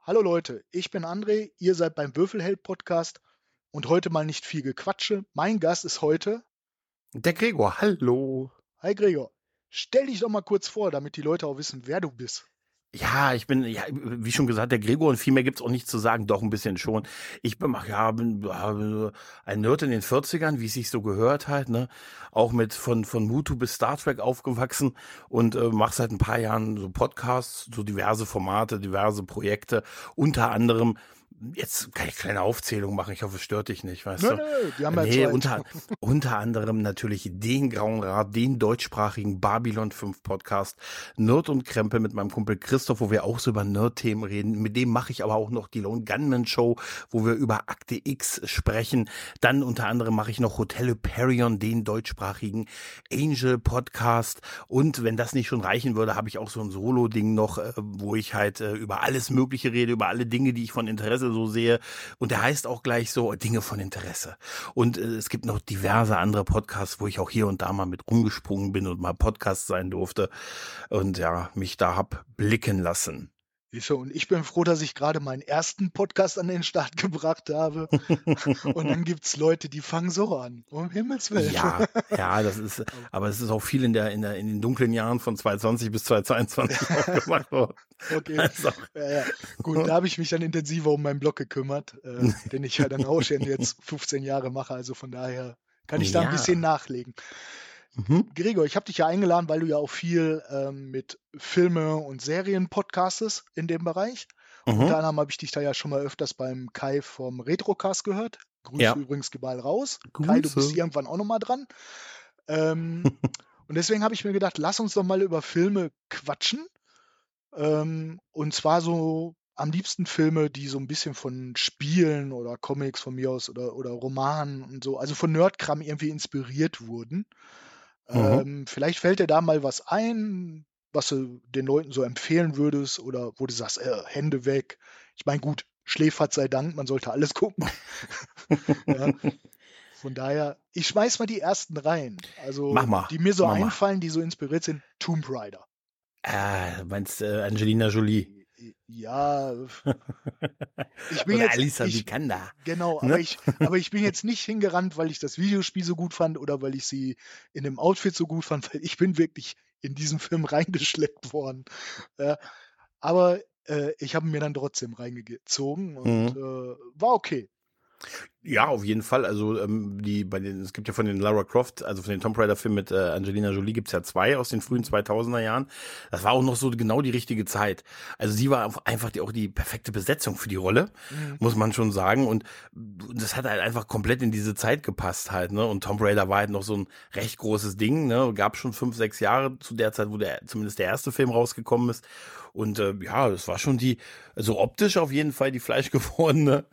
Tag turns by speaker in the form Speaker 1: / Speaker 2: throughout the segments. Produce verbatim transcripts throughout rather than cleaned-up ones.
Speaker 1: Hallo Leute, ich bin André, ihr seid beim Würfelheld-Podcast und heute mal nicht viel Gequatsche. Mein Gast ist heute,
Speaker 2: Der Gregor, hallo.
Speaker 1: hi Gregor. Stell dich doch mal kurz vor, damit die Leute auch wissen, wer du bist.
Speaker 2: Ja, ich bin, ja, wie schon gesagt, der Gregor und viel mehr gibt's auch nicht zu sagen, doch ein bisschen schon. Ich bin, ach ja, bin ja, ein Nerd in den Vierzigern, wie es sich so gehört halt, ne? Auch mit von, von Mutu bis Star Trek aufgewachsen und äh, mache seit ein paar Jahren so Podcasts, so diverse Formate, diverse Projekte, unter anderem. Jetzt kann ich eine kleine Aufzählung machen, ich hoffe, es stört dich nicht, weißt
Speaker 1: Nö,
Speaker 2: du?
Speaker 1: nö, wir haben ja
Speaker 2: Nee,
Speaker 1: Zeit.
Speaker 2: unter, unter anderem natürlich den Grauen Rat, den deutschsprachigen Babylon fünf Podcast, Nerd und Krempel mit meinem Kumpel Christoph, wo wir auch so über Nerd-Themen reden. Mit dem mache ich aber auch noch die Lone Gunman Show, wo wir über Akte X sprechen. Dann unter anderem mache ich noch Hotel Hyperion, den deutschsprachigen Angel Podcast. Und wenn das nicht schon reichen würde, habe ich auch so ein Solo-Ding noch, äh, wo ich halt äh, über alles Mögliche rede, über alle Dinge, die ich von Interesse so sehe. Und der heißt auch gleich so Dinge von Interesse. Und äh, es gibt noch diverse andere Podcasts, wo ich auch hier und da mal mit rumgesprungen bin und mal Podcast sein durfte und ja, mich da hab blicken lassen.
Speaker 1: Siehst du, und ich bin froh, dass ich gerade meinen ersten Podcast an den Start gebracht habe. Und dann gibt es Leute, die fangen so an. Um Himmels Willen.
Speaker 2: Ja, ja, das ist, aber es ist auch viel in der, in der, in den dunklen Jahren von zweitausendzwanzig bis zweitausendzweiundzwanzig auch gemacht worden.
Speaker 1: Okay,
Speaker 2: Also,
Speaker 1: ja, ja. Gut, da habe ich mich dann intensiver um meinen Blog gekümmert, äh, den ich ja dann auch schon jetzt fünfzehn Jahre mache. Also von daher kann ich da ein
Speaker 2: ja.
Speaker 1: bisschen nachlegen.
Speaker 2: Mhm.
Speaker 1: Gregor, ich habe dich ja eingeladen, weil du ja auch viel ähm, mit Filme und Serien podcastest in dem Bereich.
Speaker 2: Mhm.
Speaker 1: Unter anderem habe ich dich da ja schon mal öfters beim Kai vom Retrocast gehört. Grüße
Speaker 2: Ja.
Speaker 1: übrigens mal raus. Kai, du bist
Speaker 2: Grüße.
Speaker 1: irgendwann auch nochmal dran. Ähm, und deswegen habe ich mir gedacht, lass uns doch mal über Filme quatschen. Ähm, und zwar so am liebsten Filme, die so ein bisschen von Spielen oder Comics von mir aus oder, oder Romanen und so, also von Nerdkram irgendwie inspiriert wurden.
Speaker 2: Mhm.
Speaker 1: Ähm, vielleicht fällt dir da mal was ein, was du den Leuten so empfehlen würdest oder wo du sagst, äh, Hände weg. Ich meine, gut, Schläfert sei Dank, man sollte alles gucken. Ja, von daher, ich schmeiß mal die ersten rein. Also,
Speaker 2: Mach mal.
Speaker 1: die mir so
Speaker 2: Mach mal.
Speaker 1: einfallen, die so inspiriert sind, Tomb Raider.
Speaker 2: Äh, meinst äh, Angelina Jolie?
Speaker 1: Ja, ich bin
Speaker 2: Oder
Speaker 1: jetzt,
Speaker 2: Alisa
Speaker 1: ich,
Speaker 2: Vikander.
Speaker 1: genau,
Speaker 2: Ne?
Speaker 1: aber ich, aber ich bin jetzt nicht hingerannt, weil ich das Videospiel so gut fand oder weil ich sie in dem Outfit so gut fand, weil ich bin wirklich in diesen Film reingeschleppt worden. Ja, aber äh, ich habe ihn mir dann trotzdem reingezogen und
Speaker 2: Mhm.
Speaker 1: äh, war okay.
Speaker 2: Ja, auf jeden Fall. Also ähm, die bei den, es gibt ja von den Lara Croft, also von den Tomb Raider-Filmen mit äh, Angelina Jolie gibt's ja zwei aus den frühen zweitausender Jahren. Das war auch noch so genau die richtige Zeit. Also sie war einfach die, auch die perfekte Besetzung für die Rolle,
Speaker 1: Mhm.
Speaker 2: muss man schon sagen. Und das hat halt einfach komplett in diese Zeit gepasst halt, ne? Und Tomb Raider war halt noch so ein recht großes Ding, ne? Gab schon fünf, sechs Jahre zu der Zeit, wo der zumindest der erste Film rausgekommen ist. Und äh, ja, das war schon die, also optisch auf jeden Fall die fleischgewordene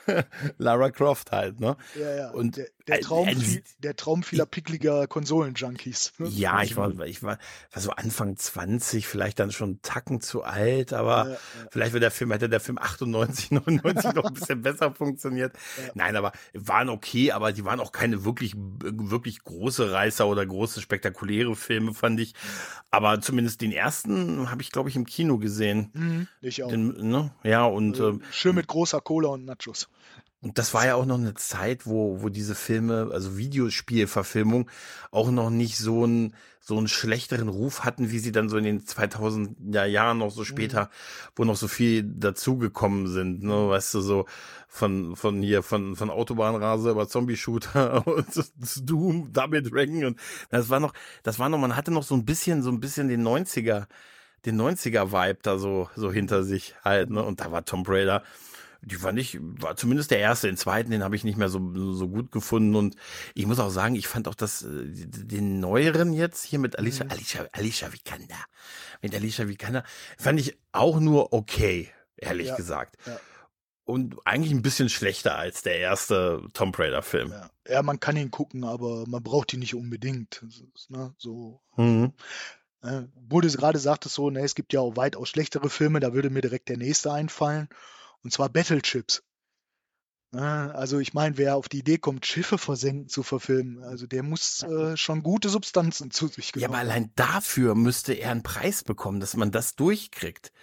Speaker 2: Lara Croft halt, ne?
Speaker 1: Ja, ja.
Speaker 2: Und
Speaker 1: Der, der,
Speaker 2: äh,
Speaker 1: Traum,
Speaker 2: äh,
Speaker 1: viel, der Traum vieler pickliger Konsolen-Junkies. Ne?
Speaker 2: ja, ich war, ich war, war so Anfang zwanzig, vielleicht dann schon einen Tacken zu alt, aber
Speaker 1: Ja, ja.
Speaker 2: vielleicht wäre der Film, hätte der Film achtundneunzig, neunundneunzig noch ein bisschen besser funktioniert.
Speaker 1: Ja.
Speaker 2: Nein, aber waren okay, aber die waren auch keine wirklich, wirklich große Reißer oder große spektakuläre Filme, fand ich. Aber zumindest den ersten habe ich, glaube ich, im Kino gesehen.
Speaker 1: Mhm, ich auch.
Speaker 2: Den, ne? Ja, und
Speaker 1: Also,
Speaker 2: ähm,
Speaker 1: schön mit großer Cola und Nachos.
Speaker 2: Und das war ja auch noch eine Zeit, wo, wo diese Filme, also Videospielverfilmung, auch noch nicht so einen, so einen schlechteren Ruf hatten, wie sie dann so in den zweitausender Jahren noch so später, wo noch so viel dazugekommen sind, ne, weißt du, so von, von hier, von, von Autobahnrase über Zombie-Shooter und Doom, Double Dragon und das war noch, das war noch, man hatte noch so ein bisschen, so ein bisschen den neunziger, den neunziger Vibe da so, so hinter sich halt, ne, und da war Tomb Raider. Die fand ich, war zumindest der erste. Den zweiten, den habe ich nicht mehr so, so gut gefunden. Und ich muss auch sagen, ich fand auch das, äh, den neueren jetzt hier mit Alicia,
Speaker 1: Mhm.
Speaker 2: Alicia, Alicia Vikander, mit Alicia Vikander, fand ich auch nur okay, ehrlich
Speaker 1: Ja,
Speaker 2: gesagt.
Speaker 1: ja.
Speaker 2: Und eigentlich ein bisschen schlechter als der erste Tomb Raider Film.
Speaker 1: Ja. Ja, man kann ihn gucken, aber man braucht ihn nicht unbedingt. Das ist, ne, so.
Speaker 2: Mhm.
Speaker 1: Äh, wo du gerade sagtest, so, ne, es gibt ja auch weitaus schlechtere Filme, da würde mir direkt der nächste einfallen. Und zwar Battleships. Ne, also ich meine, wer auf die Idee kommt, Schiffe versenken zu verfilmen, also der muss äh, schon gute Substanzen zu sich
Speaker 2: Ja,
Speaker 1: genommen
Speaker 2: aber
Speaker 1: haben.
Speaker 2: allein dafür müsste er einen Preis bekommen, dass man das durchkriegt.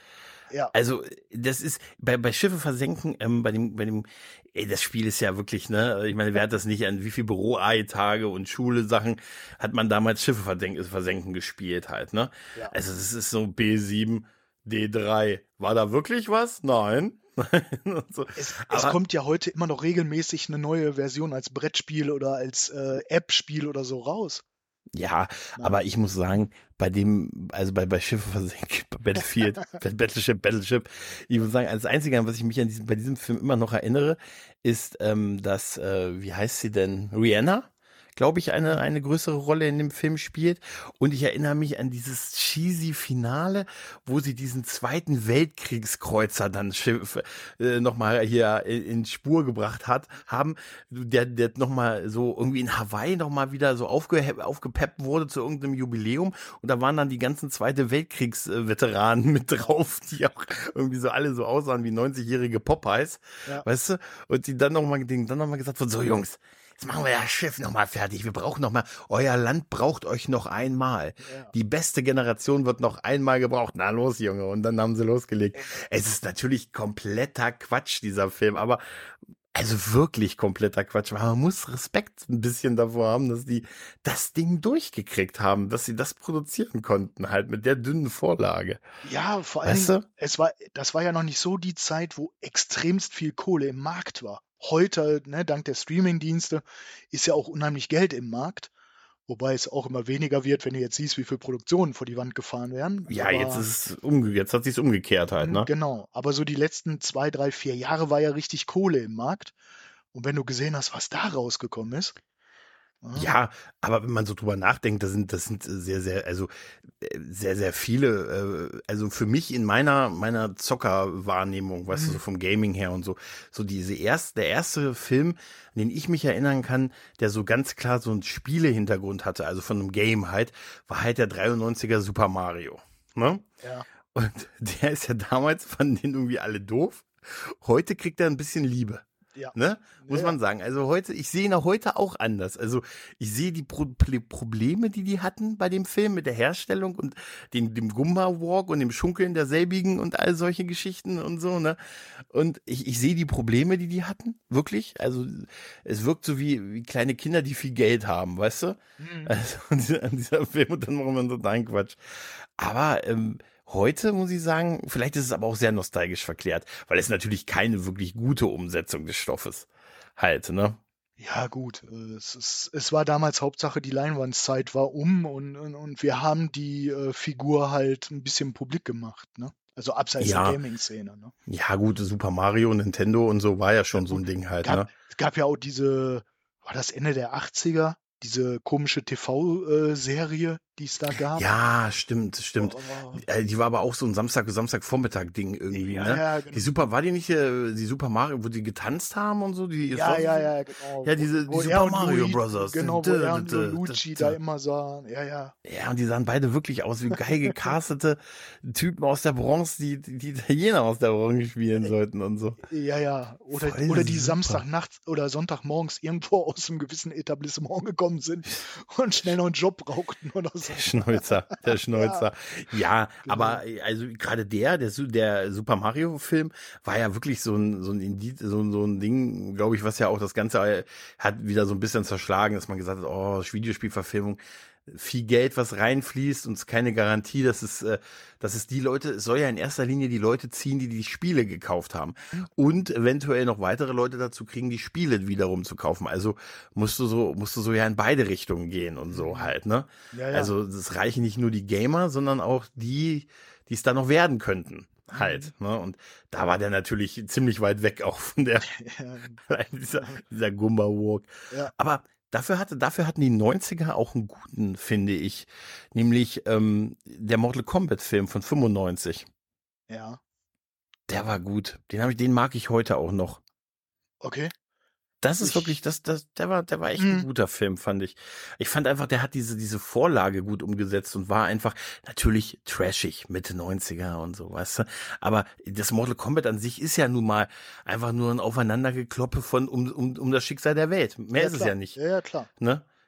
Speaker 1: Ja.
Speaker 2: Also, das ist bei, bei Schiffe versenken, ähm, bei dem, bei dem, ey, das Spiel ist ja wirklich, ne, ich meine, wer hat das nicht an wie viel Büro-Tage und Schule-Sachen hat man damals Schiffe versenken, versenken gespielt halt, ne?
Speaker 1: Ja.
Speaker 2: Also, das ist so B sieben, D drei. War da wirklich was? Nein. so.
Speaker 1: Es, es
Speaker 2: Aber
Speaker 1: kommt ja heute immer noch regelmäßig eine neue Version als Brettspiel oder als äh, App-Spiel oder so raus.
Speaker 2: ja,
Speaker 1: Na,
Speaker 2: aber ich muss sagen, bei dem, also bei, bei Schiffe versenken, bei Battlefield, Battleship, Battleship, ich muss sagen, das Einzige, an was ich mich an diesem, bei diesem Film immer noch erinnere, ist, ähm, dass, äh, wie heißt sie denn, Rihanna, glaube ich, eine, eine größere Rolle in dem Film spielt. Und ich erinnere mich an dieses cheesy Finale, wo sie diesen zweiten Weltkriegskreuzer dann Schiff, äh, nochmal hier in, in Spur gebracht hat, haben, der, der nochmal so irgendwie in Hawaii nochmal wieder so aufge, aufgepeppt wurde zu irgendeinem Jubiläum. Und da waren dann die ganzen Zweite Weltkriegsveteranen mit drauf, die auch irgendwie so alle so aussahen wie neunzigjährige Popeyes,
Speaker 1: ja.
Speaker 2: weißt du? Und die dann nochmal, dann nochmal gesagt wurden, so Jungs, jetzt machen wir das Schiff nochmal fertig. Wir brauchen nochmal, euer Land braucht euch noch einmal.
Speaker 1: Ja.
Speaker 2: Die beste Generation wird noch einmal gebraucht. Na los, Junge. Und dann haben sie losgelegt. Es ist natürlich kompletter Quatsch, dieser Film, aber also wirklich kompletter Quatsch. Aber man muss Respekt ein bisschen davor haben, dass die das Ding durchgekriegt haben, dass sie das produzieren konnten, halt mit der dünnen Vorlage.
Speaker 1: Ja, vor allen
Speaker 2: Weißt
Speaker 1: Dingen,
Speaker 2: du?
Speaker 1: es war, das war ja noch nicht so die Zeit, wo extremst viel Kohle im Markt war. Heute, ne, dank der Streaming-Dienste, ist ja auch unheimlich Geld im Markt. Wobei es auch immer weniger wird, wenn du jetzt siehst, wie viele Produktionen vor die Wand gefahren werden.
Speaker 2: Ja, jetzt
Speaker 1: Aber,
Speaker 2: ist es umge jetzt hat sich's umgekehrt halt,
Speaker 1: hm,
Speaker 2: ne?
Speaker 1: genau. Aber so die letzten zwei, drei, vier Jahre war ja richtig Kohle im Markt. Und wenn du gesehen hast, was da rausgekommen ist, ah,
Speaker 2: Ja, aber wenn man so drüber nachdenkt, das sind, das sind sehr, sehr, also äh, sehr, sehr viele, äh, also für mich in meiner, meiner Zockerwahrnehmung, weißt du, so
Speaker 1: hm,
Speaker 2: vom Gaming her und so, so diese erste, der erste Film, an den ich mich erinnern kann, der so ganz klar so einen Spielehintergrund hatte, also von einem Game halt, war halt der dreiundneunziger Super Mario, ne?
Speaker 1: ja,
Speaker 2: Und der ist ja damals, fanden den irgendwie alle doof. Heute kriegt er ein bisschen Liebe.
Speaker 1: ja,
Speaker 2: Ne? Muss
Speaker 1: ja,
Speaker 2: man sagen. Also heute, ich sehe ihn auch heute auch anders. Also ich sehe die Pro Ple- Probleme, die die hatten bei dem Film mit der Herstellung und dem, dem Gumba-Walk und dem Schunkeln derselbigen und all solche Geschichten und so, ne? Und ich, ich sehe die Probleme, die die hatten, wirklich. Also es wirkt so wie, wie kleine Kinder, die viel Geld haben, weißt du?
Speaker 1: hm,
Speaker 2: Also an dieser, an dieser Film und dann machen wir so deinen Quatsch. Aber ähm, heute muss ich sagen, vielleicht ist es aber auch sehr nostalgisch verklärt, weil es natürlich keine wirklich gute Umsetzung des Stoffes halt, ne?
Speaker 1: ja, gut. äh, Es ist, es war damals Hauptsache, die Leinwandzeit war um und, und, und wir haben die äh, Figur halt ein bisschen publik gemacht, ne? Also abseits der
Speaker 2: Ja,
Speaker 1: Gaming-Szene, ne?
Speaker 2: ja, gut, Super Mario, Nintendo und so war ja
Speaker 1: Ja,
Speaker 2: schon so
Speaker 1: gut.
Speaker 2: ein Ding halt,
Speaker 1: Gab,
Speaker 2: ne?
Speaker 1: es gab ja auch diese, war das Ende der achtziger, diese komische T V-Serie, die es da gab.
Speaker 2: Ja, stimmt, stimmt.
Speaker 1: Oh,
Speaker 2: Äh, Die war aber auch so ein Samstag, Samstagvormittag-Ding irgendwie,
Speaker 1: ja,
Speaker 2: ne?
Speaker 1: ja,
Speaker 2: Die
Speaker 1: genau.
Speaker 2: Super, war die nicht, äh, die Super Mario, wo die getanzt haben und so? Die, es
Speaker 1: Ja,
Speaker 2: war so,
Speaker 1: ja,
Speaker 2: so-
Speaker 1: ja, genau.
Speaker 2: ja,
Speaker 1: Wo,
Speaker 2: diese, die
Speaker 1: wo er
Speaker 2: Super
Speaker 1: und
Speaker 2: Mario
Speaker 1: Luigi,
Speaker 2: Brothers.
Speaker 1: genau, wo
Speaker 2: Dö,
Speaker 1: er
Speaker 2: dö,
Speaker 1: und
Speaker 2: dö, dö,
Speaker 1: Luigi da
Speaker 2: dö.
Speaker 1: immer sahen. Ja, ja.
Speaker 2: Ja, und die sahen beide wirklich aus wie geil gecastete Typen aus der Bronze, die, die die Italiener aus der Bronze spielen sollten und so.
Speaker 1: Ja, ja. Oder,
Speaker 2: Voll
Speaker 1: oder die
Speaker 2: super.
Speaker 1: Samstagnachts oder Sonntagmorgens irgendwo aus einem gewissen Etablissement gekommen sind und schnell noch einen Job brauchten oder so.
Speaker 2: Der Schnäuzer, der Schnäuzer. Ja,
Speaker 1: Genau.
Speaker 2: aber äh, also gerade der, der, Su- der Super Mario Film war ja wirklich so ein, so ein Indiz, so, ein- so ein Ding, glaube ich, was ja auch das Ganze äh, hat wieder so ein bisschen zerschlagen, dass man gesagt hat, oh, Videospielverfilmung, viel Geld, was reinfließt und es ist keine Garantie, dass es, äh, dass es die Leute, es soll ja in erster Linie die Leute ziehen, die die Spiele gekauft haben und eventuell noch weitere Leute dazu kriegen, die Spiele wiederum zu kaufen. Also musst du so, musst du so ja in beide Richtungen gehen und so halt, ne?
Speaker 1: Ja, ja.
Speaker 2: Also es reichen nicht nur die Gamer, sondern auch die, die es da noch werden könnten. Halt, ne? Und da war der natürlich ziemlich weit weg auch von der
Speaker 1: Ja,
Speaker 2: dieser, dieser Gumba Walk.
Speaker 1: ja.
Speaker 2: Aber dafür hatte, dafür hatten die neunziger auch einen guten, finde ich. Nämlich ähm, der Mortal Kombat Film von fünfundneunzig.
Speaker 1: Ja.
Speaker 2: Der war gut. Den habe ich, den mag ich heute auch noch.
Speaker 1: Okay.
Speaker 2: Das ist
Speaker 1: Ich-
Speaker 2: wirklich, das, das, der war, der war echt ein
Speaker 1: Mhm.
Speaker 2: guter Film, fand ich. Ich fand einfach, der hat diese, diese Vorlage gut umgesetzt und war einfach natürlich trashig, Mitte neunziger und so, weißt du. Aber das Mortal Kombat an sich ist ja nun mal einfach nur ein Aufeinandergekloppe von, um, um, um das Schicksal der Welt. Mehr
Speaker 1: Ja,
Speaker 2: ist es
Speaker 1: klar.
Speaker 2: ja nicht,
Speaker 1: Ja, ja, klar.
Speaker 2: ne?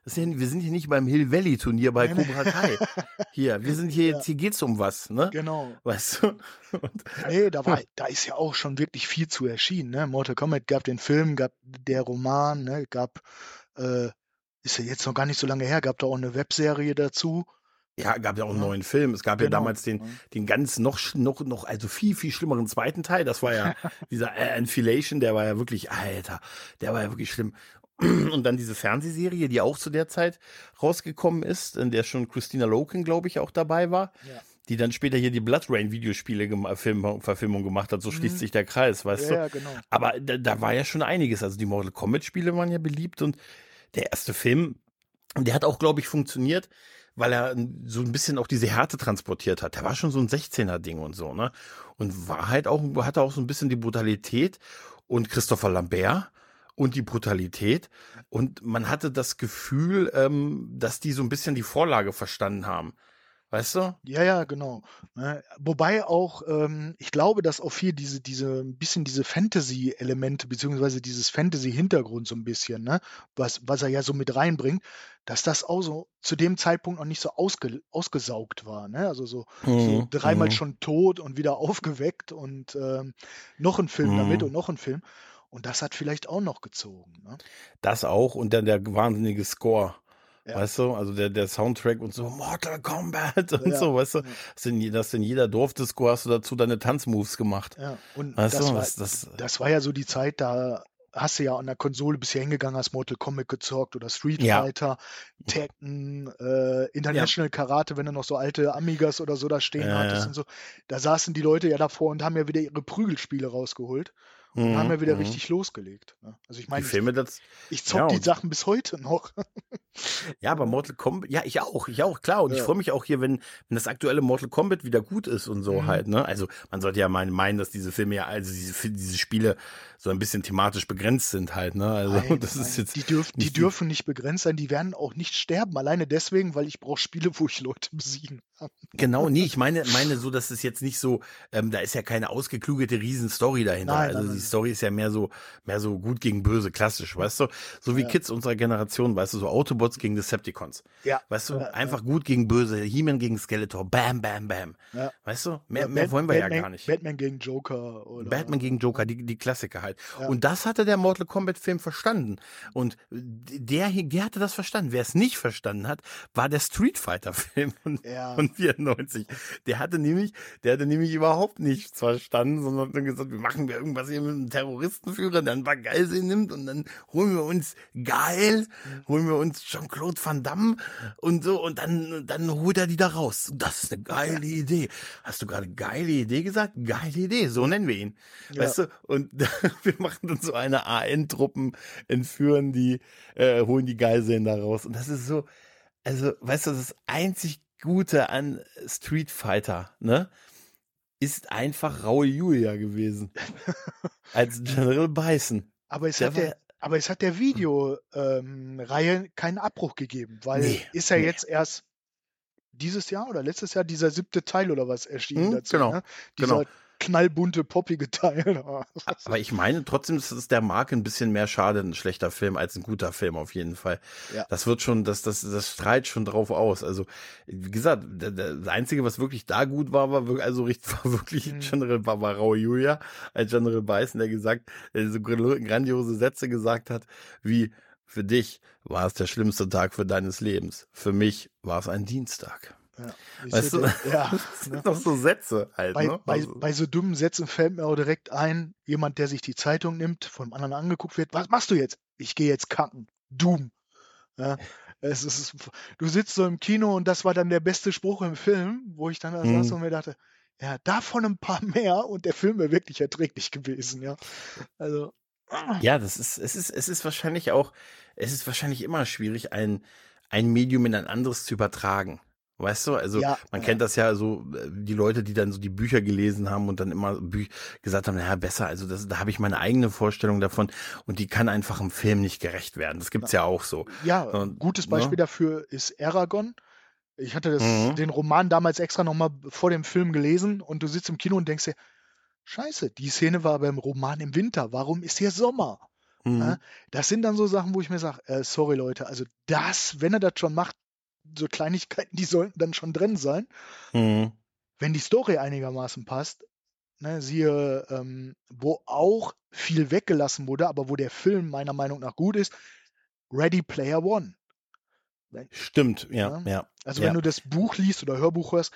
Speaker 2: Das ist ja, wir sind hier nicht beim Hill Valley Turnier bei
Speaker 1: Nee, nee.
Speaker 2: Cobra Kai. Hier, wir sind hier
Speaker 1: Ja,
Speaker 2: jetzt, hier geht's um was, ne?
Speaker 1: genau.
Speaker 2: Weißt du? Und,
Speaker 1: Nee, da war, da ist ja auch schon wirklich viel zu erschienen, ne? Mortal Kombat gab den Film, gab der Roman, ne? Gab, äh, ist ja jetzt noch gar nicht so lange her, gab da auch eine Webserie dazu.
Speaker 2: ja, gab ja auch einen
Speaker 1: Ne?
Speaker 2: neuen Film. Es gab ja
Speaker 1: Genau.
Speaker 2: damals den,
Speaker 1: Ne?
Speaker 2: den ganz noch, sch- noch, noch, also viel, viel schlimmeren zweiten Teil. Das war ja dieser äh, Annihilation, der war ja wirklich, Alter, der war ja wirklich schlimm. Und dann diese Fernsehserie, die auch zu der Zeit rausgekommen ist, in der schon Christina Loken, glaube ich, auch dabei war,
Speaker 1: Ja.
Speaker 2: die dann später hier die Blood Rain Videospiele gema- Film, Verfilmung gemacht hat. So schließt
Speaker 1: Mhm.
Speaker 2: sich der Kreis, weißt
Speaker 1: Ja,
Speaker 2: du?
Speaker 1: ja, genau.
Speaker 2: Aber da, da war ja schon einiges. Also die Mortal Kombat Spiele waren ja beliebt und der erste Film, der hat auch, glaube ich, funktioniert, weil er so ein bisschen auch diese Härte transportiert hat. Der war schon so ein sechzehner-Ding und so, ne? Und war halt auch, hatte auch so ein bisschen die Brutalität und Christopher Lambert und die Brutalität. Und man hatte das Gefühl, ähm, dass die so ein bisschen die Vorlage verstanden haben. Weißt du?
Speaker 1: Ja, ja, genau. Ne? Wobei auch, ähm, ich glaube, dass auch viel diese, diese, ein bisschen diese Fantasy-Elemente, beziehungsweise dieses Fantasy-Hintergrund so ein bisschen, ne, was, was er ja so mit reinbringt, dass das auch so zu dem Zeitpunkt noch nicht so ausge, ausgesaugt war, ne? Also so, so
Speaker 2: Mhm,
Speaker 1: dreimal
Speaker 2: mhm,
Speaker 1: schon tot und wieder aufgeweckt und ähm, noch ein Film damit
Speaker 2: mhm.
Speaker 1: und noch ein Film. Und das hat vielleicht auch noch gezogen, ne?
Speaker 2: Das auch und dann der wahnsinnige Score.
Speaker 1: Ja,
Speaker 2: Weißt du, also der, der Soundtrack und so, Mortal Kombat und
Speaker 1: ja,
Speaker 2: so, weißt du,
Speaker 1: ja,
Speaker 2: dass in, dass in jeder Dorfdisco hast du dazu deine Tanzmoves gemacht.
Speaker 1: ja. Und
Speaker 2: Weißt
Speaker 1: das
Speaker 2: du,
Speaker 1: war,
Speaker 2: das, das,
Speaker 1: das war ja so die Zeit, da hast du ja an der Konsole bisher hingegangen, hast Mortal Kombat gezockt oder Street
Speaker 2: ja,
Speaker 1: Fighter, Tekken, äh,
Speaker 2: ja,
Speaker 1: International Karate, wenn du noch so alte Amigas oder so da stehen hattest und
Speaker 2: äh,
Speaker 1: so. Da saßen die Leute ja davor und haben ja wieder ihre Prügelspiele rausgeholt und haben
Speaker 2: mhm,
Speaker 1: ja wieder
Speaker 2: mhm.
Speaker 1: richtig losgelegt. Ne? Also ich
Speaker 2: Die
Speaker 1: meine, ich,
Speaker 2: Filme, das,
Speaker 1: ich
Speaker 2: ja,
Speaker 1: zock die
Speaker 2: und
Speaker 1: Sachen bis heute noch.
Speaker 2: ja, aber
Speaker 1: Ja,
Speaker 2: Mortal Kombat, ja, ich auch, ich auch, klar. Und ich
Speaker 1: ja.
Speaker 2: freue mich auch hier, wenn, wenn das aktuelle Mortal Kombat wieder gut ist und so
Speaker 1: Mhm.
Speaker 2: halt, ne? Also man sollte ja meinen, meinen, dass diese Filme ja, also diese, Fi- diese Spiele so ein bisschen thematisch begrenzt sind halt, ne? Also
Speaker 1: Nein,
Speaker 2: das ist
Speaker 1: nein,
Speaker 2: jetzt
Speaker 1: die, dürf, die
Speaker 2: nicht die,
Speaker 1: dürfen nicht begrenzt sein, die werden auch nicht sterben. Alleine deswegen, weil ich brauche Spiele, wo ich Leute besiegen kann.
Speaker 2: genau, nee, ich meine, meine so, dass es jetzt nicht so, ähm, da ist ja keine ausgeklügelte Riesenstory dahinter.
Speaker 1: Nein,
Speaker 2: Also
Speaker 1: nein,
Speaker 2: die
Speaker 1: nein.
Speaker 2: Story ist ja mehr so, mehr so gut gegen böse, klassisch, weißt du? So wie
Speaker 1: Ja,
Speaker 2: Kids unserer Generation, weißt du, so Autobots gegen Decepticons.
Speaker 1: ja,
Speaker 2: Weißt du,
Speaker 1: ja, ja,
Speaker 2: einfach gut gegen böse, He-Man gegen Skeletor, bam, bam, bam.
Speaker 1: ja.
Speaker 2: Weißt du,
Speaker 1: Ja,
Speaker 2: mehr, mehr
Speaker 1: Bat
Speaker 2: wollen wir ja
Speaker 1: Batman,
Speaker 2: gar nicht.
Speaker 1: Batman gegen Joker oder.
Speaker 2: Batman gegen Joker,
Speaker 1: Ne?
Speaker 2: die, die Klassiker halt.
Speaker 1: Ja,
Speaker 2: Und das hatte der Mortal Kombat Film verstanden. Und der hier, der hatte das verstanden. Wer es nicht verstanden hat, war der Street Fighter Film von,
Speaker 1: ja,
Speaker 2: von vierundneunzig. Der hatte nämlich, der hatte nämlich überhaupt nichts verstanden, sondern hat dann gesagt, wir machen wir irgendwas hier mit einem Terroristenführer, der ein paar Geiseln nimmt und dann holen wir uns geil,
Speaker 1: hm,
Speaker 2: holen wir uns Jean-Claude Van Damme und so und dann, dann holt er die da raus. Das ist eine geile Idee. Hast du gerade geile Idee gesagt? Geile Idee, so nennen wir ihn.
Speaker 1: ja,
Speaker 2: Weißt du? Und wir machen dann so eine A N-Truppen, entführen die, äh, holen die Geiseln da raus. Und das ist so, also, weißt du, das einzig Gute an Street Fighter, ne, ist einfach Raul Julia gewesen. Als General Bison.
Speaker 1: aber es
Speaker 2: Der
Speaker 1: hat
Speaker 2: war,
Speaker 1: der, aber es hat der Videoreihe ähm, Reihe keinen Abbruch gegeben, weil
Speaker 2: nee,
Speaker 1: ist ja
Speaker 2: nee.
Speaker 1: jetzt erst dieses Jahr oder letztes Jahr dieser siebte Teil oder was erschienen
Speaker 2: Hm,
Speaker 1: dazu,
Speaker 2: genau,
Speaker 1: ne?
Speaker 2: genau.
Speaker 1: Dieser knallbunte, poppige Teil.
Speaker 2: Aber ich meine trotzdem, ist es der Marke ein bisschen mehr schade, ein schlechter Film, als ein guter Film auf jeden Fall.
Speaker 1: Ja,
Speaker 2: Das wird schon, das, das, das strahlt schon drauf aus. Also, wie gesagt, der, der, das Einzige, was wirklich da gut war, war wirklich, also richtig, war wirklich
Speaker 1: hm,
Speaker 2: General war Raul Julia, als General Bison, der gesagt, der so grandiose Sätze gesagt hat, wie, für dich war es der schlimmste Tag für deines Lebens. Für mich war es ein Dienstag.
Speaker 1: ja. Ich
Speaker 2: Weißt
Speaker 1: sehe,
Speaker 2: du?
Speaker 1: der, ja,
Speaker 2: Das
Speaker 1: ne?
Speaker 2: sind doch so Sätze halt,
Speaker 1: Bei,
Speaker 2: ne?
Speaker 1: bei,
Speaker 2: Also,
Speaker 1: bei so dummen Sätzen fällt mir auch direkt ein, jemand, der sich die Zeitung nimmt, vom anderen angeguckt wird, was machst du jetzt? Ich gehe jetzt kacken. Doom. Ja, es ist, du sitzt so im Kino und das war dann der beste Spruch im Film, wo ich dann da saß
Speaker 2: hm.
Speaker 1: und mir dachte, ja, davon ein paar mehr und der Film wäre wirklich erträglich gewesen, ja. Also, ah,
Speaker 2: Ja, das ist, es ist, es ist wahrscheinlich auch, es ist wahrscheinlich immer schwierig, ein, ein Medium in ein anderes zu übertragen. Weißt du, also
Speaker 1: ja,
Speaker 2: man
Speaker 1: ja,
Speaker 2: kennt das ja so, äh, die Leute, die dann so die Bücher gelesen haben und dann immer Bü gesagt haben, naja, besser, also das, da habe ich meine eigene Vorstellung davon und die kann einfach im Film nicht gerecht werden. Das gibt's ja auch so.
Speaker 1: ja, ein
Speaker 2: Und,
Speaker 1: gutes Beispiel
Speaker 2: ne?
Speaker 1: dafür ist Eragon. Ich hatte das,
Speaker 2: Mhm.
Speaker 1: den Roman damals extra nochmal vor dem Film gelesen und du sitzt im Kino und denkst dir, Scheiße, die Szene war beim Roman im Winter, warum ist hier Sommer? Ja,
Speaker 2: Mhm.
Speaker 1: das sind dann so Sachen, wo ich mir sage, äh, sorry Leute, also das, wenn er das schon macht, so Kleinigkeiten, die sollten dann schon drin sein.
Speaker 2: Mhm.
Speaker 1: Wenn die Story einigermaßen passt, ne, siehe, ähm, wo auch viel weggelassen wurde, aber wo der Film meiner Meinung nach gut ist, Ready Player One. Wenn,
Speaker 2: Stimmt, ja,
Speaker 1: ne?
Speaker 2: ja,
Speaker 1: Also wenn
Speaker 2: ja.
Speaker 1: du das Buch liest oder Hörbuch hörst,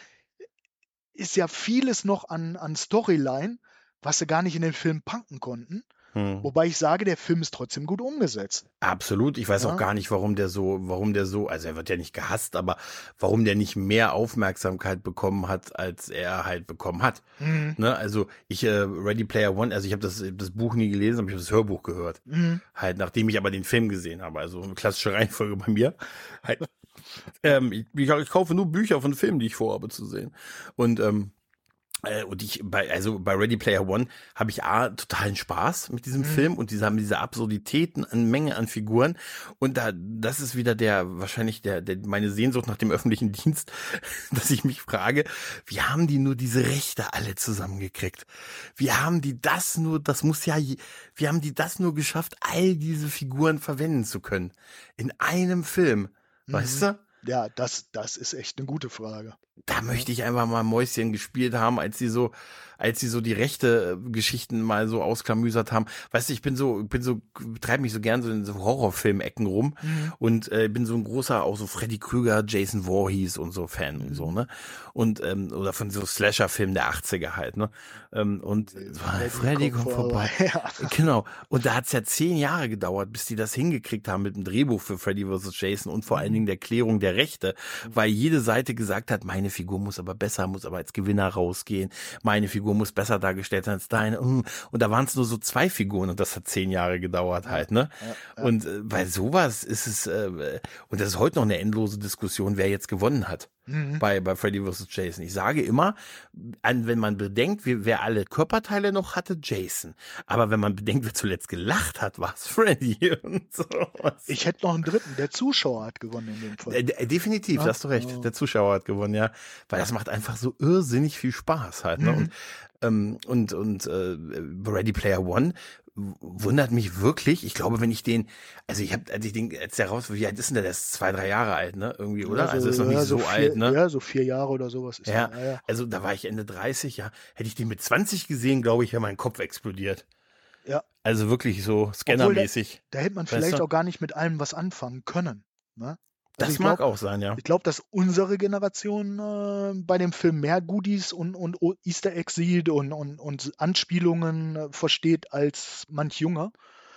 Speaker 1: ist ja vieles noch an, an Storyline, was sie gar nicht in den Film packen konnten.
Speaker 2: Mhm.
Speaker 1: Wobei ich sage, der Film ist trotzdem gut umgesetzt.
Speaker 2: Absolut. Ich weiß auch
Speaker 1: Ja?
Speaker 2: gar nicht, warum der so, warum der so, also er wird ja nicht gehasst, aber warum der nicht mehr Aufmerksamkeit bekommen hat, als er halt bekommen hat.
Speaker 1: Mhm.
Speaker 2: Ne? Also ich, äh, Ready Player One, also ich habe das, das Buch nie gelesen, aber ich habe das Hörbuch gehört.
Speaker 1: Mhm.
Speaker 2: Halt, nachdem ich aber den Film gesehen habe. Also eine klassische Reihenfolge bei mir. Halt, ähm, ich, ich, ich kaufe nur Bücher von Filmen, die ich vorhabe zu sehen. Und ähm, äh, Und ich, bei, also bei Ready Player One habe ich A, totalen Spaß mit diesem
Speaker 1: Mhm.
Speaker 2: Film und diese haben diese Absurditäten, eine Menge an Figuren. Und da, das ist wieder der, wahrscheinlich der, der, meine Sehnsucht nach dem öffentlichen Dienst, dass ich mich frage, wie haben die nur diese Rechte alle zusammengekriegt? Wie haben die das nur, das muss ja, je- wie haben die das nur geschafft, all diese Figuren verwenden zu können? In einem Film, weißt
Speaker 1: Mhm.
Speaker 2: du?
Speaker 1: Ja, das, das ist echt eine gute Frage.
Speaker 2: Da
Speaker 1: Ja.
Speaker 2: möchte ich einfach mal Mäuschen gespielt haben, als sie so, als sie so die rechte äh, Geschichten mal so ausklamüsert haben. Weißt du, ich bin so, bin so, treibe mich so gern so in so Horrorfilm-Ecken rum
Speaker 1: Mhm.
Speaker 2: und äh, bin so ein großer, auch so Freddy Krüger, Jason Voorhees und so Fan und so, ne? Und, ähm, oder von so Slasher-Filmen der achtziger halt, ne? Ähm, und äh,
Speaker 1: Freddy,
Speaker 2: Freddy
Speaker 1: komm
Speaker 2: kommt vorbei.
Speaker 1: Ja.
Speaker 2: Genau. Und da hat's ja zehn Jahre gedauert, bis die das hingekriegt haben mit dem Drehbuch für Freddy versus. Jason und vor allen Dingen der Klärung der Rechte, weil jede Seite gesagt hat, meine Figur muss aber besser, muss aber als Gewinner rausgehen, meine Figur muss besser dargestellt sein als deine. Und da waren es nur so zwei Figuren und das hat zehn Jahre gedauert halt, ne?
Speaker 1: Ja, ja.
Speaker 2: Und äh, bei sowas ist es, äh, und das ist heute noch eine endlose Diskussion, wer jetzt gewonnen hat.
Speaker 1: Mhm.
Speaker 2: Bei, bei Freddy versus. Jason. Ich sage immer, an, wenn man bedenkt, wie, wer alle Körperteile noch hatte, Jason. Aber wenn man bedenkt, wer zuletzt gelacht hat, war es Freddy und so.
Speaker 1: Ich hätte noch einen dritten. Der Zuschauer hat gewonnen in dem Fall.
Speaker 2: Äh, de- definitiv,
Speaker 1: Ja,
Speaker 2: da hast du recht.
Speaker 1: ja.
Speaker 2: Der Zuschauer hat gewonnen, ja. Weil das macht einfach so irrsinnig viel Spaß halt. Ne?
Speaker 1: Mhm.
Speaker 2: Und, ähm, und, und äh, Ready Player One w- wundert mich wirklich. Ich glaube, wenn ich den, also ich habe, als ich den, als der raus, wie alt ist denn der? Der ist zwei, drei Jahre alt, ne? Irgendwie, oder?
Speaker 1: Ja,
Speaker 2: Also ist noch nicht
Speaker 1: ja,
Speaker 2: so
Speaker 1: vier,
Speaker 2: alt, ne?
Speaker 1: Ja, so vier Jahre oder sowas ist
Speaker 2: Ja,
Speaker 1: er. Ja, ja.
Speaker 2: also da war ich Ende dreißig, ja. Hätte ich den mit zwanzig gesehen, glaube ich, wäre mein Kopf explodiert.
Speaker 1: Ja.
Speaker 2: Also wirklich so
Speaker 1: Obwohl, da,
Speaker 2: scannermäßig.
Speaker 1: da hätte man
Speaker 2: Weißt
Speaker 1: vielleicht
Speaker 2: du?
Speaker 1: auch gar nicht mit allem was anfangen können. Ne? Also
Speaker 2: Das
Speaker 1: ich
Speaker 2: mag
Speaker 1: glaube,
Speaker 2: auch sein, ja.
Speaker 1: ich glaube, dass unsere Generation äh, bei dem Film mehr Goodies und, und O- Easter Eggs sieht und, und, und Anspielungen äh, versteht als manch Junger.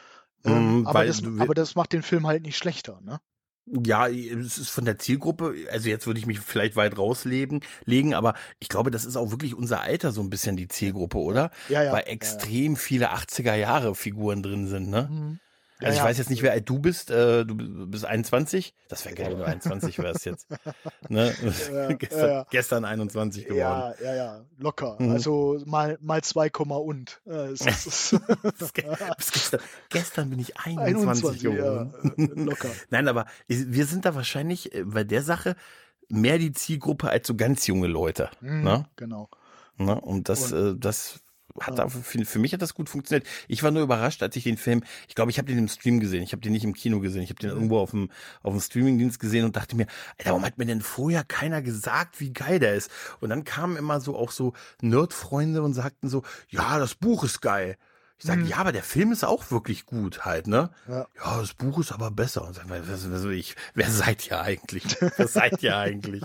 Speaker 1: Ähm,
Speaker 2: Mhm,
Speaker 1: aber,
Speaker 2: weil
Speaker 1: das,
Speaker 2: du,
Speaker 1: aber das macht den Film halt nicht schlechter. Ne?
Speaker 2: ja, es ist von der Zielgruppe, also jetzt würde ich mich vielleicht weit rauslegen, legen, aber ich glaube, das ist auch wirklich unser Alter so ein bisschen die Zielgruppe, oder?
Speaker 1: Ja, ja.
Speaker 2: Weil
Speaker 1: Ja, ja.
Speaker 2: extrem viele achtziger Jahre Figuren drin sind, ne?
Speaker 1: Mhm. Ja,
Speaker 2: Also ich
Speaker 1: ja.
Speaker 2: weiß jetzt nicht, wie alt du bist. Äh, du bist einundzwanzig. Das wäre geil, wenn du einundzwanzig wärst jetzt. Ne?
Speaker 1: Ja,
Speaker 2: gestern,
Speaker 1: ja, ja.
Speaker 2: gestern einundzwanzig geworden.
Speaker 1: Ja, ja, ja, locker.
Speaker 2: Mhm.
Speaker 1: Also mal, mal zwei Komma und. Äh, es ist, es
Speaker 2: Bis ge- bis gestern, gestern bin ich einundzwanzig
Speaker 1: einundzwanzig, ja,
Speaker 2: geworden.
Speaker 1: äh, locker.
Speaker 2: Nein, aber wir sind da wahrscheinlich äh, bei der Sache mehr die Zielgruppe als so ganz junge Leute.
Speaker 1: Mhm,
Speaker 2: Ne?
Speaker 1: genau.
Speaker 2: Ne? Und das,
Speaker 1: Und
Speaker 2: äh, das hat
Speaker 1: ja.
Speaker 2: da für, für mich hat das gut funktioniert. Ich war nur überrascht, als ich den Film, ich glaube, ich habe den im Stream gesehen. Ich habe den nicht im Kino gesehen. Ich habe den
Speaker 1: Mhm.
Speaker 2: irgendwo auf dem auf dem Streamingdienst gesehen und dachte mir, Alter, warum hat mir denn vorher keiner gesagt, wie geil der ist? Und dann kamen immer so auch so Nerdfreunde und sagten so, ja, das Buch ist geil. Ich sage,
Speaker 1: Mhm.
Speaker 2: ja, aber der Film ist auch wirklich gut halt, ne?
Speaker 1: Ja.
Speaker 2: Ja, das Buch ist aber besser. Und sag mal, was, was, ich, wer seid ihr eigentlich? Wer seid ihr eigentlich?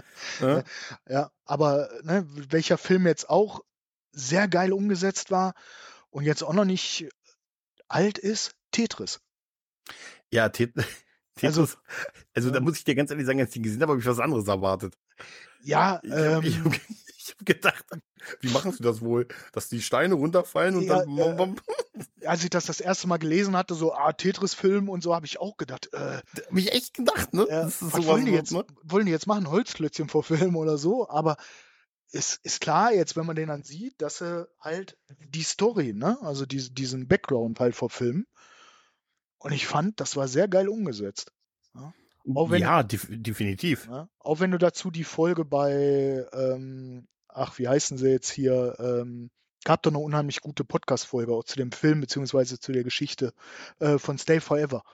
Speaker 2: Ne?
Speaker 1: Ja, aber ne, welcher Film jetzt auch sehr geil umgesetzt war und jetzt auch noch nicht alt ist, Tetris.
Speaker 2: Ja, Tet
Speaker 1: Also,
Speaker 2: Tetris. Also da
Speaker 1: ja,
Speaker 2: muss ich dir ganz ehrlich sagen, als ich den gesehen habe, habe ich was anderes erwartet.
Speaker 1: ja,
Speaker 2: Ich habe ich hab,
Speaker 1: ähm,
Speaker 2: ich hab gedacht, wie machen sie das wohl? Dass die Steine runterfallen und
Speaker 1: ja,
Speaker 2: dann. bom,
Speaker 1: äh,
Speaker 2: bom.
Speaker 1: als ich das das erste Mal gelesen hatte, so, ah, Tetris-Film und so, habe ich auch gedacht, äh,
Speaker 2: Da hab ich echt gedacht, ne?
Speaker 1: äh,
Speaker 2: Das ist
Speaker 1: was
Speaker 2: sowas,
Speaker 1: wollen die
Speaker 2: so,
Speaker 1: jetzt,
Speaker 2: ne?
Speaker 1: wollen die jetzt machen? Holzklötzchen vor Film oder so? Aber es ist klar jetzt, wenn man den dann sieht, dass er halt die Story, ne, also die, diesen Background halt verfilmen. Und ich fand, das war sehr geil umgesetzt. Ja? Auch wenn,
Speaker 2: Ja, def definitiv.
Speaker 1: ja, auch wenn du dazu die Folge bei, ähm, ach, wie heißen sie jetzt hier, ähm, gab doch eine unheimlich gute Podcast-Folge auch zu dem Film beziehungsweise zu der Geschichte äh, von Stay Forever.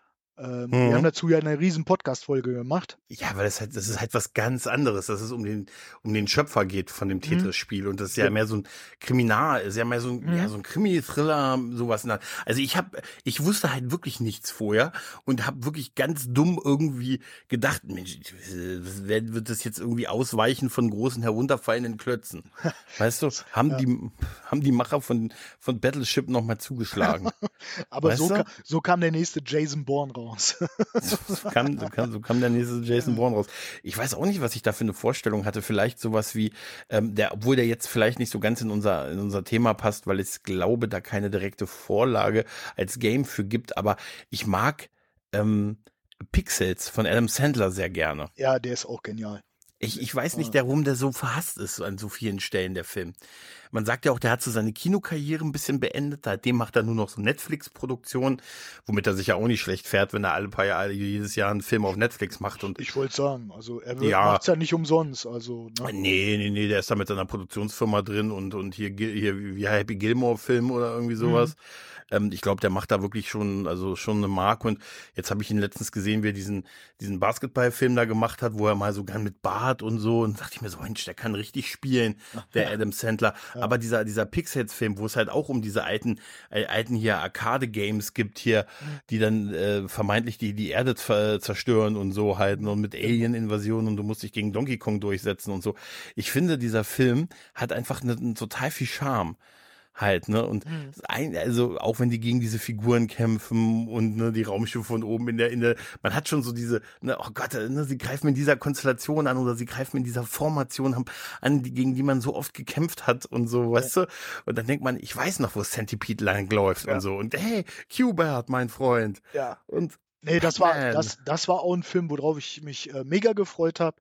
Speaker 1: Ähm, die haben
Speaker 2: Mhm.
Speaker 1: dazu ja eine riesen Podcast-Folge gemacht.
Speaker 2: Ja, weil das halt, das ist halt was ganz anderes, dass es um den, um den Schöpfer geht von dem
Speaker 1: Mhm.
Speaker 2: Tetris-Spiel. Und das ist ja
Speaker 1: Ge-
Speaker 2: mehr so ein Kriminal, ist ja mehr so ein, ja,
Speaker 1: Mhm.
Speaker 2: so ein Krimi-Thriller, sowas. in der- Also ich hab, ich wusste halt wirklich nichts vorher und habe wirklich ganz dumm irgendwie gedacht, Mensch, äh, wer wird das jetzt irgendwie ausweichen von großen herunterfallenden Klötzen? Weißt du, haben
Speaker 1: Ja.
Speaker 2: die, haben die Macher von, von Battleship nochmal zugeschlagen?
Speaker 1: Aber
Speaker 2: Weißt
Speaker 1: so,
Speaker 2: du?
Speaker 1: ka so kam der nächste Jason Bourne raus.
Speaker 2: So, so kam, so kam, so kam der nächste Jason Bourne raus. Ich weiß auch nicht, was ich da für eine Vorstellung hatte. Vielleicht sowas wie, ähm, der, obwohl der jetzt vielleicht nicht so ganz in unser, in unser Thema passt, weil ich glaube, da keine direkte Vorlage als Game für gibt. Aber ich mag ähm, Pixels von Adam Sandler sehr gerne.
Speaker 1: Ja, der ist auch genial.
Speaker 2: Ich, ich weiß nicht,
Speaker 1: Ja.
Speaker 2: warum der so verhasst ist an so vielen Stellen, der Film. Man sagt ja auch, der hat so seine Kinokarriere ein bisschen beendet. Seitdem macht er nur noch so Netflix-Produktionen, womit er sich ja auch nicht schlecht fährt, wenn er alle paar Jahre, jedes Jahr einen Film auf Netflix macht. Und
Speaker 1: Ich wollte sagen, also er
Speaker 2: ja,
Speaker 1: macht's ja nicht umsonst. Also, ne?
Speaker 2: nee, nee, nee, der ist da mit seiner Produktionsfirma drin und, und hier, Gil- hier wie Happy Gilmore-Film oder irgendwie
Speaker 1: Mhm.
Speaker 2: sowas. Ähm, ich glaube, der macht da wirklich schon, also schon eine Marke. Und jetzt habe ich ihn letztens gesehen, wie er diesen, diesen Basketballfilm da gemacht hat, wo er mal sogar mit Bart und so. Und dachte ich mir so, Mensch, der kann richtig spielen, der Adam Sandler.
Speaker 1: Ja.
Speaker 2: Aber dieser, dieser Pixels-Film, wo es halt auch um diese alten, äh, alten hier Arcade-Games gibt hier,
Speaker 1: Mhm.
Speaker 2: die dann äh, vermeintlich die, die Erde ver- zerstören und so halt und mit
Speaker 1: Genau.
Speaker 2: Alien-Invasionen und du musst dich gegen Donkey Kong durchsetzen und so. Ich finde, dieser Film hat einfach ne, ne, total viel Charme. Halt, ne? Und
Speaker 1: Mhm.
Speaker 2: ein, also auch wenn die gegen diese Figuren kämpfen und ne, die Raumschiffe von oben in der, in der, man hat schon so diese, ne, oh Gott, ne, sie greifen in dieser Konstellation an oder sie greifen in dieser Formation haben, an, die, gegen die man so oft gekämpft hat und so,
Speaker 1: Ja.
Speaker 2: weißt du? Und dann denkt man, ich weiß noch, wo Centipede lang läuft
Speaker 1: Ja.
Speaker 2: und so. Und hey, Q-Bert, mein Freund.
Speaker 1: Ja.
Speaker 2: Und
Speaker 1: Nee, das war,
Speaker 2: Pac-Man.
Speaker 1: das, das war auch ein Film, worauf ich mich äh, mega gefreut habe.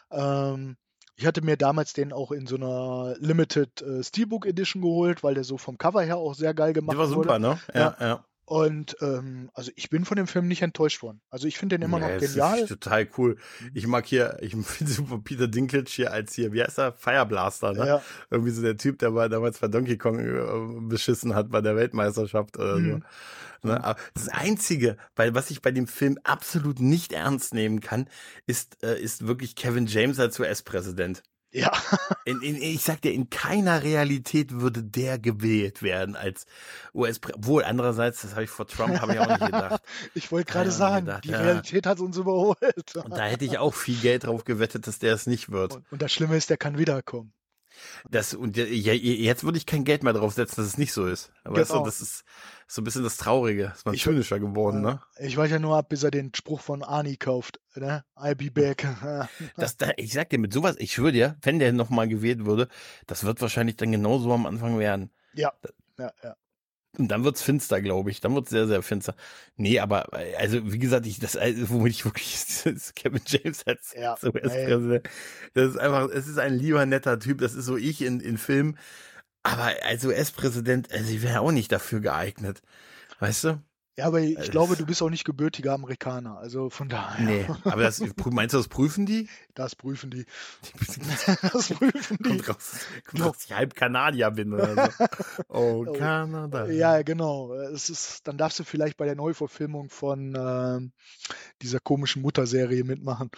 Speaker 1: Ähm, ich hatte mir damals den auch in so einer Limited äh, Steelbook Edition geholt, weil der so vom Cover her auch sehr geil
Speaker 2: Der
Speaker 1: gemacht
Speaker 2: war
Speaker 1: wurde.
Speaker 2: super, ne?
Speaker 1: Ja.
Speaker 2: Ja, ja.
Speaker 1: Und ähm, also ich bin von dem Film nicht enttäuscht worden. Also ich finde den immer
Speaker 2: Ja,
Speaker 1: noch
Speaker 2: es ist
Speaker 1: genial.
Speaker 2: total cool.
Speaker 1: Mhm.
Speaker 2: Ich mag hier, ich finde super Peter Dinklage hier als hier, wie heißt er? Fireblaster, ne?
Speaker 1: Ja.
Speaker 2: Irgendwie so der Typ, der mal damals bei Donkey Kong äh, beschissen hat bei der Weltmeisterschaft oder so.
Speaker 1: Mhm.
Speaker 2: Ne?
Speaker 1: Ja.
Speaker 2: Aber das Einzige, weil was ich bei dem Film absolut nicht ernst nehmen kann, ist, äh, ist wirklich Kevin James als U S-Präsident.
Speaker 1: Ja.
Speaker 2: In, in, ich sag dir, in keiner Realität würde der gewählt werden als U S-Präsident. Obwohl, andererseits, das habe ich vor Trump, habe ich auch nicht gedacht.
Speaker 1: Ich wollte
Speaker 2: Habe
Speaker 1: gerade
Speaker 2: ich auch nicht
Speaker 1: sagen,
Speaker 2: gedacht,
Speaker 1: die
Speaker 2: ja.
Speaker 1: Realität hat uns überholt.
Speaker 2: Und da hätte ich auch viel Geld drauf gewettet, dass der es nicht wird.
Speaker 1: Und, und das Schlimme ist, der kann wiederkommen.
Speaker 2: Das, und ja, ja, jetzt würde ich kein Geld mehr drauf setzen, dass es nicht so ist. Weißt du,
Speaker 1: Genau.
Speaker 2: das ist so ein bisschen das Traurige. Ist man
Speaker 1: Ich-
Speaker 2: zynischer geworden,
Speaker 1: Äh,
Speaker 2: ne?
Speaker 1: Ich warte ja nur ab, bis er den Spruch von Arnie kauft. Ne? I'll be back.
Speaker 2: Das, da, ich sag dir, mit sowas, ich schwöre dir, wenn der nochmal gewählt würde, das wird wahrscheinlich dann genauso am Anfang werden.
Speaker 1: Ja, ja, ja.
Speaker 2: Und dann wird's finster, glaube ich. Dann wird's sehr, sehr finster. Nee, aber, also, wie gesagt, ich, das, also, womit ich wirklich, ist Kevin James als,
Speaker 1: Ja,
Speaker 2: als U S-Präsident. Das ist einfach, es ist ein lieber, netter Typ. Das ist so ich in, in Filmen. Aber als U S-Präsident, also, ich wäre auch nicht dafür geeignet. Weißt du?
Speaker 1: Ja, aber ich
Speaker 2: Also,
Speaker 1: glaube, du bist auch nicht gebürtiger Amerikaner. Also von daher,
Speaker 2: Nee, aber das, meinst du, das prüfen die?
Speaker 1: das prüfen die.
Speaker 2: Die
Speaker 1: Das prüfen die.
Speaker 2: kommt raus, kommt raus, dass ich halb Kanadier bin oder so. Oh,
Speaker 1: Oh,
Speaker 2: Kanada.
Speaker 1: Ja, genau. Es ist, dann darfst du vielleicht bei der Neuverfilmung von ähm, dieser komischen Mutterserie mitmachen.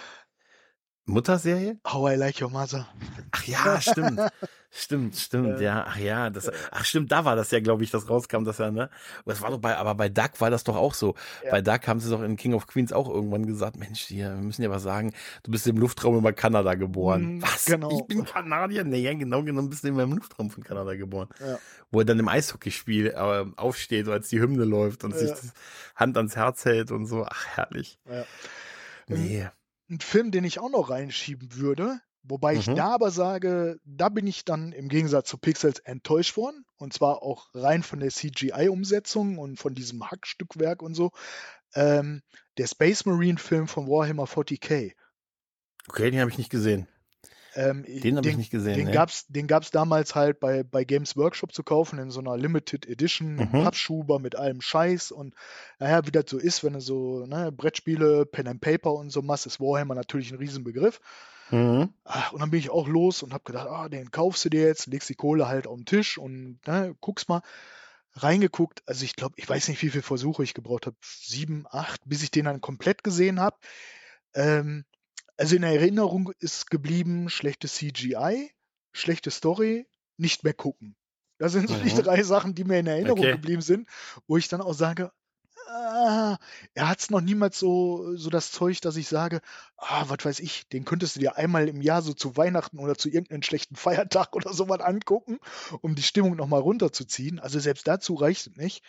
Speaker 2: Mutterserie?
Speaker 1: How I Like Your Mother.
Speaker 2: Ach ja, stimmt. Stimmt, stimmt,
Speaker 1: Äh,
Speaker 2: ja. Ach ja, das, ach stimmt, da war das ja, glaube ich, das rauskam, das ja, ne? Das war doch bei, aber bei Duck war das doch auch so.
Speaker 1: Ja.
Speaker 2: Bei Duck haben sie doch in King of Queens auch irgendwann gesagt, Mensch, hier, wir müssen ja was sagen, du bist im Luftraum über Kanada geboren.
Speaker 1: Mhm,
Speaker 2: Was?
Speaker 1: genau.
Speaker 2: Ich bin Kanadier? Nee, ja, genau genommen bist du immer im Luftraum von Kanada geboren.
Speaker 1: Ja.
Speaker 2: Wo er dann im Eishockeyspiel äh, aufsteht, als die Hymne läuft und
Speaker 1: Ja.
Speaker 2: sich das Hand ans Herz hält und so. Ach, herrlich.
Speaker 1: Ja.
Speaker 2: Nee.
Speaker 1: Ein Film, den ich auch noch reinschieben würde, wobei ich
Speaker 2: Mhm.
Speaker 1: da aber sage, da bin ich dann im Gegensatz zu Pixels enttäuscht worden. Und zwar auch rein von der C G I-Umsetzung und von diesem Hackstückwerk und so. Ähm, der Space Marine-Film von Warhammer vierzig K.
Speaker 2: Okay, den habe ich nicht gesehen.
Speaker 1: Ähm,
Speaker 2: Den habe ich nicht gesehen.
Speaker 1: Den
Speaker 2: ne?
Speaker 1: gab's, den gab's damals halt bei, bei Games Workshop zu kaufen in so einer Limited Edition, mit
Speaker 2: Mhm.
Speaker 1: Pappschuber, mit allem Scheiß und naja, wie das so ist, wenn du so ne, Brettspiele, Pen and Paper und so machst, ist Warhammer natürlich ein Riesenbegriff.
Speaker 2: Mhm.
Speaker 1: Ach, und dann bin ich auch los und habe gedacht, ah, den kaufst du dir jetzt, legst die Kohle halt auf den Tisch und ne, guckst mal. Reingeguckt, also ich glaube, ich weiß nicht, wie viele Versuche ich gebraucht habe, sieben, acht, bis ich den dann komplett gesehen habe. Ähm, also in Erinnerung ist geblieben, schlechtes C G I, schlechte Story, nicht mehr gucken. Das sind so die
Speaker 2: Mhm.
Speaker 1: drei Sachen, die mir in Erinnerung
Speaker 2: Okay.
Speaker 1: geblieben sind, wo ich dann auch sage, ah, er hat es noch niemals so, so das Zeug, dass ich sage, ah, was weiß ich, den könntest du dir einmal im Jahr so zu Weihnachten oder zu irgendeinem schlechten Feiertag oder so was angucken, um die Stimmung nochmal runterzuziehen. Also selbst dazu reicht es nicht.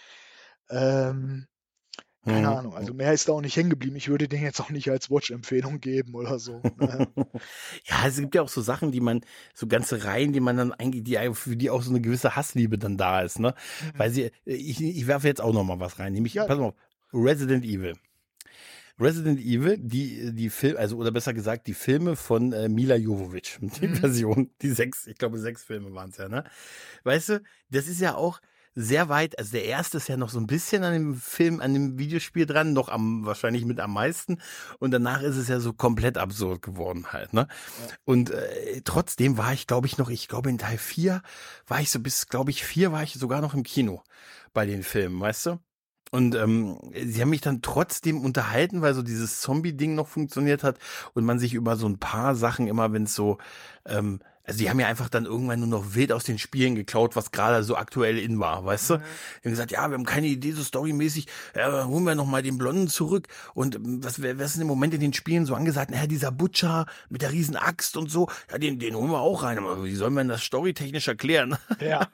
Speaker 1: Ähm, keine
Speaker 2: Mhm.
Speaker 1: Ahnung, also mehr ist da auch nicht hängen geblieben. Ich würde den jetzt auch nicht als Watch-Empfehlung geben oder so. Ne?
Speaker 2: Ja, es gibt ja auch so Sachen, die man, so ganze Reihen, die man dann eigentlich, die ein- für die auch so eine gewisse Hassliebe dann da ist, ne?
Speaker 1: Mhm.
Speaker 2: Weil sie, ich, ich werfe jetzt auch noch mal was rein, nämlich,
Speaker 1: Ja,
Speaker 2: pass mal auf, Resident Evil. Resident Evil, die, die Film, also, oder besser gesagt, die Filme von äh, Mila Jovovich, die
Speaker 1: mhm.
Speaker 2: Version, die sechs, ich glaube, sechs Filme waren es ja, ne? Weißt du, das ist ja auch sehr weit, also der erste ist ja noch so ein bisschen an dem Film, an dem Videospiel dran, noch am, wahrscheinlich mit am meisten. Und danach ist es ja so komplett absurd geworden halt, ne?
Speaker 1: Ja.
Speaker 2: Und äh, trotzdem war ich, glaube ich, noch, ich glaube in Teil vier war ich so bis, glaube ich, vier war ich sogar noch im Kino bei den Filmen, weißt du? Und ähm, sie haben mich dann trotzdem unterhalten, weil so dieses Zombie-Ding noch funktioniert hat und man sich über so ein paar Sachen immer, wenn es so, ähm, also die haben ja einfach dann irgendwann nur noch wild aus den Spielen geklaut, was gerade so aktuell in war, weißt du?
Speaker 1: Mhm.
Speaker 2: Die haben gesagt, ja, wir haben keine Idee so storymäßig, ja, holen wir noch mal den Blonden zurück und ähm, was, was ist im Moment in den Spielen so angesagt? Naja, dieser Butcher mit der riesen Axt und so, ja, den, den holen wir auch rein, aber wie sollen wir denn das storytechnisch erklären?
Speaker 1: Ja.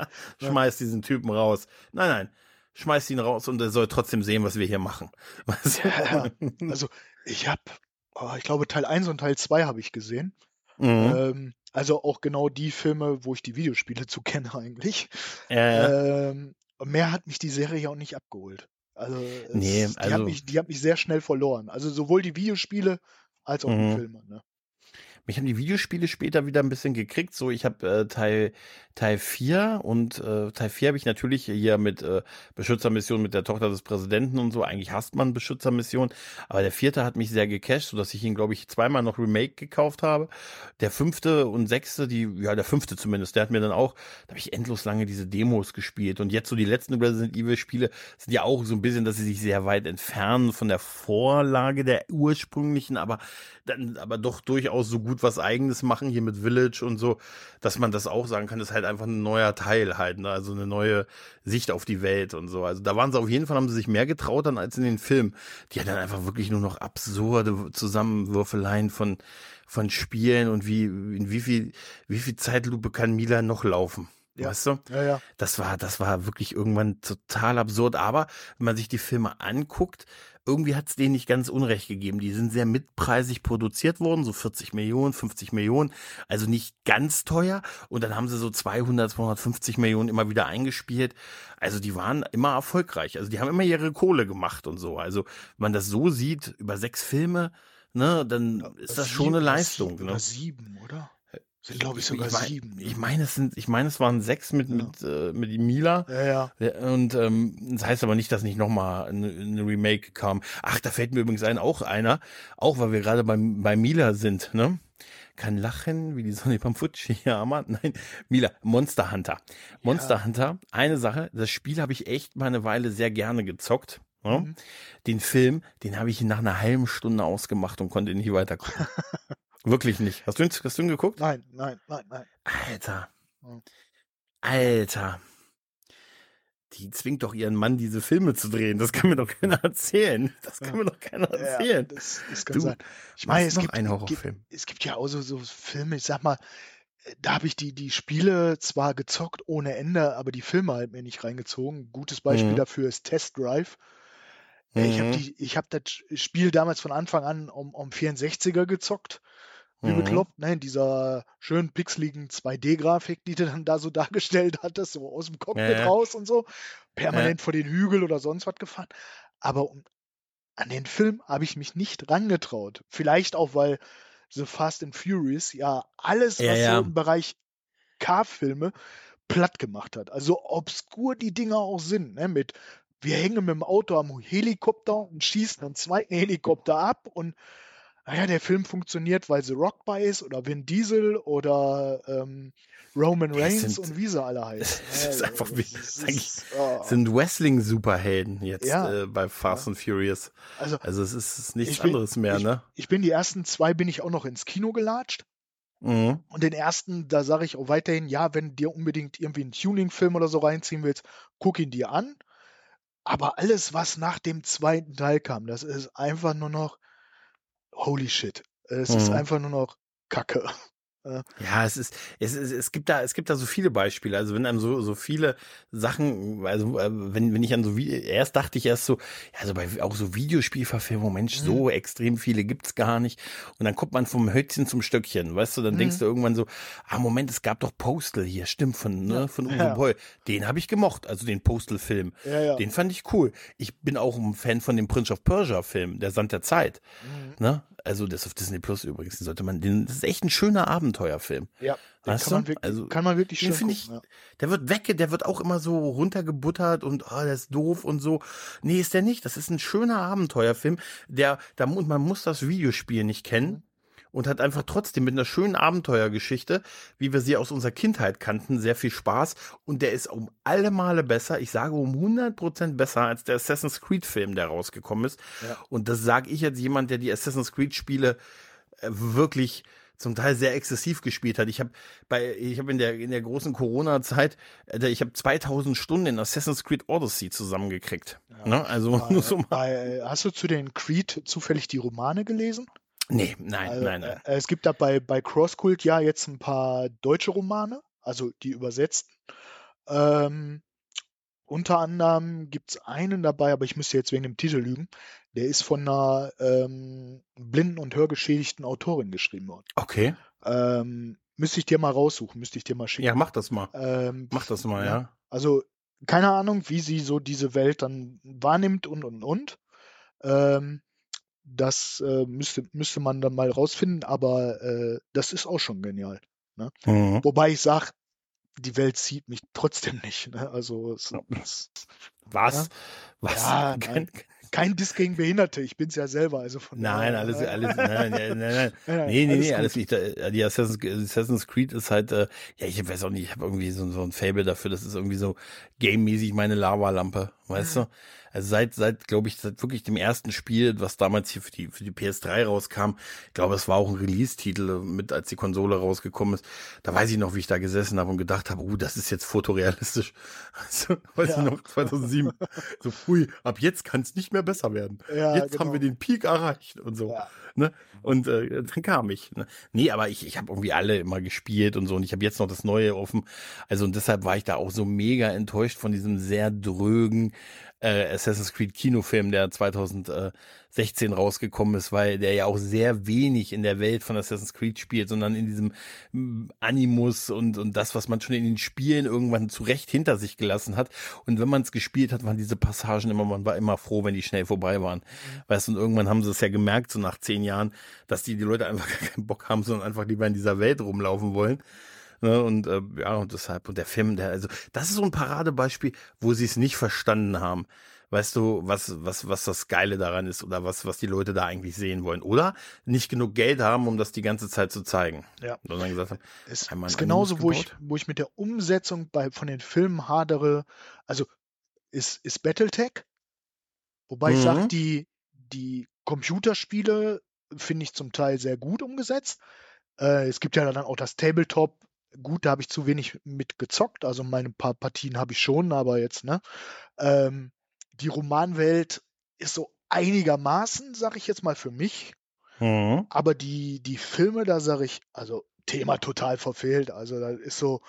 Speaker 1: Ja.
Speaker 2: Schmeiß diesen Typen raus. Nein, nein. Schmeißt ihn raus und er soll trotzdem sehen, was wir hier machen. Weißt
Speaker 1: Ja.
Speaker 2: du?
Speaker 1: Also ich habe, oh, ich glaube, Teil eins und Teil zwei habe ich gesehen.
Speaker 2: Mhm.
Speaker 1: Ähm, also auch genau die Filme, wo ich die Videospiele zu kenne eigentlich.
Speaker 2: Ja, ja.
Speaker 1: Ähm, und mehr hat mich die Serie ja auch nicht abgeholt. Also
Speaker 2: Nee,
Speaker 1: es, die hat
Speaker 2: also,
Speaker 1: mich, die hat mich sehr schnell verloren. Also sowohl die Videospiele als auch die
Speaker 2: mhm.
Speaker 1: Filme. Ne?
Speaker 2: Mich haben die Videospiele später wieder ein bisschen gekriegt. So, ich habe äh, Teil Teil vier und äh, Teil vier habe ich natürlich hier mit äh, Beschützermission mit der Tochter des Präsidenten und so. Eigentlich hasst man Beschützermission, aber der vierte hat mich sehr gecasht, sodass ich ihn, glaube ich, zweimal noch Remake gekauft habe. Der fünfte und sechste, die, ja, der fünfte zumindest, der hat mir dann auch, da habe ich endlos lange diese Demos gespielt. Und jetzt so die letzten Resident Evil Spiele sind ja auch so ein bisschen, dass sie sich sehr weit entfernen von der Vorlage der ursprünglichen, aber dann aber doch durchaus so gut was Eigenes machen, hier mit Village und so, dass man das auch sagen kann, das ist halt einfach ein neuer Teil halt, ne? Also eine neue Sicht auf die Welt und so. Also da waren sie auf jeden Fall, haben sie sich mehr getraut dann als in den Filmen. Die hat dann einfach wirklich nur noch absurde Zusammenwürfeleien von, von Spielen und wie, in wie viel, wie viel Zeitlupe kann Mila noch laufen?
Speaker 1: Ja,
Speaker 2: Weißt du?
Speaker 1: ja, ja.
Speaker 2: Das war, das war wirklich irgendwann total absurd. Aber wenn man sich die Filme anguckt, irgendwie hat es denen nicht ganz unrecht gegeben. Die sind sehr mitpreisig produziert worden, so vierzig Millionen, fünfzig Millionen, also nicht ganz teuer. Und dann haben sie so zweihundert, zweihundertfünfzig Millionen immer wieder eingespielt. Also die waren immer erfolgreich. Also die haben immer ihre Kohle gemacht und so. Also wenn man das so sieht, über sechs Filme, ne, dann
Speaker 1: Ja,
Speaker 2: ist
Speaker 1: über
Speaker 2: das schon
Speaker 1: sieben,
Speaker 2: eine
Speaker 1: über sieben,
Speaker 2: Leistung,
Speaker 1: über
Speaker 2: ne?
Speaker 1: sieben, oder? Sind,
Speaker 2: Ich,
Speaker 1: glaube ich,
Speaker 2: ich,
Speaker 1: sogar
Speaker 2: ich meine,
Speaker 1: sieben.
Speaker 2: ich
Speaker 1: Ne?
Speaker 2: meine, es sind, ich meine, es waren sechs mit,
Speaker 1: Ja,
Speaker 2: mit, äh, mit Mila.
Speaker 1: ja, ja.
Speaker 2: Ja, und ähm, das heißt aber nicht, dass nicht nochmal eine, eine Remake kam. Ach, da fällt mir übrigens ein, auch einer, auch weil wir gerade beim, bei Mila sind, ne? Kann lachen, wie die Sonne Pampucci, ja, Mann. Nein, Mila, Monster Hunter. Monster
Speaker 1: Ja.
Speaker 2: Hunter, eine Sache, das Spiel habe ich echt mal eine Weile sehr gerne gezockt. Ne?
Speaker 1: Mhm.
Speaker 2: Den Film, den habe ich nach einer halben Stunde ausgemacht und konnte nicht weiter gucken. Wirklich nicht. Hast du ihn, hast du ihn geguckt?
Speaker 1: Nein, nein, nein, nein.
Speaker 2: Alter,
Speaker 1: Ja.
Speaker 2: Alter. Die zwingt doch ihren Mann, diese Filme zu drehen. Das kann mir doch keiner erzählen. Das kann
Speaker 1: Ja.
Speaker 2: mir doch keiner
Speaker 1: Ja,
Speaker 2: erzählen.
Speaker 1: das, das kann
Speaker 2: Du
Speaker 1: sein. Ich meine,
Speaker 2: machst
Speaker 1: es
Speaker 2: noch
Speaker 1: gibt,
Speaker 2: einen
Speaker 1: gibt,
Speaker 2: Horrorfilm.
Speaker 1: es gibt ja auch so, so Filme, ich sag mal, äh, da habe ich die, die Spiele zwar gezockt ohne Ende, aber die Filme halt mir nicht reingezogen. Gutes Beispiel
Speaker 2: Mhm.
Speaker 1: dafür ist Test Drive. Äh, Ich habe
Speaker 2: Mhm.
Speaker 1: die, ich habe das Spiel damals von Anfang an um, um vierundsechziger gezockt. Wie
Speaker 2: Mhm.
Speaker 1: bekloppt, ne? In dieser schönen pixeligen zwei D-Grafik, die du dann da so dargestellt hattest, so aus dem
Speaker 2: Ja,
Speaker 1: Cockpit
Speaker 2: ja.
Speaker 1: raus und so.
Speaker 2: Ja.
Speaker 1: Permanent vor den Hügel oder sonst was gefahren. Aber um, an den Film habe ich mich nicht rangetraut. Vielleicht auch, weil The Fast and Furious ja alles,
Speaker 2: Ja,
Speaker 1: was so
Speaker 2: ja.
Speaker 1: im Bereich Car-Filme platt gemacht hat. Also obskur die Dinger auch sind, ne? Mit wir hängen mit dem Auto am Helikopter und schießen einen zweiten Helikopter ab und naja, der Film funktioniert, weil The Rock bei ist oder Vin Diesel oder ähm, Roman
Speaker 2: Ja, es
Speaker 1: Reigns
Speaker 2: sind,
Speaker 1: und wie sie alle heißen.
Speaker 2: es ist
Speaker 1: Ja,
Speaker 2: einfach, wie,
Speaker 1: das ist,
Speaker 2: es ist eigentlich,
Speaker 1: ist, oh,
Speaker 2: sind Wrestling-Superhelden jetzt
Speaker 1: ja,
Speaker 2: äh, bei Fast
Speaker 1: ja.
Speaker 2: and Furious.
Speaker 1: Also
Speaker 2: Also es ist, es ist nichts
Speaker 1: ich bin,
Speaker 2: anderes mehr,
Speaker 1: ich,
Speaker 2: ne?
Speaker 1: ich bin die ersten zwei bin ich auch noch ins Kino gelatscht.
Speaker 2: Mhm.
Speaker 1: Und den ersten, da sage ich auch weiterhin, ja, wenn du dir unbedingt irgendwie einen Tuning-Film oder so reinziehen willst, guck ihn dir an. Aber alles, was nach dem zweiten Teil kam, das ist einfach nur noch holy shit. Es ist
Speaker 2: Mhm.
Speaker 1: einfach nur noch Kacke. Äh,
Speaker 2: Ja, es ist, es ist, es gibt da, es gibt da so viele Beispiele. Also wenn einem so, so viele Sachen, also äh, wenn, wenn ich an so wie, erst dachte ich erst so, ja, so bei auch so Videospielverfilmung, Mensch,
Speaker 1: mhm,
Speaker 2: so extrem viele gibt's gar nicht. Und dann kommt man vom Hölzchen zum Stöckchen, weißt du, dann denkst
Speaker 1: mhm,
Speaker 2: du irgendwann so, ah, Moment, es gab doch Postal hier, stimmt, von,
Speaker 1: ja,
Speaker 2: ne, von Uwe
Speaker 1: ja,
Speaker 2: Boll. Den habe ich gemocht, also den Postal-Film.
Speaker 1: ja, ja.
Speaker 2: Den fand ich cool. Ich bin auch ein Fan von dem Prince of Persia-Film, der Sand der Zeit.
Speaker 1: Mhm.
Speaker 2: Ne? Also das auf Disney Plus übrigens, den sollte man, den, das ist echt ein schöner Abenteuerfilm.
Speaker 1: Ja, den
Speaker 2: Weißt
Speaker 1: kann
Speaker 2: du?
Speaker 1: man wirklich,
Speaker 2: Also,
Speaker 1: kann man wirklich
Speaker 2: den
Speaker 1: schön
Speaker 2: finde
Speaker 1: gucken.
Speaker 2: ich,
Speaker 1: Ja.
Speaker 2: der wird wegge, der wird auch immer so runtergebuttert und ah, der ist doof und so. Nee, ist der nicht. Das ist ein schöner Abenteuerfilm, der, da mu- man muss das Videospiel nicht kennen
Speaker 1: Mhm.
Speaker 2: und hat einfach trotzdem mit einer schönen Abenteuergeschichte, wie wir sie aus unserer Kindheit kannten, sehr viel Spaß. Und der ist um alle Male besser, ich sage um hundert Prozent besser als der Assassin's Creed Film, der rausgekommen ist.
Speaker 1: Ja.
Speaker 2: Und das sage ich als jemand, der die Assassin's Creed Spiele äh, wirklich zum Teil sehr exzessiv gespielt hat. Ich habe bei, ich habe in der in der großen Corona-Zeit, äh, ich habe zweitausend Stunden in Assassin's Creed Odyssey zusammengekriegt.
Speaker 1: Ja.
Speaker 2: Ne? Also nur so
Speaker 1: Bei,
Speaker 2: mal.
Speaker 1: bei, hast du zu den Creed zufällig die Romane gelesen?
Speaker 2: Nee, nein,
Speaker 1: Also,
Speaker 2: nein,
Speaker 1: äh,
Speaker 2: nein.
Speaker 1: es gibt da bei, bei CrossCult ja jetzt ein paar deutsche Romane, also die übersetzten. Ähm, unter anderem gibt es einen dabei, aber ich müsste jetzt wegen dem Titel lügen. Der ist von einer ähm, blinden und hörgeschädigten Autorin geschrieben worden.
Speaker 2: Okay.
Speaker 1: Ähm, müsste ich dir mal raussuchen, müsste ich dir mal
Speaker 2: Ja,
Speaker 1: schicken.
Speaker 2: mach das mal.
Speaker 1: Ähm,
Speaker 2: Mach das mal,
Speaker 1: ne?
Speaker 2: ja.
Speaker 1: Also keine Ahnung, wie sie so diese Welt dann wahrnimmt und und und. Ähm, das äh, müsste, müsste man dann mal rausfinden, aber äh, das ist auch schon genial. Ne?
Speaker 2: Mhm.
Speaker 1: Wobei ich sage, die Welt zieht mich trotzdem nicht. Ne? Also es, es,
Speaker 2: Was?
Speaker 1: ja,
Speaker 2: Was?
Speaker 1: ja,
Speaker 2: Kein,
Speaker 1: nein. Kein Diss gegen Behinderte, ich bin's ja selber, also von
Speaker 2: Nein,
Speaker 1: daher.
Speaker 2: alles,
Speaker 1: Äh,
Speaker 2: alles, nein, nein, nein, nein,
Speaker 1: nein, nein,
Speaker 2: nee, nee,
Speaker 1: alles
Speaker 2: nee, alles
Speaker 1: gut.
Speaker 2: nicht. Da- Die Assassin's, Assassin's Creed ist halt, äh, ja, ich weiß auch nicht, ich habe irgendwie so, so ein Faible dafür, das ist irgendwie so game-mäßig meine Lavalampe, weißt
Speaker 1: Mhm.
Speaker 2: du? Also seit, seit, glaube ich, seit wirklich dem ersten Spiel, was damals hier für die, für die P S drei rauskam, ich glaube, es war auch ein Release-Titel mit, als die Konsole rausgekommen ist, da weiß ich noch, wie ich da gesessen habe und gedacht habe, uh, das ist jetzt fotorealistisch. Also, weiß ich
Speaker 1: Ja.
Speaker 2: noch, zweitausendsieben. So, hui, ab jetzt kann es nicht mehr besser werden.
Speaker 1: Ja,
Speaker 2: Jetzt haben wir
Speaker 1: genau.
Speaker 2: den Peak erreicht und so.
Speaker 1: Ja.
Speaker 2: Ne? Und äh, dann kam ich. Ne? Nee, aber ich, ich habe irgendwie alle immer gespielt und so. Und ich habe jetzt noch das Neue offen. Also und deshalb war ich da auch so mega enttäuscht von diesem sehr drögen äh, Assassin's Creed Kinofilm, der zweitausendsechzehn rausgekommen ist, weil der ja auch sehr wenig in der Welt von Assassin's Creed spielt, sondern in diesem mm, Animus und, und das, was man schon in den Spielen irgendwann zu Recht hinter sich gelassen hat. Und wenn man es gespielt hat, waren diese Passagen immer, man war immer froh, wenn die schnell vorbei waren.
Speaker 1: Mhm.
Speaker 2: Weißt du, und irgendwann haben sie es ja gemerkt, so nach zehn Jahren, dass die, die Leute einfach gar keinen Bock haben, sondern einfach lieber in dieser Welt rumlaufen wollen. Ne, und äh, ja, und deshalb, und der Film, der, also, das ist so ein Paradebeispiel, wo sie es nicht verstanden haben. Weißt du, was, was, was das Geile daran ist oder was, was die Leute da eigentlich sehen wollen. Oder nicht genug Geld haben, um das die ganze Zeit zu zeigen.
Speaker 1: Ja.
Speaker 2: Sondern gesagt haben,
Speaker 1: Es
Speaker 2: einmal
Speaker 1: ist
Speaker 2: ein Animus
Speaker 1: genauso, wo ich,
Speaker 2: gebaut.
Speaker 1: wo ich mit der Umsetzung bei, von den Filmen hadere. Also ist, ist Battletech, wobei ich sage,
Speaker 2: Mhm.
Speaker 1: die, die Computerspiele finde ich zum Teil sehr gut umgesetzt. Äh, es gibt ja dann auch das Tabletop. Gut, da habe ich zu wenig mit gezockt. Also meine paar Partien habe ich schon, aber jetzt, ne? Ähm, die Romanwelt ist so einigermaßen, sage ich jetzt mal für mich.
Speaker 2: Mhm.
Speaker 1: Aber die, die Filme, da sage ich, also Thema total verfehlt. Also da ist so,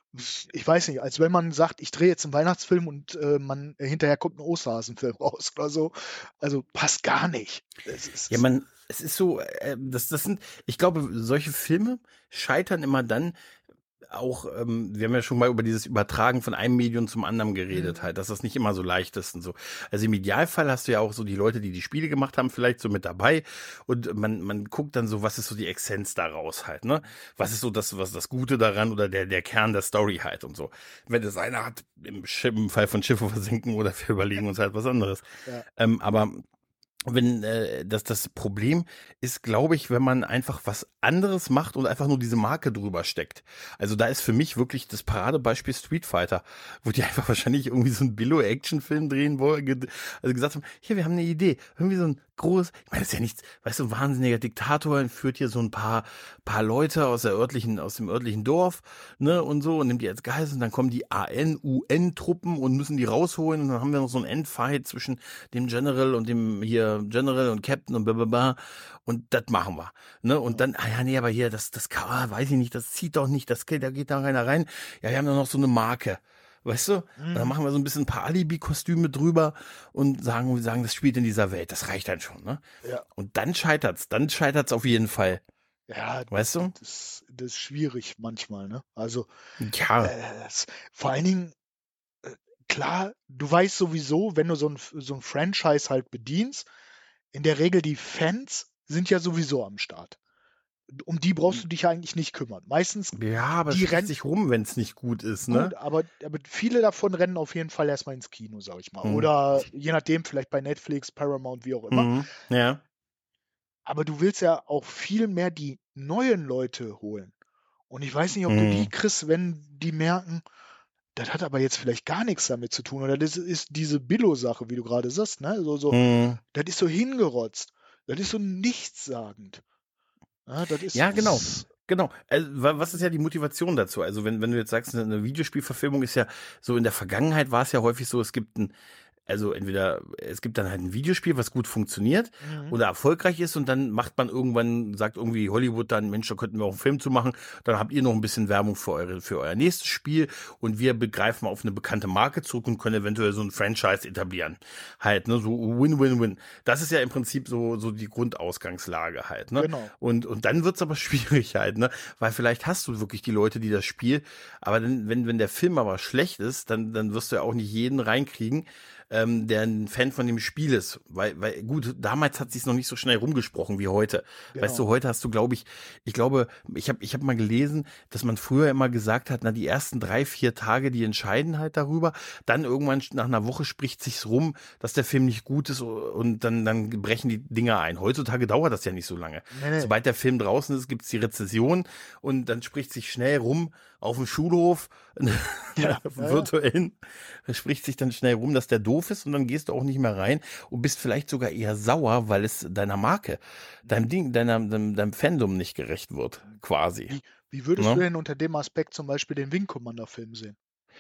Speaker 1: ich weiß nicht, als wenn man sagt, ich drehe jetzt einen Weihnachtsfilm und äh, man hinterher kommt ein Osterhasenfilm raus oder so. Also passt gar nicht. Es ist,
Speaker 2: Ja, man, es ist so, äh, das, das sind, ich glaube, solche Filme scheitern immer dann, auch, ähm, wir haben ja schon mal über dieses Übertragen von einem Medium zum anderen geredet,
Speaker 1: Mhm.
Speaker 2: halt, dass das nicht immer so leicht ist und so. Also im Idealfall hast du ja auch so die Leute, die die Spiele gemacht haben, vielleicht so mit dabei und man, man guckt dann so, was ist so die Essenz daraus halt, ne? Was ist so das, was das Gute daran oder der, der Kern der Story halt und so. Wenn das einer hat, im, Schiff, im Fall von Schiffe versinken oder wir überlegen uns halt was anderes.
Speaker 1: Ja.
Speaker 2: Ähm, aber wenn äh, das das Problem ist, glaube ich, wenn man einfach was anderes macht und einfach nur diese Marke drüber steckt. Also da ist für mich wirklich das Paradebeispiel Street Fighter, wo die einfach wahrscheinlich irgendwie so einen Billo-Action-Film drehen wollen, also gesagt haben, hier, wir haben eine Idee, irgendwie so ein groß, ich meine, das ist ja nichts, weißt du, ein wahnsinniger Diktator entführt hier so ein paar paar Leute aus der örtlichen, aus dem örtlichen Dorf, ne, und so, und nimmt die als Geisel, und dann kommen die A N, U N-Truppen und müssen die rausholen, und dann haben wir noch so einen Endfight zwischen dem General und dem hier General und Captain und blablabla, und das machen wir, ne, und dann, ah ja, nee, aber hier, das, das, ah, weiß ich nicht, das zieht doch nicht, das geht, da geht da keiner rein, ja, wir haben doch noch so eine Marke. Weißt du? Und dann
Speaker 1: Mhm.
Speaker 2: machen wir so ein bisschen ein paar Alibi-Kostüme drüber und sagen, wir sagen, das spielt in dieser Welt. Das reicht dann schon, ne?
Speaker 1: Ja,
Speaker 2: Und dann scheitert's. Dann scheitert's auf jeden Fall.
Speaker 1: ja,
Speaker 2: Weißt du?
Speaker 1: das, das ist schwierig manchmal, ne? Also,
Speaker 2: Ja.
Speaker 1: äh, es, vor allen Dingen, äh, klar, du weißt sowieso, wenn du so ein, so ein Franchise halt bedienst, in der Regel die Fans sind ja sowieso am Start. Um die brauchst du dich ja eigentlich nicht kümmern. Meistens,
Speaker 2: Ja, aber es
Speaker 1: die
Speaker 2: spricht
Speaker 1: rennen,
Speaker 2: sich rum, wenn's nicht gut ist,
Speaker 1: gut,
Speaker 2: ne?
Speaker 1: aber, aber viele davon rennen auf jeden Fall erstmal ins Kino, sag ich mal.
Speaker 2: Hm.
Speaker 1: Oder je nachdem, vielleicht bei Netflix, Paramount, wie auch immer.
Speaker 2: Mhm. Ja.
Speaker 1: Aber du willst ja auch viel mehr die neuen Leute holen. Und ich weiß nicht, ob du die
Speaker 2: Mhm.
Speaker 1: kriegst, wenn die merken, das hat aber jetzt vielleicht gar nichts damit zu tun. Oder das ist diese Billo-Sache, wie du gerade sagst, ne? So, so,
Speaker 2: Mhm.
Speaker 1: das ist so hingerotzt. Das ist so nichtssagend. Ja, das
Speaker 2: Ja, genau.
Speaker 1: ist.
Speaker 2: Genau. Also, wa- was ist ja die Motivation dazu? Also, wenn, wenn du jetzt sagst, eine Videospielverfilmung ist ja so, in der Vergangenheit war es ja häufig so, es gibt ein, also entweder es gibt dann halt ein Videospiel, was gut funktioniert
Speaker 1: Mhm.
Speaker 2: oder erfolgreich ist, und dann macht man irgendwann, sagt irgendwie Hollywood dann, Mensch, da könnten wir auch einen Film zu machen, dann habt ihr noch ein bisschen Werbung für eure, für euer nächstes Spiel, und wir begreifen auf eine bekannte Marke zurück und können eventuell so ein Franchise etablieren. Halt, ne, so Win-Win-Win. Das ist ja im Prinzip so, so die Grundausgangslage halt, ne?
Speaker 1: Genau.
Speaker 2: Und, und dann wird's aber schwierig halt, ne? Weil vielleicht hast du wirklich die Leute, die das Spiel, aber dann, wenn, wenn der Film aber schlecht ist, dann, dann wirst du ja auch nicht jeden reinkriegen, ähm, der ein Fan von dem Spiel ist. Weil, weil gut, damals hat sich's noch nicht so schnell rumgesprochen wie heute. Weißt du,
Speaker 1: Genau.
Speaker 2: heute hast du, glaube ich, ich glaube, ich habe ich hab mal gelesen, dass man früher immer gesagt hat, na, die ersten drei, vier Tage, die entscheiden halt darüber. Dann irgendwann nach einer Woche spricht sich's rum, dass der Film nicht gut ist, und dann, dann brechen die Dinger ein. Heutzutage dauert das ja nicht so lange.
Speaker 1: Nee, nee.
Speaker 2: Sobald der Film draußen ist, gibt's die Rezession, und dann spricht sich schnell rum auf dem Schulhof,
Speaker 1: Ja,
Speaker 2: auf dem
Speaker 1: ja, ja.
Speaker 2: virtuellen, spricht sich dann schnell rum, dass der doof ist, und dann gehst du auch nicht mehr rein und bist vielleicht sogar eher sauer, weil es deiner Marke, deinem Ding, deiner, deinem, deinem Fandom nicht gerecht wird, quasi.
Speaker 1: Wie, wie würdest du
Speaker 2: Ne?
Speaker 1: denn unter dem Aspekt zum Beispiel den Wing Commander-Film sehen?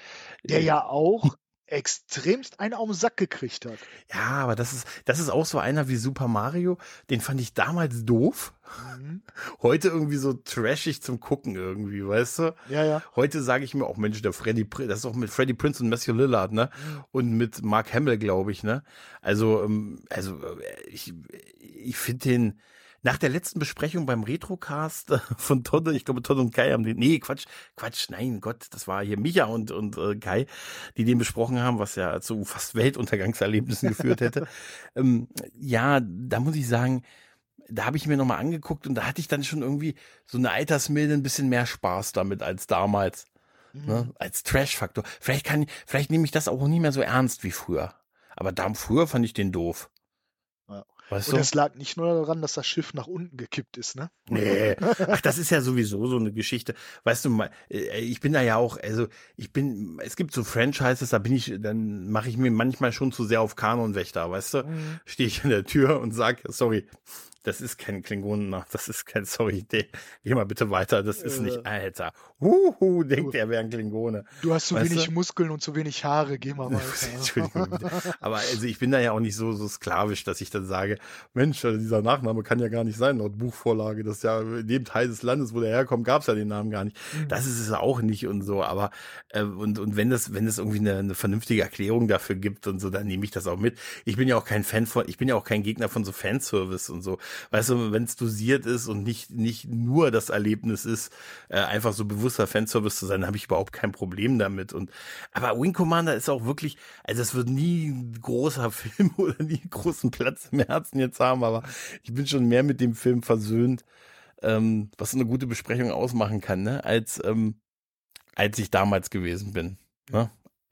Speaker 1: Der
Speaker 2: Äh,
Speaker 1: ja auch extremst einen auf den Sack gekriegt hat.
Speaker 2: Ja, aber das ist, das ist auch so einer wie Super Mario, den fand ich damals doof.
Speaker 1: Mhm.
Speaker 2: Heute irgendwie so trashig zum Gucken irgendwie, weißt du?
Speaker 1: Ja, ja.
Speaker 2: Heute sage ich mir auch, Mensch, der Freddy, Prin- das ist auch mit Freddie Prinze und Matthew Lillard, ne?
Speaker 1: Mhm.
Speaker 2: Und mit Mark Hamill, glaube ich, ne? Also, ähm, also äh, ich, ich finde den, nach der letzten Besprechung beim Retrocast äh, von Todd, ich glaube, Todd und Kai haben den, nee, Quatsch, Quatsch, nein, Gott, das war hier Micha und, und äh, Kai, die den besprochen haben, was ja zu fast Weltuntergangserlebnissen geführt hätte. Ähm, ja, da muss ich sagen, da habe ich mir nochmal angeguckt, und da hatte ich dann schon irgendwie so eine Altersmilde ein bisschen mehr Spaß damit als damals,
Speaker 1: Mhm.
Speaker 2: ne? Als Trash-Faktor. Vielleicht kann, vielleicht nehme ich das auch nicht mehr so ernst wie früher. Aber da früher fand ich den doof.
Speaker 1: Ja.
Speaker 2: Weißt
Speaker 1: Und
Speaker 2: du?
Speaker 1: das lag nicht nur daran, dass das Schiff nach unten gekippt ist, ne?
Speaker 2: Nee. Ach, das ist ja sowieso so eine Geschichte. Weißt du, mal, äh, ich bin da ja auch, also ich bin, es gibt so Franchises, da bin ich, dann mache ich mir manchmal schon zu sehr auf Kanonwächter, weißt du?
Speaker 1: Mhm.
Speaker 2: Stehe ich an der Tür und sag, sorry, das ist kein Klingonen, das ist kein, sorry, de, geh mal bitte weiter, das ist
Speaker 1: Äh,
Speaker 2: nicht, Alter. Huhu,
Speaker 1: du,
Speaker 2: denkt er wäre ein Klingone.
Speaker 1: du hast zu
Speaker 2: Weißt
Speaker 1: wenig
Speaker 2: du?
Speaker 1: Muskeln und zu wenig Haare, geh mal
Speaker 2: Entschuldigung, bitte.
Speaker 1: weiter.
Speaker 2: Aber also ich bin da ja auch nicht so, so sklavisch, dass ich dann sage, Mensch, also dieser Nachname kann ja gar nicht sein, laut Buchvorlage. Das ist ja in dem Teil des Landes, wo der herkommt, gab es ja den Namen gar nicht.
Speaker 1: Mhm.
Speaker 2: Das ist es auch nicht und so. Aber äh, und, und wenn das, wenn es irgendwie eine, eine vernünftige Erklärung dafür gibt und so, dann nehme ich das auch mit. Ich bin ja auch kein Fan von, ich bin ja auch kein Gegner von so Fanservice und so. Weißt du, wenn es dosiert ist und nicht, nicht nur das Erlebnis ist, äh, einfach so bewusster Fanservice zu sein, habe ich überhaupt kein Problem damit. Und aber Wing Commander ist auch wirklich, also es wird nie ein großer Film oder nie einen großen Platz im Herzen jetzt haben, aber ich bin schon mehr mit dem Film versöhnt, ähm, was eine gute Besprechung ausmachen kann, ne, als, ähm, als ich damals gewesen bin. Ne?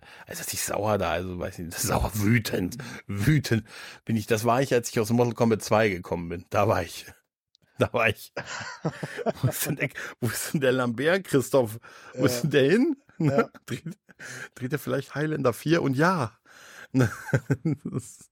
Speaker 2: also dass ich sauer da, also weiß ich nicht, sauer wütend, wütend bin ich, das war ich, als ich aus Mortal Kombat zwei gekommen bin, da war ich, da war ich, wo ist denn der, wo ist denn der Lambert, Christoph, wo ist
Speaker 1: Ja,
Speaker 2: denn der hin?
Speaker 1: ja.
Speaker 2: Dreht, dreht er vielleicht Highlander vier und ja. Das,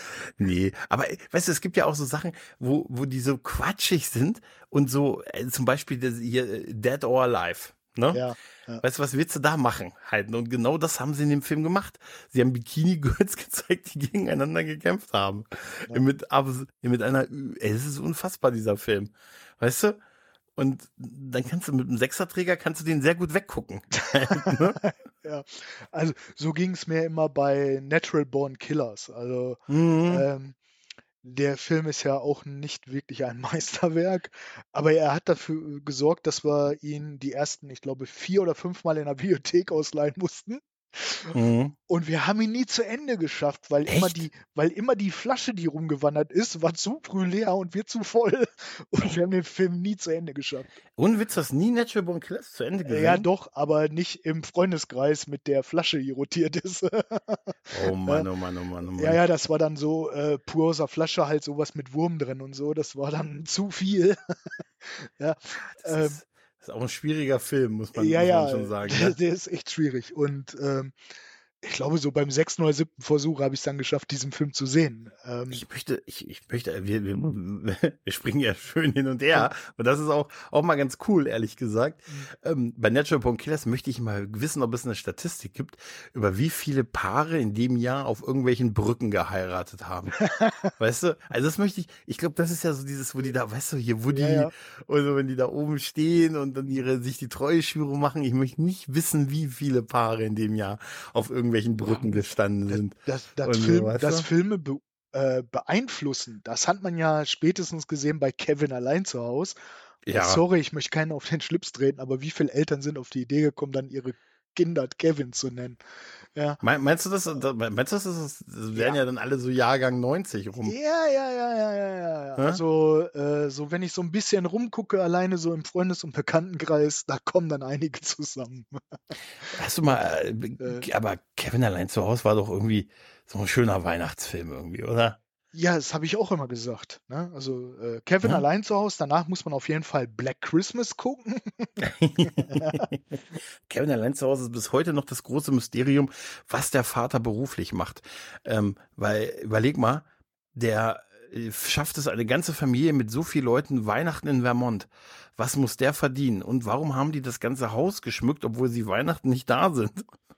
Speaker 2: nee, aber äh, weißt du, es gibt ja auch so Sachen, wo, wo die so quatschig sind und so, äh, zum Beispiel das hier äh, Dead or Alive, ne?
Speaker 1: Ja, ja.
Speaker 2: Weißt du, was willst du da machen? Halt, und genau das haben sie in dem Film gemacht. Sie haben Bikini-Girls gezeigt, die gegeneinander gekämpft haben.
Speaker 1: Ja.
Speaker 2: Mit, abs- mit einer, Ü- ey, es ist unfassbar, dieser Film. Weißt du? Und dann kannst du mit einem Sechserträger kannst du den sehr gut weggucken. Ne?
Speaker 1: Ja, also so ging es mir immer bei Natural Born Killers. Also
Speaker 2: Mhm.
Speaker 1: ähm, der Film ist ja auch nicht wirklich ein Meisterwerk, aber er hat dafür gesorgt, dass wir ihn die ersten, ich glaube, vier oder fünf Mal in der Bibliothek ausleihen mussten.
Speaker 2: Mhm.
Speaker 1: Und wir haben ihn nie zu Ende geschafft, weil immer
Speaker 2: Echt?
Speaker 1: die, weil immer die Flasche, die rumgewandert ist, war zu früh leer und wir zu voll. Und wir haben den Film nie zu Ende geschafft.
Speaker 2: Ohne Witz, hast nie Natural Born Killers zu Ende
Speaker 1: Äh, Ja,
Speaker 2: gesehen?
Speaker 1: doch, aber nicht im Freundeskreis mit der Flasche, die rotiert ist.
Speaker 2: Oh
Speaker 1: Ja,
Speaker 2: Mann, oh Mann, oh Mann, oh
Speaker 1: ja,
Speaker 2: Mann.
Speaker 1: ja, das war dann so äh, pur aus der Flasche halt sowas mit Wurm drin und so. Das war dann zu viel. Ja,
Speaker 2: Das
Speaker 1: ähm,
Speaker 2: ist, das ist auch ein schwieriger Film, muss man,
Speaker 1: ja,
Speaker 2: muss man
Speaker 1: ja,
Speaker 2: schon sagen,
Speaker 1: der,
Speaker 2: ne?
Speaker 1: der ist echt schwierig. Und ähm, ich glaube, so beim sechsten oder siebten Versuch habe ich es dann geschafft, diesen Film zu sehen. Ähm,
Speaker 2: Ich möchte, ich, ich möchte, wir, wir, wir springen ja schön hin und her. Und das ist auch, auch mal ganz cool, ehrlich gesagt.
Speaker 1: Mhm.
Speaker 2: Ähm, bei Natural Born Killers möchte ich mal wissen, ob es eine Statistik gibt, über wie viele Paare in dem Jahr auf irgendwelchen Brücken geheiratet haben. Weißt du? Also das möchte ich, ich glaube, das ist ja so dieses, wo die da, weißt du, hier Woody,
Speaker 1: Ja, ja.
Speaker 2: oder wenn die da oben stehen und dann ihre, sich die Treueschwüre machen. Ich möchte nicht wissen, wie viele Paare in dem Jahr auf irgendwelchen Brücken gestanden
Speaker 1: Das,
Speaker 2: sind.
Speaker 1: das, das,
Speaker 2: Und so,
Speaker 1: Film,
Speaker 2: weißt
Speaker 1: das
Speaker 2: du?
Speaker 1: Filme be, äh, beeinflussen, das hat man ja spätestens gesehen bei Kevin allein zu Hause. Und
Speaker 2: Ja.
Speaker 1: sorry, ich möchte keinen auf den Schlips treten, aber wie viele Eltern sind auf die Idee gekommen, dann ihre Kinder Kevin zu nennen? Ja,
Speaker 2: Mein, meinst du das, da- meinst du das, das, das werden
Speaker 1: ja.
Speaker 2: ja dann alle so Jahrgang neunzig rum?
Speaker 1: Ja, ja, ja, ja, ja, ja, ja.
Speaker 2: Hä?
Speaker 1: Also, äh, so wenn ich so ein bisschen rumgucke, alleine so im Freundes- und Bekanntenkreis, da kommen dann einige zusammen.
Speaker 2: Hast du mal, äh,
Speaker 1: Äh,
Speaker 2: aber Kevin allein zu Hause war doch irgendwie so ein schöner Weihnachtsfilm irgendwie, oder?
Speaker 1: ja, das habe ich auch immer gesagt. Ne? Also, äh, Kevin
Speaker 2: Hm?
Speaker 1: allein zu Hause, danach muss man auf jeden Fall Black Christmas gucken.
Speaker 2: Kevin allein zu Hause ist bis heute noch das große Mysterium, was der Vater beruflich macht. Ähm, weil, überleg mal, der äh, schafft es, eine ganze Familie mit so vielen Leuten Weihnachten in Vermont. Was muss der verdienen? Und warum haben die das ganze Haus geschmückt, obwohl sie Weihnachten nicht da sind?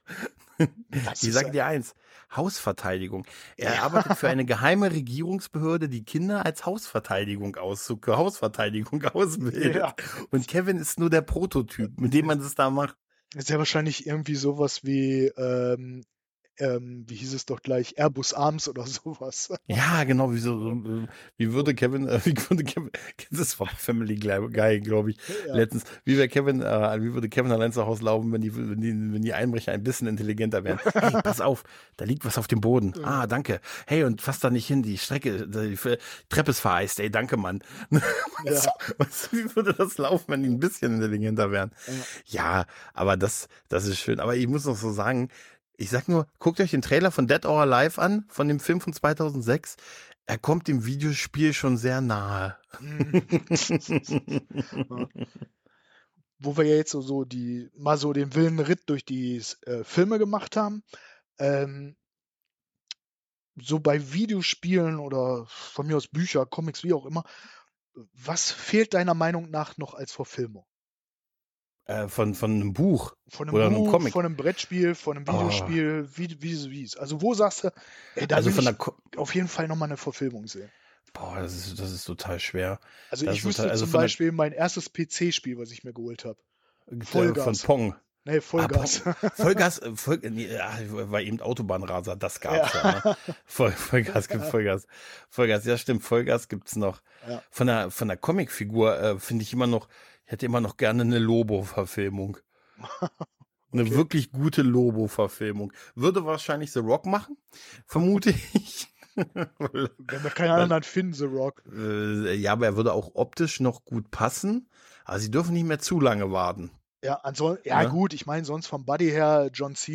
Speaker 1: Das
Speaker 2: Ich
Speaker 1: ist
Speaker 2: sage
Speaker 1: ein,
Speaker 2: dir eins, Hausverteidigung. Er
Speaker 1: ja,
Speaker 2: arbeitet für eine geheime Regierungsbehörde, die Kinder als Hausverteidigung aus, zur Hausverteidigung ausbildet.
Speaker 1: ja.
Speaker 2: Und Kevin ist nur der Prototyp, mit dem man das da macht.
Speaker 1: Ist ja wahrscheinlich irgendwie sowas wie, ähm, ähm, wie hieß es doch gleich, Airbus Arms oder sowas.
Speaker 2: Ja, genau, wie so, äh, wie würde Kevin, äh, wie würde Kevin, das war Family Guy, glaube ich,
Speaker 1: Ja,
Speaker 2: letztens, wie wäre Kevin, äh, wie würde Kevin allein zu Hause laufen, wenn die, wenn die, wenn die Einbrecher ein bisschen intelligenter wären? Hey, pass auf, da liegt was auf dem Boden. Ah, danke. Hey, und fass da nicht hin, die Strecke, die Treppe ist vereist, ey, danke, Mann.
Speaker 1: ja,
Speaker 2: So, weißt du, wie würde das laufen, wenn die ein bisschen intelligenter wären?
Speaker 1: ja.
Speaker 2: Ja, aber das, das ist schön. Aber ich muss noch so sagen, ich sag nur, guckt euch den Trailer von Dead or Alive an, von dem Film von zweitausendsechs. Er kommt dem Videospiel schon sehr nahe.
Speaker 1: Hm. Ja. Wo wir ja jetzt so, so die, mal so den wilden Ritt durch die äh, Filme gemacht haben, ähm, so bei Videospielen oder von mir aus Bücher, Comics, wie auch immer, was fehlt deiner Meinung nach noch als Verfilmung?
Speaker 2: Äh, von, von einem Buch
Speaker 1: Von einem
Speaker 2: oder einem
Speaker 1: Buch,
Speaker 2: Comic.
Speaker 1: von einem Brettspiel, von einem
Speaker 2: Oh,
Speaker 1: Videospiel, wie, wie, wie es. Also wo sagst du, ey, da
Speaker 2: also
Speaker 1: will
Speaker 2: von der,
Speaker 1: ich
Speaker 2: Ko
Speaker 1: auf jeden Fall nochmal eine Verfilmung sehen.
Speaker 2: boah, das ist, das ist total schwer.
Speaker 1: Also
Speaker 2: Das
Speaker 1: ich
Speaker 2: ist
Speaker 1: wüsste
Speaker 2: total, also
Speaker 1: zum
Speaker 2: von der,
Speaker 1: Beispiel mein erstes P C-Spiel, was ich mir geholt habe.
Speaker 2: der von
Speaker 1: Vollgas.
Speaker 2: Pong.
Speaker 1: Nee,
Speaker 2: Ah,
Speaker 1: Vollgas.
Speaker 2: Pong. Vollgas, äh, Voll, nee, ja, war eben Autobahnraser, das gab's ja, ne?
Speaker 1: Ja.
Speaker 2: Voll, Vollgas gibt Vollgas. Vollgas, ja stimmt, Vollgas gibt's noch.
Speaker 1: Ja.
Speaker 2: Von der, von der Comicfigur äh, finde ich immer noch, ich hätte immer noch gerne eine Lobo-Verfilmung. Eine
Speaker 1: Okay.
Speaker 2: wirklich gute Lobo-Verfilmung. Würde wahrscheinlich The Rock machen, vermute ich. weil,
Speaker 1: Wenn wir keinen
Speaker 2: weil,
Speaker 1: anderen finden, The Rock.
Speaker 2: äh, ja, aber er würde auch optisch noch gut passen. Aber sie dürfen nicht mehr zu lange warten.
Speaker 1: Ja, ansonsten, ja
Speaker 2: Ne?
Speaker 1: gut, ich meine sonst vom Buddy her John Cena.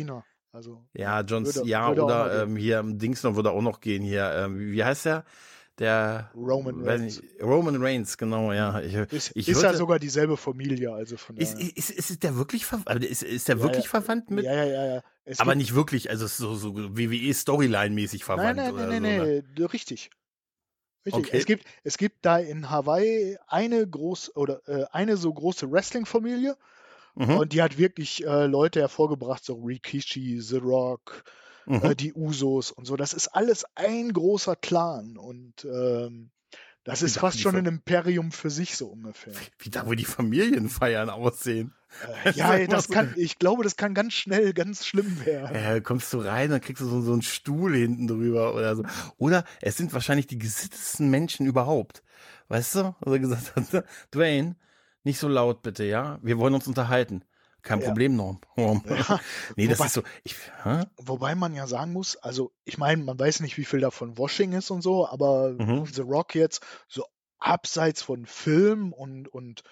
Speaker 1: Also
Speaker 2: Ja, John,
Speaker 1: würde,
Speaker 2: ja,
Speaker 1: würde auch noch
Speaker 2: oder
Speaker 1: gehen.
Speaker 2: ähm, hier im Dingsner würde auch noch gehen hier. Ähm, wie, wie heißt der? Der,
Speaker 1: Roman
Speaker 2: weiß
Speaker 1: Reigns.
Speaker 2: nicht, Roman Reigns, genau, ja. Ich,
Speaker 1: Ist,
Speaker 2: ich
Speaker 1: ist ja
Speaker 2: hörte,
Speaker 1: sogar dieselbe Familie, also von
Speaker 2: ist,
Speaker 1: daher.
Speaker 2: ist, ist, ist der wirklich verwandt? Also ist, ist der
Speaker 1: Ja, ja,
Speaker 2: wirklich verwandt mit?
Speaker 1: ja, ja, ja, ja. Es
Speaker 2: Aber
Speaker 1: gibt.
Speaker 2: nicht wirklich, also es ist so, so W W E-Storyline-mäßig
Speaker 1: Nein,
Speaker 2: verwandt
Speaker 1: nein, nein,
Speaker 2: oder
Speaker 1: nein,
Speaker 2: so, ne?
Speaker 1: nein, richtig. Richtig. Es
Speaker 2: Okay.
Speaker 1: gibt, es gibt da in Hawaii eine groß oder äh, eine so große Wrestling-Familie
Speaker 2: Mhm.
Speaker 1: und die hat wirklich äh, Leute hervorgebracht, so Rikishi, The Rock,
Speaker 2: Mhm.
Speaker 1: äh, die Usos und so. Das ist alles ein großer Clan und ähm, das
Speaker 2: Wie
Speaker 1: ist
Speaker 2: da,
Speaker 1: fast
Speaker 2: die,
Speaker 1: schon
Speaker 2: Fa-
Speaker 1: ein Imperium für sich so ungefähr.
Speaker 2: wie da wohl die Familienfeiern aussehen.
Speaker 1: Äh,
Speaker 2: Das ist
Speaker 1: ja,
Speaker 2: einfach
Speaker 1: das
Speaker 2: so,
Speaker 1: kann, ich glaube, das kann ganz schnell ganz schlimm werden.
Speaker 2: äh, kommst du rein, dann kriegst du so, so einen Stuhl hinten drüber oder so. Oder es sind wahrscheinlich die gesittesten Menschen überhaupt. Weißt du? Also gesagt hat, Dwayne, nicht so laut bitte, ja? Wir wollen uns unterhalten. Kein
Speaker 1: Ja,
Speaker 2: Problem, Norm. Norm.
Speaker 1: ja.
Speaker 2: Nee, das
Speaker 1: Wobei,
Speaker 2: ist so, ich, hä?
Speaker 1: wobei man ja sagen muss, also ich meine, man weiß nicht, wie viel davon Washing ist und so, aber
Speaker 2: Mhm.
Speaker 1: The Rock jetzt so abseits von Film und, und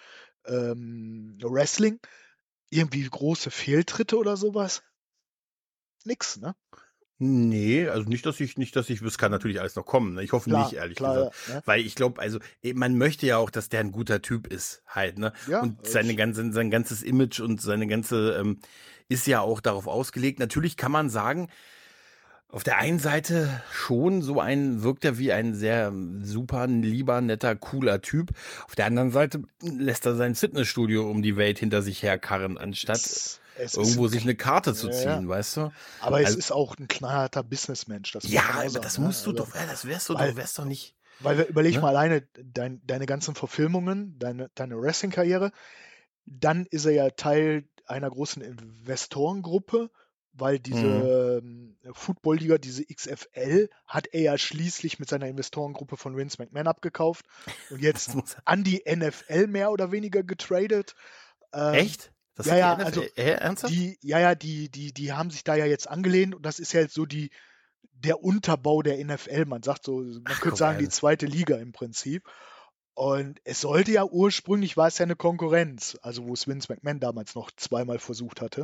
Speaker 1: ähm, Wrestling, irgendwie große Fehltritte oder sowas? Nix, ne?
Speaker 2: Nee, also nicht, dass ich, nicht, dass ich, es kann natürlich alles noch kommen. Ne? Ich hoffe nicht,
Speaker 1: Klar,
Speaker 2: ehrlich
Speaker 1: klar,
Speaker 2: gesagt.
Speaker 1: ja. Ne?
Speaker 2: Weil ich glaube, also, eh, man möchte ja auch, dass der ein guter Typ ist, halt, ne?
Speaker 1: Ja,
Speaker 2: Und seine
Speaker 1: ich,
Speaker 2: ganze, sein ganzes Image und seine ganze, ähm, ist ja auch darauf ausgelegt. Natürlich kann man sagen, auf der einen Seite schon so ein, wirkt er wie ein sehr ähm, super, lieber, netter, cooler Typ. Auf der anderen Seite lässt er sein Fitnessstudio um die Welt hinter sich herkarren, anstatt
Speaker 1: es, es ist
Speaker 2: irgendwo
Speaker 1: ein,
Speaker 2: sich eine Karte zu
Speaker 1: ja, ja.
Speaker 2: ziehen, weißt du?
Speaker 1: Aber es
Speaker 2: Also,
Speaker 1: ist auch ein knallharter Businessmensch, das
Speaker 2: ja,
Speaker 1: muss man auch
Speaker 2: aber
Speaker 1: sagen.
Speaker 2: das
Speaker 1: Ne?
Speaker 2: musst du
Speaker 1: Also,
Speaker 2: doch, ja, das wärst du
Speaker 1: weil,
Speaker 2: doch, wärst doch nicht,
Speaker 1: weil wir- überleg
Speaker 2: ne?
Speaker 1: mal alleine dein, deine ganzen Verfilmungen, deine, deine Wrestling-Karriere, dann ist er ja Teil einer großen Investorengruppe, weil
Speaker 2: Mhm.
Speaker 1: diese ähm, Football-Liga, diese X F L, hat er ja schließlich mit seiner Investorengruppe von Vince McMahon abgekauft und
Speaker 2: Das
Speaker 1: jetzt
Speaker 2: muss,
Speaker 1: an die N F L mehr oder weniger getradet. Ähm,
Speaker 2: echt? Das
Speaker 1: ja,
Speaker 2: hat die
Speaker 1: ja, also
Speaker 2: N F L, äh, ernsthaft?
Speaker 1: die, ja, ja, die, die, die haben sich da ja jetzt angelehnt und das ist ja jetzt so die, der Unterbau der N F L. Man sagt so, man
Speaker 2: Ach,
Speaker 1: könnte
Speaker 2: guck
Speaker 1: sagen, die
Speaker 2: an.
Speaker 1: zweite Liga im Prinzip. Und es sollte ja ursprünglich, war es ja eine Konkurrenz, also wo es Vince McMahon damals noch zweimal versucht hatte.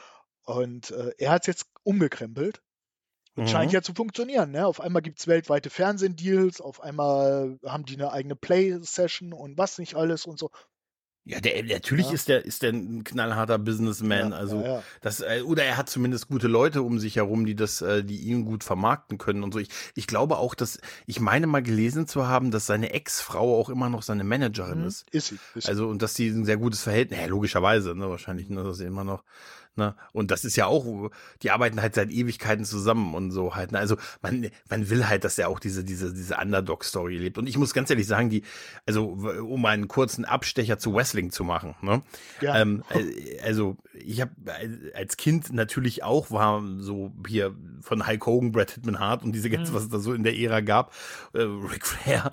Speaker 1: Und äh, er hat es jetzt umgekrempelt und scheint
Speaker 2: Mhm.
Speaker 1: ja zu funktionieren. Ne? Auf einmal gibt es weltweite Fernsehdeals, auf einmal haben die eine eigene Play-Session und was nicht alles und so.
Speaker 2: Ja, der, natürlich
Speaker 1: Ja,
Speaker 2: ist der, ist der ein knallharter
Speaker 1: ja,
Speaker 2: Businessman.
Speaker 1: ja,
Speaker 2: Also
Speaker 1: ja.
Speaker 2: das, äh, oder er hat zumindest gute Leute um sich herum, die das, äh, die ihn gut vermarkten können und so. Ich, ich glaube auch, dass, ich meine mal gelesen zu haben, dass seine Ex-Frau auch immer noch seine Managerin
Speaker 1: Mhm.
Speaker 2: ist.
Speaker 1: Ist sie, ist sie.
Speaker 2: Also, und dass die ein sehr gutes Verhältnis, ja, logischerweise, ne, wahrscheinlich, ne, dass sie immer noch, ne, und das ist ja auch, die arbeiten halt seit Ewigkeiten zusammen und so halt, ne, also, man, man will halt, dass er auch diese, diese, diese Underdog-Story lebt. Und ich muss ganz ehrlich sagen, die, also, um einen kurzen Abstecher zu Wrestling zu machen, ne,
Speaker 1: Gerne.
Speaker 2: ähm, äh, also, ich habe als Kind natürlich auch war so hier von Hulk Hogan, Bret Hitman Hart und diese ganze,
Speaker 1: Mhm.
Speaker 2: was es da so in der Ära gab, äh, Ric Flair,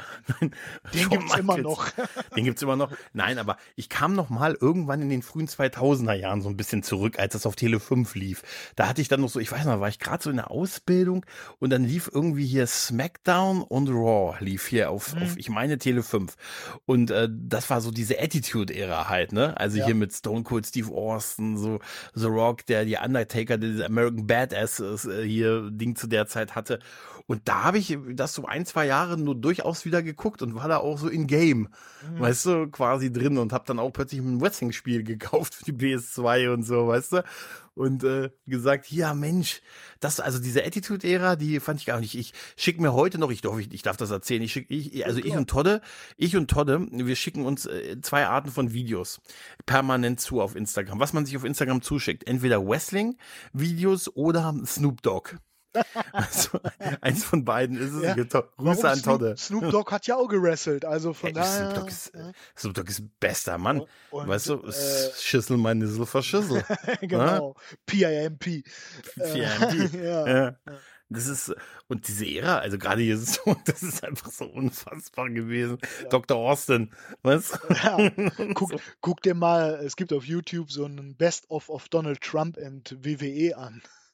Speaker 1: Den
Speaker 2: Shawn
Speaker 1: gibt es immer
Speaker 2: Michaels,
Speaker 1: noch.
Speaker 2: den gibt's immer noch. Nein, aber ich kam noch mal irgendwann in den frühen zweitausender Jahren so ein bisschen zurück, als das auf Tele fünf lief. Da hatte ich dann noch so, ich weiß noch, war ich gerade so in der Ausbildung und dann lief irgendwie hier SmackDown und Raw lief hier auf, auf
Speaker 1: Mhm.
Speaker 2: ich meine Tele fünf. Und äh, das war so diese Attitude-Ära halt, ne? Also
Speaker 1: Ja.
Speaker 2: hier mit Stone Cold Steve Austin, so The Rock, der die Undertaker, der diese American Badass äh, hier Ding zu der Zeit hatte. Und da habe ich das so ein, zwei Jahre nur durchaus wieder geguckt und war da auch so in Game,
Speaker 1: Mhm.
Speaker 2: weißt du, quasi drin und habe dann auch plötzlich ein Wrestling-Spiel gekauft für die P S zwei und so, weißt du? Und äh, gesagt, ja Mensch, das, also diese Attitude-Ära, die fand ich gar nicht. Ich schicke mir heute noch, ich hoffe, ich, ich darf das erzählen, ich schick, ich, also
Speaker 1: Ja,
Speaker 2: ich
Speaker 1: klar.
Speaker 2: und Todde, ich und Todde, wir schicken uns äh, zwei Arten von Videos permanent zu auf Instagram. Was man sich auf Instagram zuschickt, entweder Wrestling-Videos oder Snoop Dogg. Also, eins von beiden ist es.
Speaker 1: Ja.
Speaker 2: Grüße
Speaker 1: Warum
Speaker 2: an
Speaker 1: Snoop,
Speaker 2: Todde.
Speaker 1: Snoop Dogg hat ja auch gewrestelt, also von
Speaker 2: Ey, Snoop Dogg
Speaker 1: daher.
Speaker 2: ist,
Speaker 1: Ja.
Speaker 2: Snoop Dogg ist bester Mann.
Speaker 1: Und,
Speaker 2: Weißt du,
Speaker 1: äh,
Speaker 2: Schüssel mein Nissel verschüssel.
Speaker 1: genau, P I M P.
Speaker 2: P M P.
Speaker 1: Äh, ja.
Speaker 2: Ja. Das ist, und diese Ära, also gerade hier ist es so, das ist einfach so unfassbar gewesen.
Speaker 1: Ja.
Speaker 2: Doktor Austin, was?
Speaker 1: Ja. Guck, guck dir mal, es gibt auf YouTube so einen Best-of of Donald Trump und W W E an.
Speaker 2: Hm.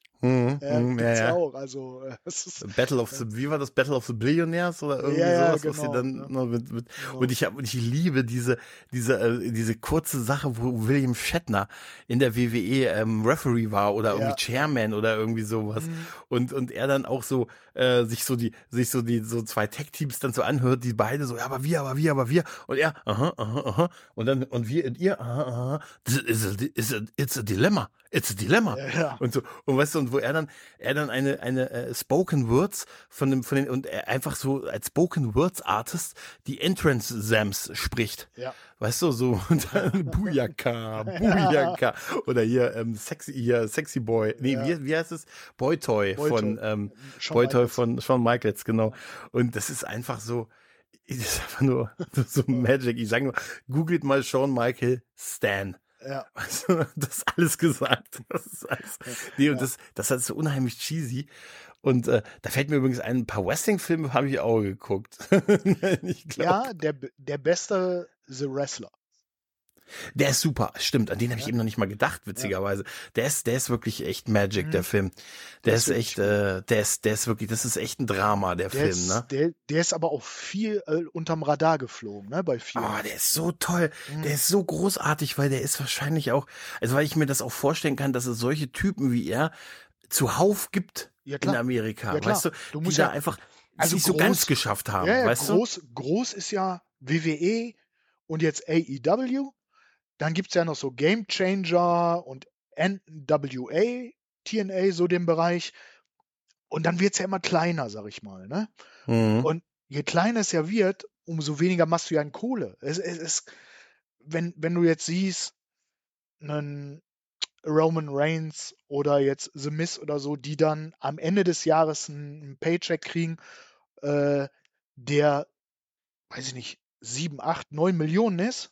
Speaker 2: Mhm,
Speaker 1: Ja,
Speaker 2: mhm, ja,
Speaker 1: gibt's ja
Speaker 2: ja.
Speaker 1: auch. Also, äh, es ist,
Speaker 2: Battle of
Speaker 1: äh,
Speaker 2: the, wie war das? Battle of the Billionaires oder irgendwie
Speaker 1: ja, ja,
Speaker 2: sowas, was sie
Speaker 1: genau.
Speaker 2: dann
Speaker 1: Ne?
Speaker 2: noch mit, mit und
Speaker 1: So.
Speaker 2: ich hab, und ich liebe diese, diese, äh, diese kurze Sache, wo William Shatner in der W W E ähm, Referee war oder irgendwie
Speaker 1: Ja, ja.
Speaker 2: Chairman oder irgendwie sowas
Speaker 1: Mhm.
Speaker 2: und und er dann auch so äh, sich so die, sich so die so zwei Tech-Teams dann so anhört, die beide so, ja, aber wir, aber wir, aber wir und er, aha, aha, aha und dann und wir und ihr, aha, aha, this is a, is a, it's a dilemma, it's a dilemma
Speaker 1: Ja, ja.
Speaker 2: und so und weißt du und wo er dann er dann eine eine äh, Spoken Words von dem von den und er einfach so als Spoken Words Artist die Entrance Exams spricht.
Speaker 1: Ja.
Speaker 2: Weißt du, so und dann Booyaka, Booyaka oder hier ähm, sexy hier Sexy Boy. Nee,
Speaker 1: Ja.
Speaker 2: wie, wie heißt es? Boy Toy
Speaker 1: Boy
Speaker 2: von
Speaker 1: Toy.
Speaker 2: ähm,
Speaker 1: Shawn
Speaker 2: Boy Toy
Speaker 1: Michaels.
Speaker 2: von Shawn Michaels, genau. Und das ist einfach so das ist einfach nur so Magic. Ich sage nur, googelt mal Shawn Michael Stan.
Speaker 1: Ja.
Speaker 2: Also, das ist alles gesagt. Das ist alles. Nee, und
Speaker 1: Ja.
Speaker 2: das, das ist so unheimlich cheesy. Und äh, da fällt mir übrigens ein, ein paar Wrestling-Filme habe ich auch geguckt. Ich glaube,
Speaker 1: Ja, der, B- der beste The Wrestler.
Speaker 2: der ist super. Stimmt, an den habe ich
Speaker 1: Ja.
Speaker 2: eben noch nicht mal gedacht, witzigerweise. Der ist, der ist wirklich echt Magic, der
Speaker 1: Mhm.
Speaker 2: Film.
Speaker 1: Der
Speaker 2: Der
Speaker 1: ist
Speaker 2: ist
Speaker 1: wirklich
Speaker 2: echt,
Speaker 1: gut.
Speaker 2: äh, der ist, der ist wirklich, das ist echt ein Drama, der
Speaker 1: Der
Speaker 2: Film,
Speaker 1: ist,
Speaker 2: ne?
Speaker 1: der, der ist aber auch viel äh, unterm Radar geflogen, ne, bei vielen.
Speaker 2: Oh, der ist so toll.
Speaker 1: Mhm.
Speaker 2: Der ist so großartig, weil der ist wahrscheinlich auch, also weil ich mir das auch vorstellen kann, dass es solche Typen wie er zuhauf gibt
Speaker 1: Ja,
Speaker 2: in
Speaker 1: klar.
Speaker 2: Amerika,
Speaker 1: Ja, klar.
Speaker 2: weißt du,
Speaker 1: Du
Speaker 2: die
Speaker 1: musst
Speaker 2: da
Speaker 1: ja,
Speaker 2: einfach
Speaker 1: also
Speaker 2: nicht so ganz
Speaker 1: groß,
Speaker 2: geschafft haben,
Speaker 1: ja, ja,
Speaker 2: weißt du?
Speaker 1: groß, groß ist ja W W E und jetzt A E W. Dann gibt es ja noch so Game Changer und N W A, T N A, so den Bereich. Und dann wird es ja immer kleiner, sag ich mal. Ne?
Speaker 2: Mhm.
Speaker 1: Und je kleiner es ja wird, umso weniger machst du ja in Kohle. Es, es, es, wenn, wenn du jetzt siehst, einen Roman Reigns oder jetzt The Miz oder so, die dann am Ende des Jahres einen Paycheck kriegen, äh, der, weiß ich nicht, sieben, acht, neun Millionen ist,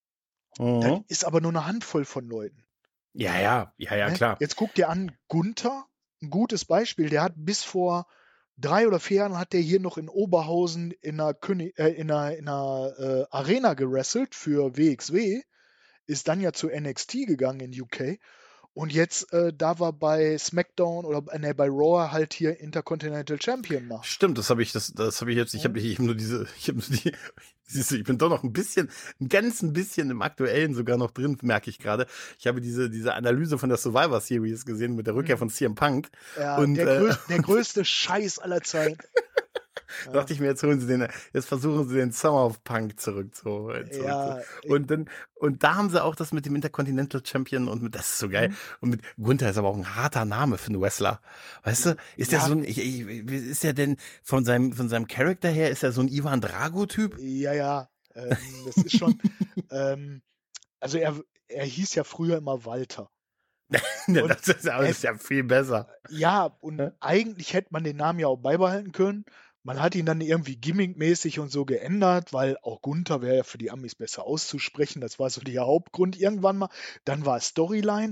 Speaker 1: das
Speaker 2: Mhm.
Speaker 1: ist aber nur eine Handvoll von Leuten.
Speaker 2: Ja, ja, ja, ja,
Speaker 1: Ne?
Speaker 2: klar.
Speaker 1: Jetzt guck dir an, Gunther, ein gutes Beispiel, der hat bis vor drei oder vier Jahren hat der hier noch in Oberhausen in einer, König, äh, in einer, in einer äh, Arena gewrestelt für W X W, ist dann ja zu N X T gegangen in U K und jetzt äh, da war bei SmackDown oder äh, nee, bei Raw halt hier Intercontinental Champion macht.
Speaker 2: Stimmt, das habe ich, das, das habe ich jetzt, ich habe ich hab nur diese, ich habe nur die, siehst du, ich bin doch noch ein bisschen, ein ganz ein bisschen im Aktuellen sogar noch drin, merke ich gerade. Ich habe diese, diese Analyse von der Survivor Series gesehen mit der Rückkehr
Speaker 1: Mhm.
Speaker 2: von C M Punk.
Speaker 1: Ja,
Speaker 2: und
Speaker 1: der,
Speaker 2: äh,
Speaker 1: größ, der größte Scheiß aller Zeiten. Ja.
Speaker 2: dachte ich mir, jetzt holen sie den, jetzt versuchen sie den Summer of Punk zurück zu, zurück
Speaker 1: Ja,
Speaker 2: zu. Und dann, und da haben sie auch das mit dem Intercontinental Champion und mit, das ist so geil.
Speaker 1: Mhm.
Speaker 2: Und mit Gunther ist aber auch ein harter Name für einen Wrestler. Weißt du, ist der
Speaker 1: Ja.
Speaker 2: so ein, ich, ich, ist der denn von seinem, von seinem Charakter her, ist er so ein Ivan Drago-Typ?
Speaker 1: Ja, ja, ähm, das ist schon, ähm, also er, er hieß ja früher immer Walter.
Speaker 2: Ja,
Speaker 1: Und
Speaker 2: das, ist, aber das ist ja viel besser.
Speaker 1: Ja, und
Speaker 2: Ja?
Speaker 1: eigentlich hätte man den Namen ja auch beibehalten können. Man hat ihn dann irgendwie gimmickmäßig und so geändert, weil auch Gunther wäre ja für die Amis besser auszusprechen. Das war so der Hauptgrund irgendwann mal. Dann war es Storyline.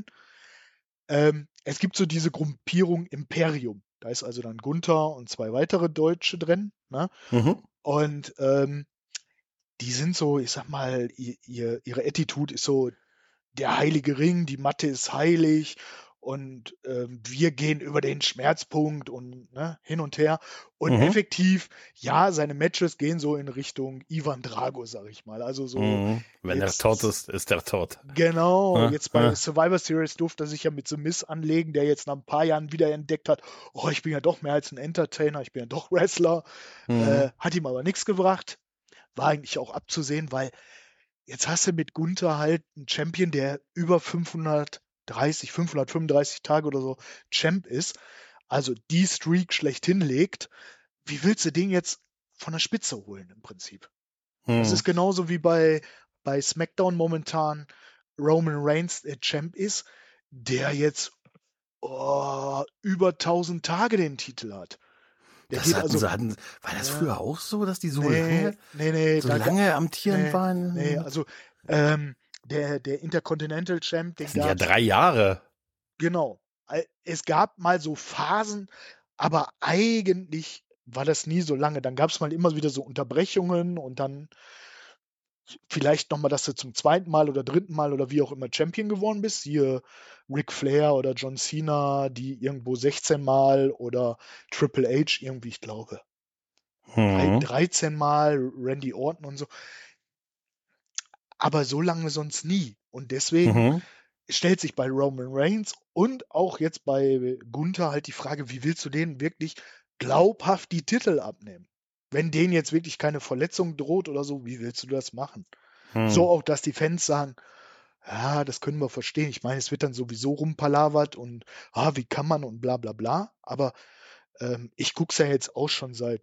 Speaker 1: Ähm, es gibt so diese Gruppierung Imperium. Da ist also dann Gunther und zwei weitere Deutsche drin. Ne?
Speaker 2: Mhm.
Speaker 1: Und ähm, die sind so, ich sag mal, ihr, ihr, ihre Attitude ist so, der heilige Ring, die Matte ist heilig und ähm, wir gehen über den Schmerzpunkt und ne, hin und her. Und
Speaker 2: Mhm.
Speaker 1: effektiv, ja, seine Matches gehen so in Richtung Ivan Drago, sag ich mal. Also so.
Speaker 2: Mhm. Wenn
Speaker 1: jetzt,
Speaker 2: er tot ist, ist er tot.
Speaker 1: Genau,
Speaker 2: Ja,
Speaker 1: jetzt bei
Speaker 2: ja.
Speaker 1: Survivor Series durfte er sich ja mit The Miz anlegen, der jetzt nach ein paar Jahren wieder entdeckt hat, oh, ich bin ja doch mehr als ein Entertainer, ich bin ja doch Wrestler.
Speaker 2: Mhm.
Speaker 1: Äh, hat ihm aber nichts gebracht. War eigentlich auch abzusehen, weil jetzt hast du mit Gunther halt einen Champion, der über fünfhundertdreißig, fünfhundertfünfunddreißig Tage oder so Champ ist, also die Streak schlechthin legt. Wie willst du den jetzt von der Spitze holen im Prinzip? Das
Speaker 2: Mhm.
Speaker 1: ist genauso wie bei, bei SmackDown momentan Roman Reigns der Champ ist, der jetzt oh, über tausend Tage den Titel hat. Der
Speaker 2: Das
Speaker 1: geht
Speaker 2: hatten
Speaker 1: also,
Speaker 2: sie, hatten, war das
Speaker 1: ja,
Speaker 2: früher auch so, dass die so
Speaker 1: nee,
Speaker 2: lange,
Speaker 1: nee, nee,
Speaker 2: so
Speaker 1: da, ga-
Speaker 2: lange amtierend
Speaker 1: nee,
Speaker 2: waren?
Speaker 1: nee, also ähm, der, der Intercontinental Champ, den
Speaker 2: Das sind ja
Speaker 1: gab's,
Speaker 2: drei Jahre.
Speaker 1: genau. Al- Es gab mal so Phasen, aber eigentlich war das nie so lange. Dann gab es mal immer wieder so Unterbrechungen und dann vielleicht nochmal, dass du zum zweiten Mal oder dritten Mal oder wie auch immer Champion geworden bist. Hier Ric Flair oder John Cena, die irgendwo sechzehn Mal oder Triple H irgendwie, ich glaube, drei,
Speaker 2: Mhm.
Speaker 1: dreizehn Mal, Randy Orton und so. Aber so lange sonst nie. Und deswegen
Speaker 2: Mhm.
Speaker 1: stellt sich bei Roman Reigns und auch jetzt bei Gunther halt die Frage, wie willst du denen wirklich glaubhaft die Titel abnehmen? Wenn denen jetzt wirklich keine Verletzung droht oder so, wie willst du das machen? So
Speaker 2: Mhm.
Speaker 1: auch, dass die Fans sagen, ja, das können wir verstehen. Ich meine, es wird dann sowieso rumpalavert und ah, wie kann man und bla bla bla. Aber ähm, ich gucke es ja jetzt auch schon seit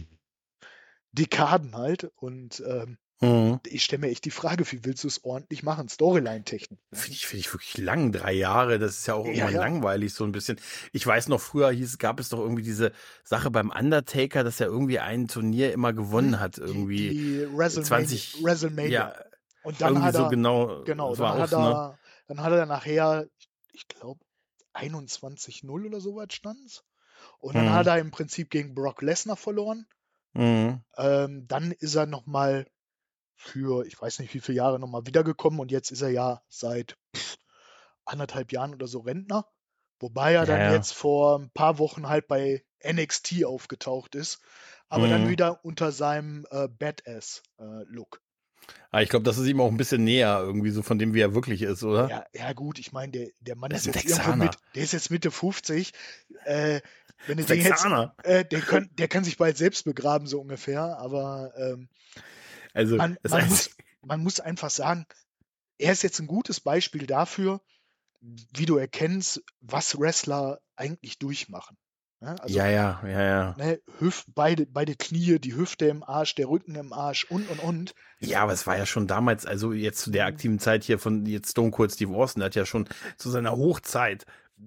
Speaker 1: Dekaden halt und ähm,
Speaker 2: Mhm.
Speaker 1: ich stelle mir echt die Frage, wie willst du es ordentlich machen, Storyline-technisch? Ne?
Speaker 2: Finde ich, finde ich wirklich lang, drei Jahre. Das ist ja auch
Speaker 1: Ja,
Speaker 2: irgendwann
Speaker 1: ja.
Speaker 2: langweilig, so ein bisschen. Ich weiß noch, früher hieß, gab es doch irgendwie diese Sache beim Undertaker, dass er irgendwie ein Turnier immer gewonnen
Speaker 1: Hm?
Speaker 2: hat.
Speaker 1: Die,
Speaker 2: Irgendwie
Speaker 1: die WrestleMania,
Speaker 2: zwanzig,
Speaker 1: WrestleMania.
Speaker 2: ja,
Speaker 1: Und dann
Speaker 2: irgendwie
Speaker 1: hat
Speaker 2: so
Speaker 1: er,
Speaker 2: genau.
Speaker 1: genau,
Speaker 2: Das
Speaker 1: dann
Speaker 2: war auch
Speaker 1: hat
Speaker 2: so, ne?
Speaker 1: er, dann hat er nachher, ich glaube, einundzwanzig null oder so weit stand's. Und dann hat
Speaker 2: Mhm.
Speaker 1: er im Prinzip gegen Brock Lesnar verloren.
Speaker 2: Mhm.
Speaker 1: Ähm, dann ist er nochmal für, ich weiß nicht wie viele Jahre nochmal wiedergekommen und jetzt ist er ja seit pff, anderthalb Jahren oder so Rentner. Wobei er
Speaker 2: Ja,
Speaker 1: dann
Speaker 2: ja.
Speaker 1: jetzt vor ein paar Wochen halt bei N X T aufgetaucht ist, aber dann
Speaker 2: Mhm.
Speaker 1: wieder unter seinem äh, Badass-Look.
Speaker 2: Aber ich glaube, das ist ihm auch ein bisschen näher irgendwie so von dem, wie er wirklich ist, oder?
Speaker 1: Ja, ja gut, ich meine, der, der Mann
Speaker 2: Er
Speaker 1: ist
Speaker 2: ist ein
Speaker 1: jetzt irgendwo mit,
Speaker 2: Texaner.
Speaker 1: der ist jetzt Mitte fünfzig. Äh, wenn du
Speaker 2: Ist ein
Speaker 1: den jetzt,
Speaker 2: Texaner.
Speaker 1: äh, der, kann, der kann sich bald selbst begraben, so ungefähr, aber ähm,
Speaker 2: Also,
Speaker 1: man,
Speaker 2: das
Speaker 1: man,
Speaker 2: heißt,
Speaker 1: muss, man muss einfach sagen, er ist jetzt ein gutes Beispiel dafür, wie du erkennst, was Wrestler eigentlich durchmachen. Ne? Also
Speaker 2: ja, ja, ja, ja.
Speaker 1: ne, Hüft, beide, beide Knie, die Hüfte im Arsch, der Rücken im Arsch und und und.
Speaker 2: Ja, aber es war ja schon damals, also jetzt zu der
Speaker 1: Mhm.
Speaker 2: aktiven Zeit hier von jetzt Stone Cold Steve Austin, der hat ja schon zu seiner Hochzeit,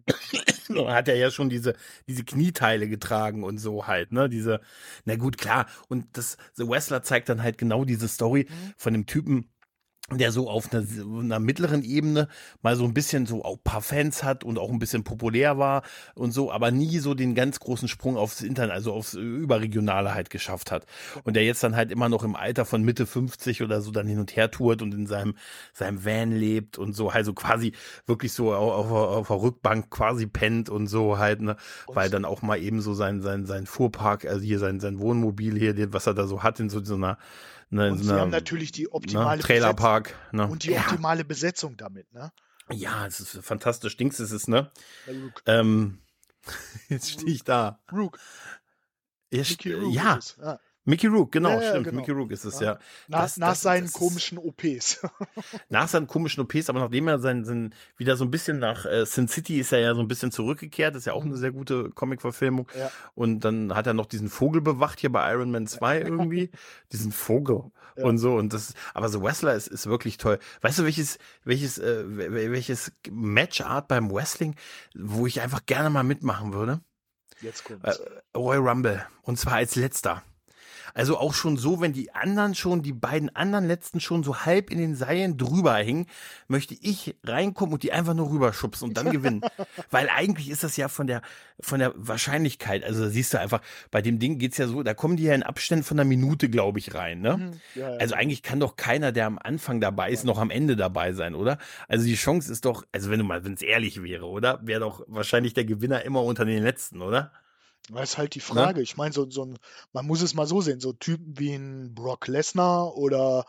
Speaker 2: hat er ja schon diese, diese Knieteile getragen und so halt, ne, diese, na gut, klar. Und das, The Wrestler zeigt dann halt genau diese Story
Speaker 1: Mhm.
Speaker 2: von dem Typen, der so auf einer, einer mittleren Ebene mal so ein bisschen so auch ein paar Fans hat und auch ein bisschen populär war und so, aber nie so den ganz großen Sprung aufs Internet, also aufs Überregionale halt geschafft hat. Und
Speaker 1: Genau.
Speaker 2: der jetzt dann halt immer noch im Alter von Mitte fünfzig oder so dann hin und her tourt und in seinem, seinem Van lebt und so, also quasi wirklich so auf, auf, auf der Rückbank quasi pennt und so halt, ne, weil
Speaker 1: Und,
Speaker 2: dann auch mal eben so sein, sein, sein Fuhrpark, also hier sein, sein Wohnmobil hier, was er da so hat in so, so einer, ne, in
Speaker 1: und
Speaker 2: so
Speaker 1: sie haben
Speaker 2: einer,
Speaker 1: natürlich die
Speaker 2: ne,
Speaker 1: optimale Besetzung
Speaker 2: Trailerpark, ne?
Speaker 1: und die
Speaker 2: Ja,
Speaker 1: optimale Besetzung damit, ne?
Speaker 2: ja, es ist fantastisch. Dings ist es, ne?
Speaker 1: Der Rook.
Speaker 2: Ähm, jetzt stehe ich
Speaker 1: Rook.
Speaker 2: da.
Speaker 1: Rook.
Speaker 2: Ja, st-
Speaker 1: Mickey Rook ist
Speaker 2: ja,
Speaker 1: es. Ja,
Speaker 2: Mickey Rourke,
Speaker 1: ja,
Speaker 2: genau,
Speaker 1: ja,
Speaker 2: stimmt.
Speaker 1: genau.
Speaker 2: Mickey Rourke ist es,
Speaker 1: Ja.
Speaker 2: ja.
Speaker 1: Nach,
Speaker 2: Das,
Speaker 1: nach
Speaker 2: das,
Speaker 1: seinen
Speaker 2: das ist
Speaker 1: komischen O Ps.
Speaker 2: nach seinen komischen O Ps, aber nachdem er sein, sein wieder so ein bisschen nach äh, Sin City ist er ja so ein bisschen zurückgekehrt, ist ja auch eine
Speaker 1: Mhm.
Speaker 2: sehr gute Comic-Verfilmung.
Speaker 1: Ja.
Speaker 2: Und dann hat er noch diesen Vogel bewacht hier bei Iron Man zwei irgendwie. Diesen Vogel
Speaker 1: Ja.
Speaker 2: und so. Und das, aber so Wrestler ist, ist wirklich toll. Weißt du, welches, welches, äh, wel- welches Matchart beim Wrestling, wo ich einfach gerne mal mitmachen würde?
Speaker 1: Jetzt
Speaker 2: Äh,
Speaker 1: kommt's.
Speaker 2: Royal Rumble. Und zwar als letzter. Also auch schon so, wenn die anderen schon, die beiden anderen letzten schon so halb in den Seilen drüber hängen, möchte ich reinkommen und die einfach nur rüberschubsen und dann gewinnen. Weil eigentlich ist das ja von der, von der Wahrscheinlichkeit, also da siehst du einfach, bei dem Ding geht's ja so, da kommen die ja in Abständen von einer Minute, glaube ich, rein, ne?
Speaker 1: Mhm. Ja, ja,
Speaker 2: Also
Speaker 1: genau.
Speaker 2: eigentlich kann doch keiner, der am Anfang dabei ist,
Speaker 1: Nein.
Speaker 2: noch am Ende dabei sein, oder? Also die Chance ist doch, also wenn du mal, wenn es ehrlich wäre, oder? Wäre doch wahrscheinlich der Gewinner immer unter den Letzten, oder?
Speaker 1: Das ist halt die
Speaker 2: Ne?
Speaker 1: Frage. Ich meine, so, so ein, man muss es mal so sehen, so Typen wie ein Brock Lesnar oder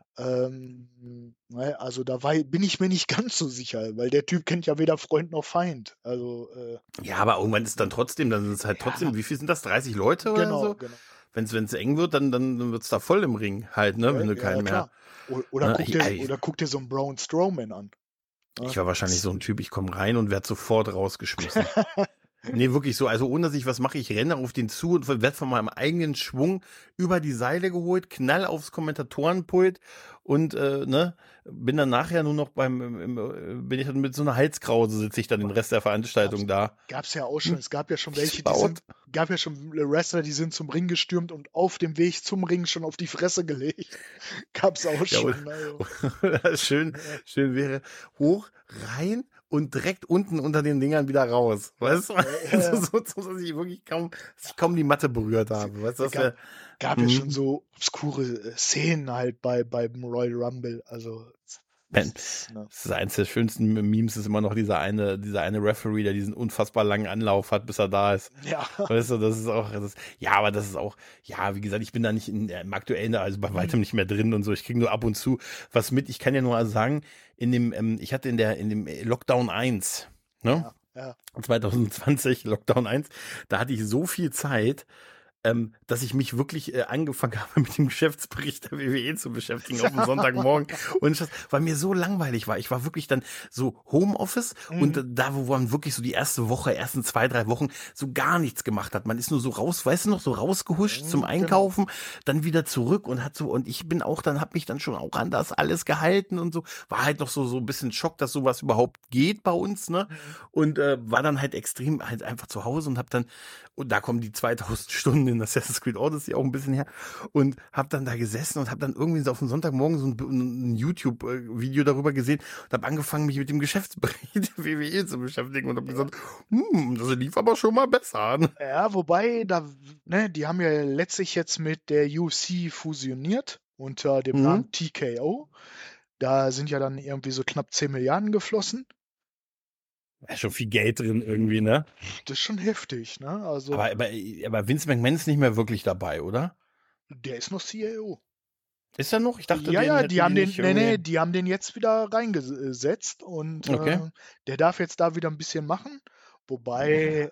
Speaker 1: ähm, ne, also da war, bin ich mir nicht ganz so sicher, weil der Typ kennt ja weder Freund noch Feind. Also äh,
Speaker 2: Ja, aber irgendwann ist dann trotzdem, dann sind es halt
Speaker 1: ja,
Speaker 2: trotzdem, wie viel sind das? dreißig Leute oder
Speaker 1: genau,
Speaker 2: so?
Speaker 1: genau.
Speaker 2: Wenn es eng wird, dann, dann wird es da voll im Ring halt, ne?
Speaker 1: Ja,
Speaker 2: Wenn du
Speaker 1: ja, ja,
Speaker 2: keinen mehr.
Speaker 1: klar. O- Oder
Speaker 2: Ne?
Speaker 1: guck
Speaker 2: Ich,
Speaker 1: dir,
Speaker 2: ich,
Speaker 1: oder guck dir so einen Braun Strowman an.
Speaker 2: ich
Speaker 1: Ne?
Speaker 2: war wahrscheinlich so ein Typ, ich komme rein und werde sofort rausgeschmissen. Nee, wirklich so. Also ohne dass ich was mache, ich renne auf den zu und werde von meinem eigenen Schwung über die Seile geholt, knall aufs Kommentatorenpult und äh, ne, bin dann nachher nur noch beim, im, im, bin ich dann mit so einer Halskrause, sitze ich dann den Rest der Veranstaltung da.
Speaker 1: Gab's ja auch schon.
Speaker 2: Hm,
Speaker 1: Es gab ja schon
Speaker 2: ist
Speaker 1: welche, die
Speaker 2: laut.
Speaker 1: sind, gab ja schon Wrestler, die sind zum Ring gestürmt und auf dem Weg zum Ring schon auf die Fresse gelegt. Gab's auch
Speaker 2: Ja,
Speaker 1: schon.
Speaker 2: und,
Speaker 1: Also,
Speaker 2: schön,
Speaker 1: ja.
Speaker 2: schön wäre hoch, rein und direkt unten unter den Dingern wieder raus. Weißt du?
Speaker 1: Ja, ja, ja.
Speaker 2: so, so, so, dass ich wirklich kaum, dass ich kaum die Matte berührt habe. Weißt du, das wär,
Speaker 1: Gab ja
Speaker 2: Mhm.
Speaker 1: schon so obskure äh, Szenen halt bei beim Royal Rumble. Also
Speaker 2: Man,
Speaker 1: das ist, ne.
Speaker 2: das ist eins der schönsten Memes, ist immer noch dieser eine, dieser eine Referee, der diesen unfassbar langen Anlauf hat, bis er da ist.
Speaker 1: Ja.
Speaker 2: Weißt du, das ist auch, das ist, ja, aber das ist auch, ja, wie gesagt, ich bin da nicht in, im aktuellen, also bei weitem nicht mehr drin und so. Ich kriege nur ab und zu was mit. Ich kann ja nur sagen, in dem, ähm, ich hatte in der, in dem Lockdown eins, ne?
Speaker 1: Ja, ja.
Speaker 2: zwanzig zwanzig, Lockdown eins, da hatte ich so viel Zeit, ähm, dass ich mich wirklich äh, angefangen habe, mit dem Geschäftsbericht der W W E zu beschäftigen auf dem Sonntagmorgen. Und das, weil mir so langweilig war. Ich war wirklich dann so Homeoffice
Speaker 1: Mhm.
Speaker 2: und äh, da, wo man wirklich so die erste Woche, ersten zwei, drei Wochen so gar nichts gemacht hat. Man ist nur so raus, weißt du noch, so rausgehuscht
Speaker 1: Mhm,
Speaker 2: zum
Speaker 1: genau.
Speaker 2: Einkaufen, dann wieder zurück und hat so, und ich bin auch, dann hab mich dann schon auch an das alles gehalten und so. War halt noch so, so ein bisschen Schock, dass sowas überhaupt geht bei uns, ne?
Speaker 1: Mhm.
Speaker 2: Und äh, war dann halt extrem halt einfach zu Hause und hab dann, und da kommen die zweitausend Stunden in Assassin's Creed Odyssey auch ein bisschen her, und hab dann da gesessen und hab dann irgendwie so auf den Sonntagmorgen so ein, ein YouTube-Video darüber gesehen und hab angefangen, mich mit dem Geschäftsbericht der W W E zu beschäftigen und hab gesagt, hm, das lief aber schon mal besser. Ne?
Speaker 1: Ja, wobei, da, ne, die haben ja letztlich jetzt mit der U F C fusioniert unter dem
Speaker 2: Mhm.
Speaker 1: Namen T K O. Da sind ja dann irgendwie so knapp zehn Milliarden geflossen.
Speaker 2: Da ist schon viel Geld drin irgendwie, ne?
Speaker 1: Das ist schon heftig, ne? Also,
Speaker 2: Aber, aber, aber Vince McMahon ist nicht mehr wirklich dabei, oder?
Speaker 1: der ist noch C E O.
Speaker 2: Ist er noch? Ich dachte,
Speaker 1: Ja,
Speaker 2: den
Speaker 1: ja,
Speaker 2: hätten
Speaker 1: die haben den,
Speaker 2: nicht
Speaker 1: nee, nee,
Speaker 2: irgendwie-
Speaker 1: die haben den jetzt wieder reingesetzt und
Speaker 2: Okay.
Speaker 1: äh, der darf jetzt da wieder ein bisschen machen. Wobei,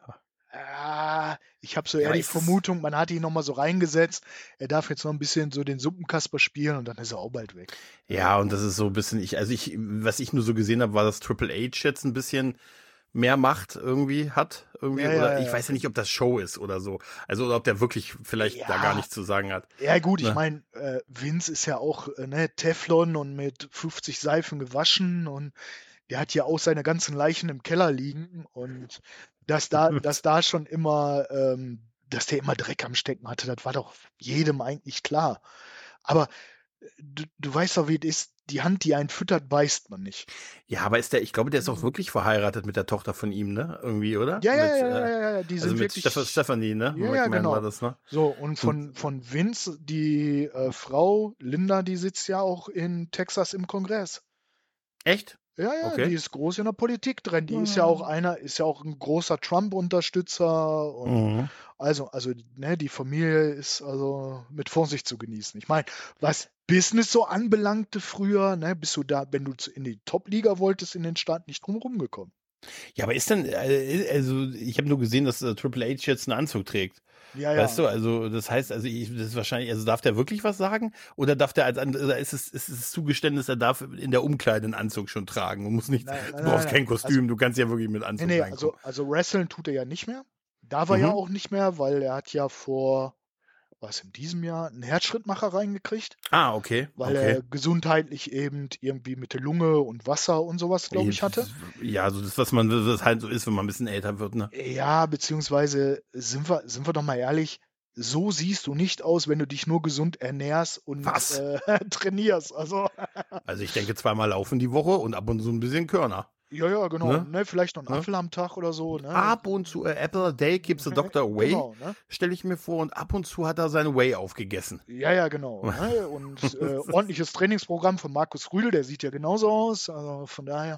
Speaker 1: äh, ich habe so
Speaker 2: Ja,
Speaker 1: eher
Speaker 2: aber
Speaker 1: die
Speaker 2: ist es-
Speaker 1: Vermutung, man hat ihn nochmal so reingesetzt, er darf jetzt noch ein bisschen so den Suppenkasper spielen und dann ist er auch bald weg.
Speaker 2: Ja, und das ist so ein bisschen, ich, also ich, was ich nur so gesehen habe, war, dass Triple H jetzt ein bisschen mehr Macht irgendwie hat, irgendwie,
Speaker 1: Ja, ja,
Speaker 2: oder
Speaker 1: ja,
Speaker 2: ich
Speaker 1: ja.
Speaker 2: weiß ja nicht, ob das Show ist oder so. Also, oder ob der wirklich vielleicht da
Speaker 1: Ja.
Speaker 2: gar nichts zu sagen hat.
Speaker 1: Ja gut, ich
Speaker 2: Ne?
Speaker 1: meine, äh, Vince ist ja auch äh, ne, Teflon und mit fünfzig Seifen gewaschen und der hat ja auch seine ganzen Leichen im Keller liegen und dass da, dass da schon immer, ähm, dass der immer Dreck am Stecken hatte, das war doch jedem eigentlich klar. Aber äh, du, du weißt doch, wie es ist, die Hand, die einen füttert, beißt man nicht.
Speaker 2: Ja, aber ist der, ich glaube, der ist auch wirklich verheiratet mit der Tochter von ihm, ne? Irgendwie, oder?
Speaker 1: Ja, ja,
Speaker 2: mit,
Speaker 1: ja,
Speaker 2: äh,
Speaker 1: ja, ja, ja, die
Speaker 2: also
Speaker 1: sind
Speaker 2: mit
Speaker 1: wirklich.
Speaker 2: Steff Stephanie, ne?
Speaker 1: Ja, ja,
Speaker 2: McMahon
Speaker 1: genau.
Speaker 2: war das, ne?
Speaker 1: So, und von, von Vince, die äh, Frau Linda, die sitzt ja auch in Texas im Kongress.
Speaker 2: Echt?
Speaker 1: Ja, ja,
Speaker 2: Okay.
Speaker 1: die ist groß in der Politik drin. Die ist ja auch einer, ist ja auch ein großer Trump-Unterstützer und
Speaker 2: Mhm.
Speaker 1: also, also, ne, die Familie ist also mit Vorsicht zu genießen. Ich meine, was Business so anbelangte früher, ne, bist du da, wenn du zu- in die Top-Liga wolltest, in den Staaten nicht drum rumgekommen.
Speaker 2: Ja, aber ist denn, äh, also ich habe nur gesehen, dass äh, Triple H jetzt einen Anzug trägt.
Speaker 1: Ja,
Speaker 2: Weißt
Speaker 1: ja.
Speaker 2: du, also das heißt, also ich, das ist wahrscheinlich, also darf der wirklich was sagen? Oder darf der als an- oder ist es, ist es Zugeständnis, er darf in der Umkleide einen Anzug schon tragen und muss nicht,
Speaker 1: Nein,
Speaker 2: du
Speaker 1: nein,
Speaker 2: brauchst
Speaker 1: nein,
Speaker 2: kein
Speaker 1: nein.
Speaker 2: Kostüm, du kannst ja wirklich mit
Speaker 1: Nee,
Speaker 2: Anzug
Speaker 1: nee,
Speaker 2: reinkommen.
Speaker 1: also, also Wrestling tut er ja nicht mehr. Darf er ja
Speaker 2: Mhm.
Speaker 1: auch nicht mehr, weil er hat ja vor, was in diesem Jahr, einen Herzschrittmacher reingekriegt,
Speaker 2: Ah, okay,
Speaker 1: weil
Speaker 2: okay.
Speaker 1: er gesundheitlich eben irgendwie mit der Lunge und Wasser und sowas, glaube ich, hatte.
Speaker 2: Ja, so das, was man, was halt so ist, wenn man ein bisschen älter wird, ne?
Speaker 1: Ja, beziehungsweise sind wir, sind wir doch mal ehrlich, so siehst du nicht aus, wenn du dich nur gesund ernährst und
Speaker 2: Was?
Speaker 1: äh, trainierst. Also,
Speaker 2: Also ich denke zweimal laufen die Woche und ab und zu ein bisschen Körner.
Speaker 1: ja, ja, genau.
Speaker 2: Ne?
Speaker 1: Ne? Vielleicht noch einen
Speaker 2: Ne?
Speaker 1: Apfel am Tag oder so. Ne?
Speaker 2: Ab und zu, äh, Apple a day keeps the doctor away,
Speaker 1: Genau, ne?
Speaker 2: stelle ich mir vor, und ab und zu hat er seine Way aufgegessen.
Speaker 1: Ja, ja, genau. Ne? Und äh, ordentliches Trainingsprogramm von Markus Rühl, der sieht ja genauso aus. Also von daher.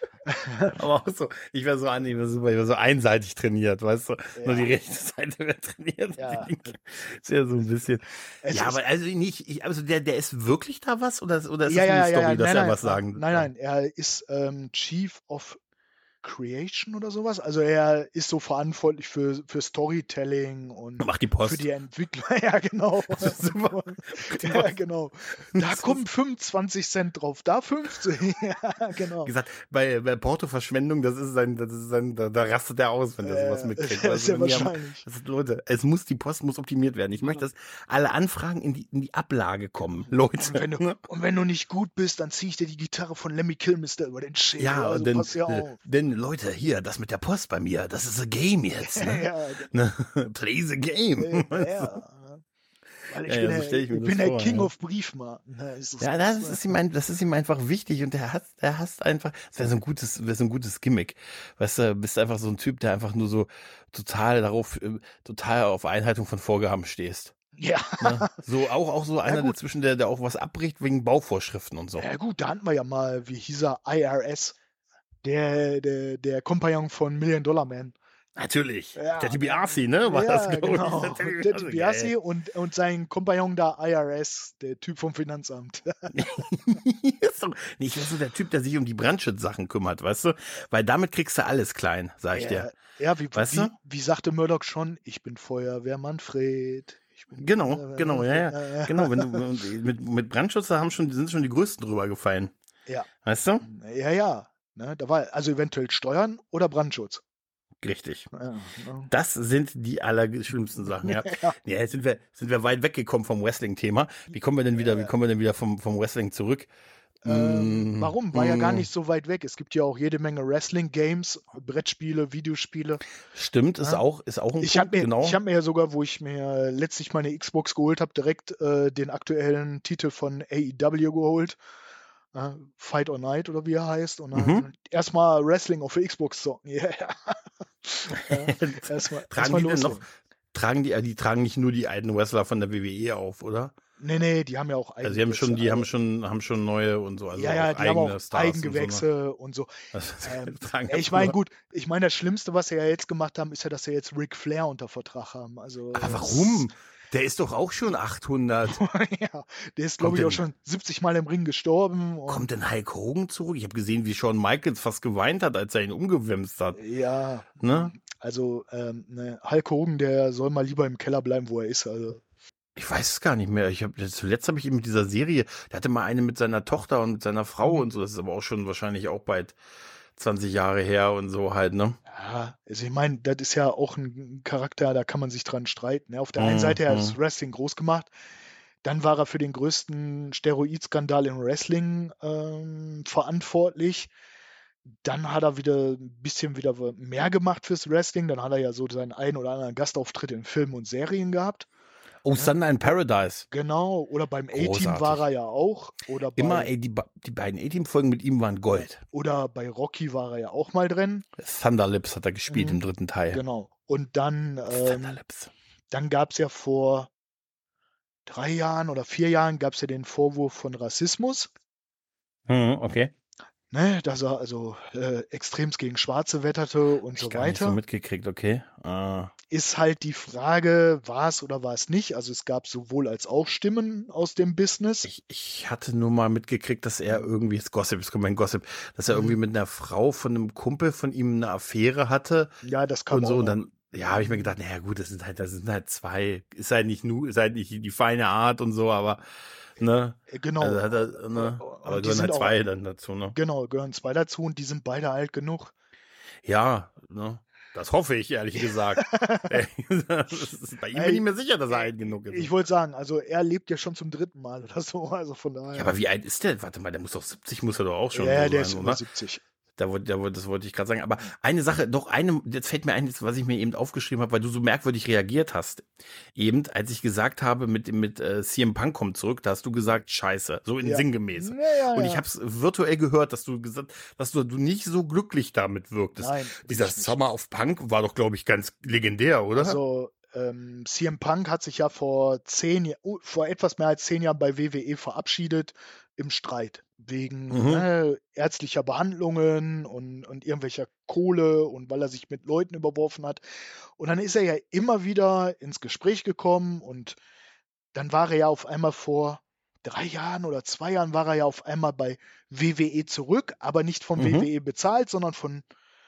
Speaker 2: Aber auch so, ich wäre so, an- ich wär super, ich wär so einseitig trainiert, weißt du?
Speaker 1: Ja.
Speaker 2: Nur die rechte Seite wäre trainiert.
Speaker 1: Ja.
Speaker 2: Die linke ist ja so ein bisschen.
Speaker 1: Es
Speaker 2: ja,
Speaker 1: ist-
Speaker 2: aber also nicht, ich, also der, der ist wirklich da was, oder, oder ist
Speaker 1: ja,
Speaker 2: das nur
Speaker 1: ja,
Speaker 2: eine
Speaker 1: ja,
Speaker 2: Story,
Speaker 1: ja,
Speaker 2: dass
Speaker 1: nein,
Speaker 2: er
Speaker 1: nein,
Speaker 2: was sagen
Speaker 1: Nein, nein, er ist ähm, Chief of Creation oder sowas. Also er ist so verantwortlich für, für Storytelling und
Speaker 2: Macht die
Speaker 1: für
Speaker 2: Post.
Speaker 1: die Entwickler. Ja, genau.
Speaker 2: Super.
Speaker 1: Ja, genau. Da
Speaker 2: Das ist-
Speaker 1: kommen fünfundzwanzig Cent drauf, da fünfzig. Ja, genau.
Speaker 2: Wie gesagt, bei, bei Porto-Verschwendung, das ist sein, das ist sein, da, da rastet er aus, wenn er sowas
Speaker 1: Äh,
Speaker 2: mitkriegt.
Speaker 1: das
Speaker 2: Also
Speaker 1: ist ja
Speaker 2: wenn die haben-
Speaker 1: wahrscheinlich.
Speaker 2: Das ist, Leute, es muss, die Post muss optimiert werden. Ich möchte, dass alle Anfragen in die, in die Ablage kommen. Leute.
Speaker 1: Und wenn, du, und wenn du nicht gut bist, dann ziehe ich dir die Gitarre von Lemmy Kilmister über den Schädel.
Speaker 2: Ja,
Speaker 1: also
Speaker 2: denn,
Speaker 1: pass ja
Speaker 2: äh,
Speaker 1: auf.
Speaker 2: denn Leute, hier, das mit der Post bei mir, das ist a game jetzt. Ne?
Speaker 1: Ja,
Speaker 2: Ne? Play the game.
Speaker 1: ja. Weil ich
Speaker 2: Ja,
Speaker 1: bin
Speaker 2: ja, so
Speaker 1: der,
Speaker 2: stelle ich mir
Speaker 1: ich
Speaker 2: das
Speaker 1: bin der
Speaker 2: vor,
Speaker 1: King
Speaker 2: ja.
Speaker 1: of Briefmarken. Ne? Ist das,
Speaker 2: Ja,
Speaker 1: das,
Speaker 2: das ist ihm ein, das ist ihm einfach wichtig und der hasst, der hasst einfach, das wäre so ein gutes, wäre so ein gutes Gimmick. Weißt du, bist einfach so ein Typ, der einfach nur so total darauf, äh, total auf Einhaltung von Vorgaben stehst.
Speaker 1: ja.
Speaker 2: Ne? So, auch, auch so
Speaker 1: Ja
Speaker 2: einer
Speaker 1: gut,
Speaker 2: dazwischen, der, der auch was abbricht wegen Bauvorschriften und so.
Speaker 1: ja gut, da hatten wir ja mal, wie hieß er, I R S, der, der, der Kompagnon von Million Dollar Man.
Speaker 2: Natürlich. Der
Speaker 1: Ja,
Speaker 2: Teddy
Speaker 1: ne?
Speaker 2: Biasi, ne? War das,
Speaker 1: Ja,
Speaker 2: glaube ich. Der
Speaker 1: genau.
Speaker 2: Teddy
Speaker 1: Ted
Speaker 2: Biasi,
Speaker 1: Biasi
Speaker 2: geil.
Speaker 1: und, und sein Kompagnon da I R S, der Typ vom Finanzamt.
Speaker 2: Ist doch, nee, ich bin so der Typ, der sich um die Brandschutzsachen kümmert, weißt du? Weil damit kriegst du alles klein, sag ich dir.
Speaker 1: Ja, ja wie,
Speaker 2: Weißt
Speaker 1: wie,
Speaker 2: du?
Speaker 1: wie sagte Murdoch schon, ich bin Feuerwehrmann Fred. Ich bin
Speaker 2: Genau,
Speaker 1: Feuerwehrmann
Speaker 2: genau, ja, ja.
Speaker 1: Fred.
Speaker 2: Genau, wenn du mit, mit Brandschutz, da haben schon, sind schon die Größten drüber gefallen.
Speaker 1: Ja,
Speaker 2: Weißt du?
Speaker 1: ja, ja. Ne, da war also eventuell Steuern oder Brandschutz.
Speaker 2: Richtig.
Speaker 1: Ja, ne?
Speaker 2: Das sind die allerschlimmsten Sachen, ja.
Speaker 1: Ja.
Speaker 2: Ja, jetzt sind wir, sind wir weit weggekommen vom Wrestling-Thema. Wie kommen wir denn wieder, wie kommen wir denn wieder vom, vom Wrestling zurück?
Speaker 1: Ähm,
Speaker 2: Mm,
Speaker 1: warum? War ja gar
Speaker 2: mm,
Speaker 1: nicht so weit weg. Es gibt ja auch jede Menge Wrestling-Games, Brettspiele, Videospiele.
Speaker 2: Stimmt, ist
Speaker 1: Ja.
Speaker 2: auch, ist auch ein
Speaker 1: Ich
Speaker 2: Punkt,
Speaker 1: habe mir,
Speaker 2: genau.
Speaker 1: ich hab mir ja sogar, wo ich mir letztlich meine Xbox geholt habe, direkt äh, den aktuellen Titel von A E W geholt. Äh, Fight or Night oder wie er heißt. Und dann
Speaker 2: Mhm.
Speaker 1: erstmal Wrestling auf der Xbox zocken. Yeah. Ja, erstmal
Speaker 2: Tragen
Speaker 1: erstmal
Speaker 2: die denn noch,
Speaker 1: loslegen.
Speaker 2: tragen die, die tragen nicht nur die alten Wrestler von der W W E auf, oder?
Speaker 1: Nee, nee, die haben ja auch
Speaker 2: Also die haben schon,
Speaker 1: Eigengewächse.
Speaker 2: die haben
Speaker 1: Also,
Speaker 2: schon, haben schon neue und so, also
Speaker 1: ja, ja,
Speaker 2: auch
Speaker 1: die haben auch
Speaker 2: eigene Stars und so. Ne?
Speaker 1: Eigengewächse und so.
Speaker 2: Also,
Speaker 1: Ähm,
Speaker 2: tragen
Speaker 1: ich
Speaker 2: einfach
Speaker 1: meine,
Speaker 2: nur-
Speaker 1: gut, ich meine, das Schlimmste, was sie ja jetzt gemacht haben, ist ja, dass sie jetzt Ric Flair unter Vertrag haben. Also,
Speaker 2: Aber
Speaker 1: das-
Speaker 2: warum? Der ist doch auch schon achthundert.
Speaker 1: ja, der ist, glaube
Speaker 2: Kommt
Speaker 1: ich, auch
Speaker 2: denn-
Speaker 1: schon siebzig Mal im Ring gestorben. Und,
Speaker 2: Kommt denn Hulk Hogan zurück? Ich habe gesehen, wie Shawn Michaels fast geweint hat, als er ihn umgewimst hat.
Speaker 1: ja,
Speaker 2: Ne?
Speaker 1: also ähm, ne, Hulk Hogan, der soll mal lieber im Keller bleiben, wo er ist. Also,
Speaker 2: Ich weiß es gar nicht mehr. Ich hab, zuletzt habe ich ihn mit dieser Serie, der hatte mal eine mit seiner Tochter und mit seiner Frau
Speaker 1: Mhm.
Speaker 2: und so. Das ist aber auch schon wahrscheinlich auch bald zwanzig Jahre her und so halt, ne?
Speaker 1: ja, also ich meine, das ist ja auch ein Charakter, da kann man sich dran streiten. Ne? Auf der einen Seite, er hat das Wrestling groß gemacht. Dann war er für den größten Steroidskandal im Wrestling ähm, verantwortlich. Dann hat er wieder ein bisschen wieder mehr gemacht fürs Wrestling. Dann hat er ja so seinen einen oder anderen Gastauftritt in Filmen und Serien gehabt.
Speaker 2: Oh, Thunder in Paradise.
Speaker 1: Genau. Oder beim A-Team
Speaker 2: Großartig.
Speaker 1: war er ja auch. Oder bei,
Speaker 2: Immer, ey, die, ba- die beiden A-Team-Folgen mit ihm waren Gold.
Speaker 1: oder bei Rocky war er ja auch mal drin.
Speaker 2: Thunder Lips hat er gespielt
Speaker 1: Mhm.
Speaker 2: im dritten Teil.
Speaker 1: Genau. Und dann,
Speaker 2: Thunder
Speaker 1: ähm,
Speaker 2: Lips.
Speaker 1: dann gab es ja vor drei Jahren oder vier Jahren gab es ja den Vorwurf von Rassismus.
Speaker 2: Hm, okay.
Speaker 1: Ne, dass er also äh, extremst gegen Schwarze wetterte und
Speaker 2: Hab
Speaker 1: so
Speaker 2: ich gar nicht so
Speaker 1: weiter.
Speaker 2: mitgekriegt, okay. Ah.
Speaker 1: Ist halt die Frage, war es oder war es nicht? Also es gab sowohl als auch Stimmen aus dem Business.
Speaker 2: Ich, ich hatte nur mal mitgekriegt, dass er irgendwie, das Gossip, es kommt mein Gossip, dass er
Speaker 1: Mhm.
Speaker 2: irgendwie mit einer Frau von einem Kumpel von ihm eine Affäre hatte
Speaker 1: Ja, das kam
Speaker 2: und so.
Speaker 1: auch
Speaker 2: Und
Speaker 1: noch.
Speaker 2: dann, ja, habe ich mir gedacht, naja gut, das sind halt, das sind halt zwei, ist halt nicht nur, ist halt nicht die feine Art und so, aber, ne?
Speaker 1: Äh, Genau.
Speaker 2: Also hat er, ne?
Speaker 1: Und
Speaker 2: Aber
Speaker 1: die
Speaker 2: gehören
Speaker 1: sind
Speaker 2: halt
Speaker 1: auch-
Speaker 2: zwei dann dazu, ne?
Speaker 1: Genau, gehören zwei dazu und die sind beide alt genug.
Speaker 2: Ja, ne? Das hoffe ich, ehrlich gesagt. Das ist, bei ihm bin ich mir sicher, dass er alt genug ist.
Speaker 1: Ich wollte sagen, also er lebt ja schon zum dritten Mal oder so, also von daher.
Speaker 2: Ja, aber wie alt ist der? Warte mal, der muss doch siebzig, muss er doch auch schon
Speaker 1: ja,
Speaker 2: so
Speaker 1: der
Speaker 2: sein,
Speaker 1: ist
Speaker 2: oder?
Speaker 1: über siebzig.
Speaker 2: Da wollte, da wollte, das wollte ich gerade sagen. Aber eine Sache, doch eine, jetzt fällt mir ein, was ich mir eben aufgeschrieben habe, weil du so merkwürdig reagiert hast. Eben, als ich gesagt habe, mit, mit äh, C M Punk kommt zurück, da hast du gesagt, scheiße, so in
Speaker 1: Ja.
Speaker 2: sinngemäß.
Speaker 1: Ja, ja,
Speaker 2: Und
Speaker 1: ja.
Speaker 2: ich habe es virtuell gehört, dass du gesagt, dass du, du nicht so glücklich damit wirktest.
Speaker 1: Nein,
Speaker 2: Dieser
Speaker 1: ich nicht.
Speaker 2: Summer of Punk war doch, glaube ich, ganz legendär, oder?
Speaker 1: Also ähm, C M Punk hat sich ja vor zehn, Ja- uh, vor etwas mehr als zehn Jahren bei W W E verabschiedet im Streit wegen
Speaker 2: Mhm.
Speaker 1: ne, ärztlicher Behandlungen und, und irgendwelcher Kohle und weil er sich mit Leuten überworfen hat. Und dann ist er ja immer wieder ins Gespräch gekommen und dann war er ja auf einmal vor drei Jahren oder zwei Jahren war er ja auf einmal bei W W E zurück, aber nicht von
Speaker 2: Mhm.
Speaker 1: W W E bezahlt, sondern von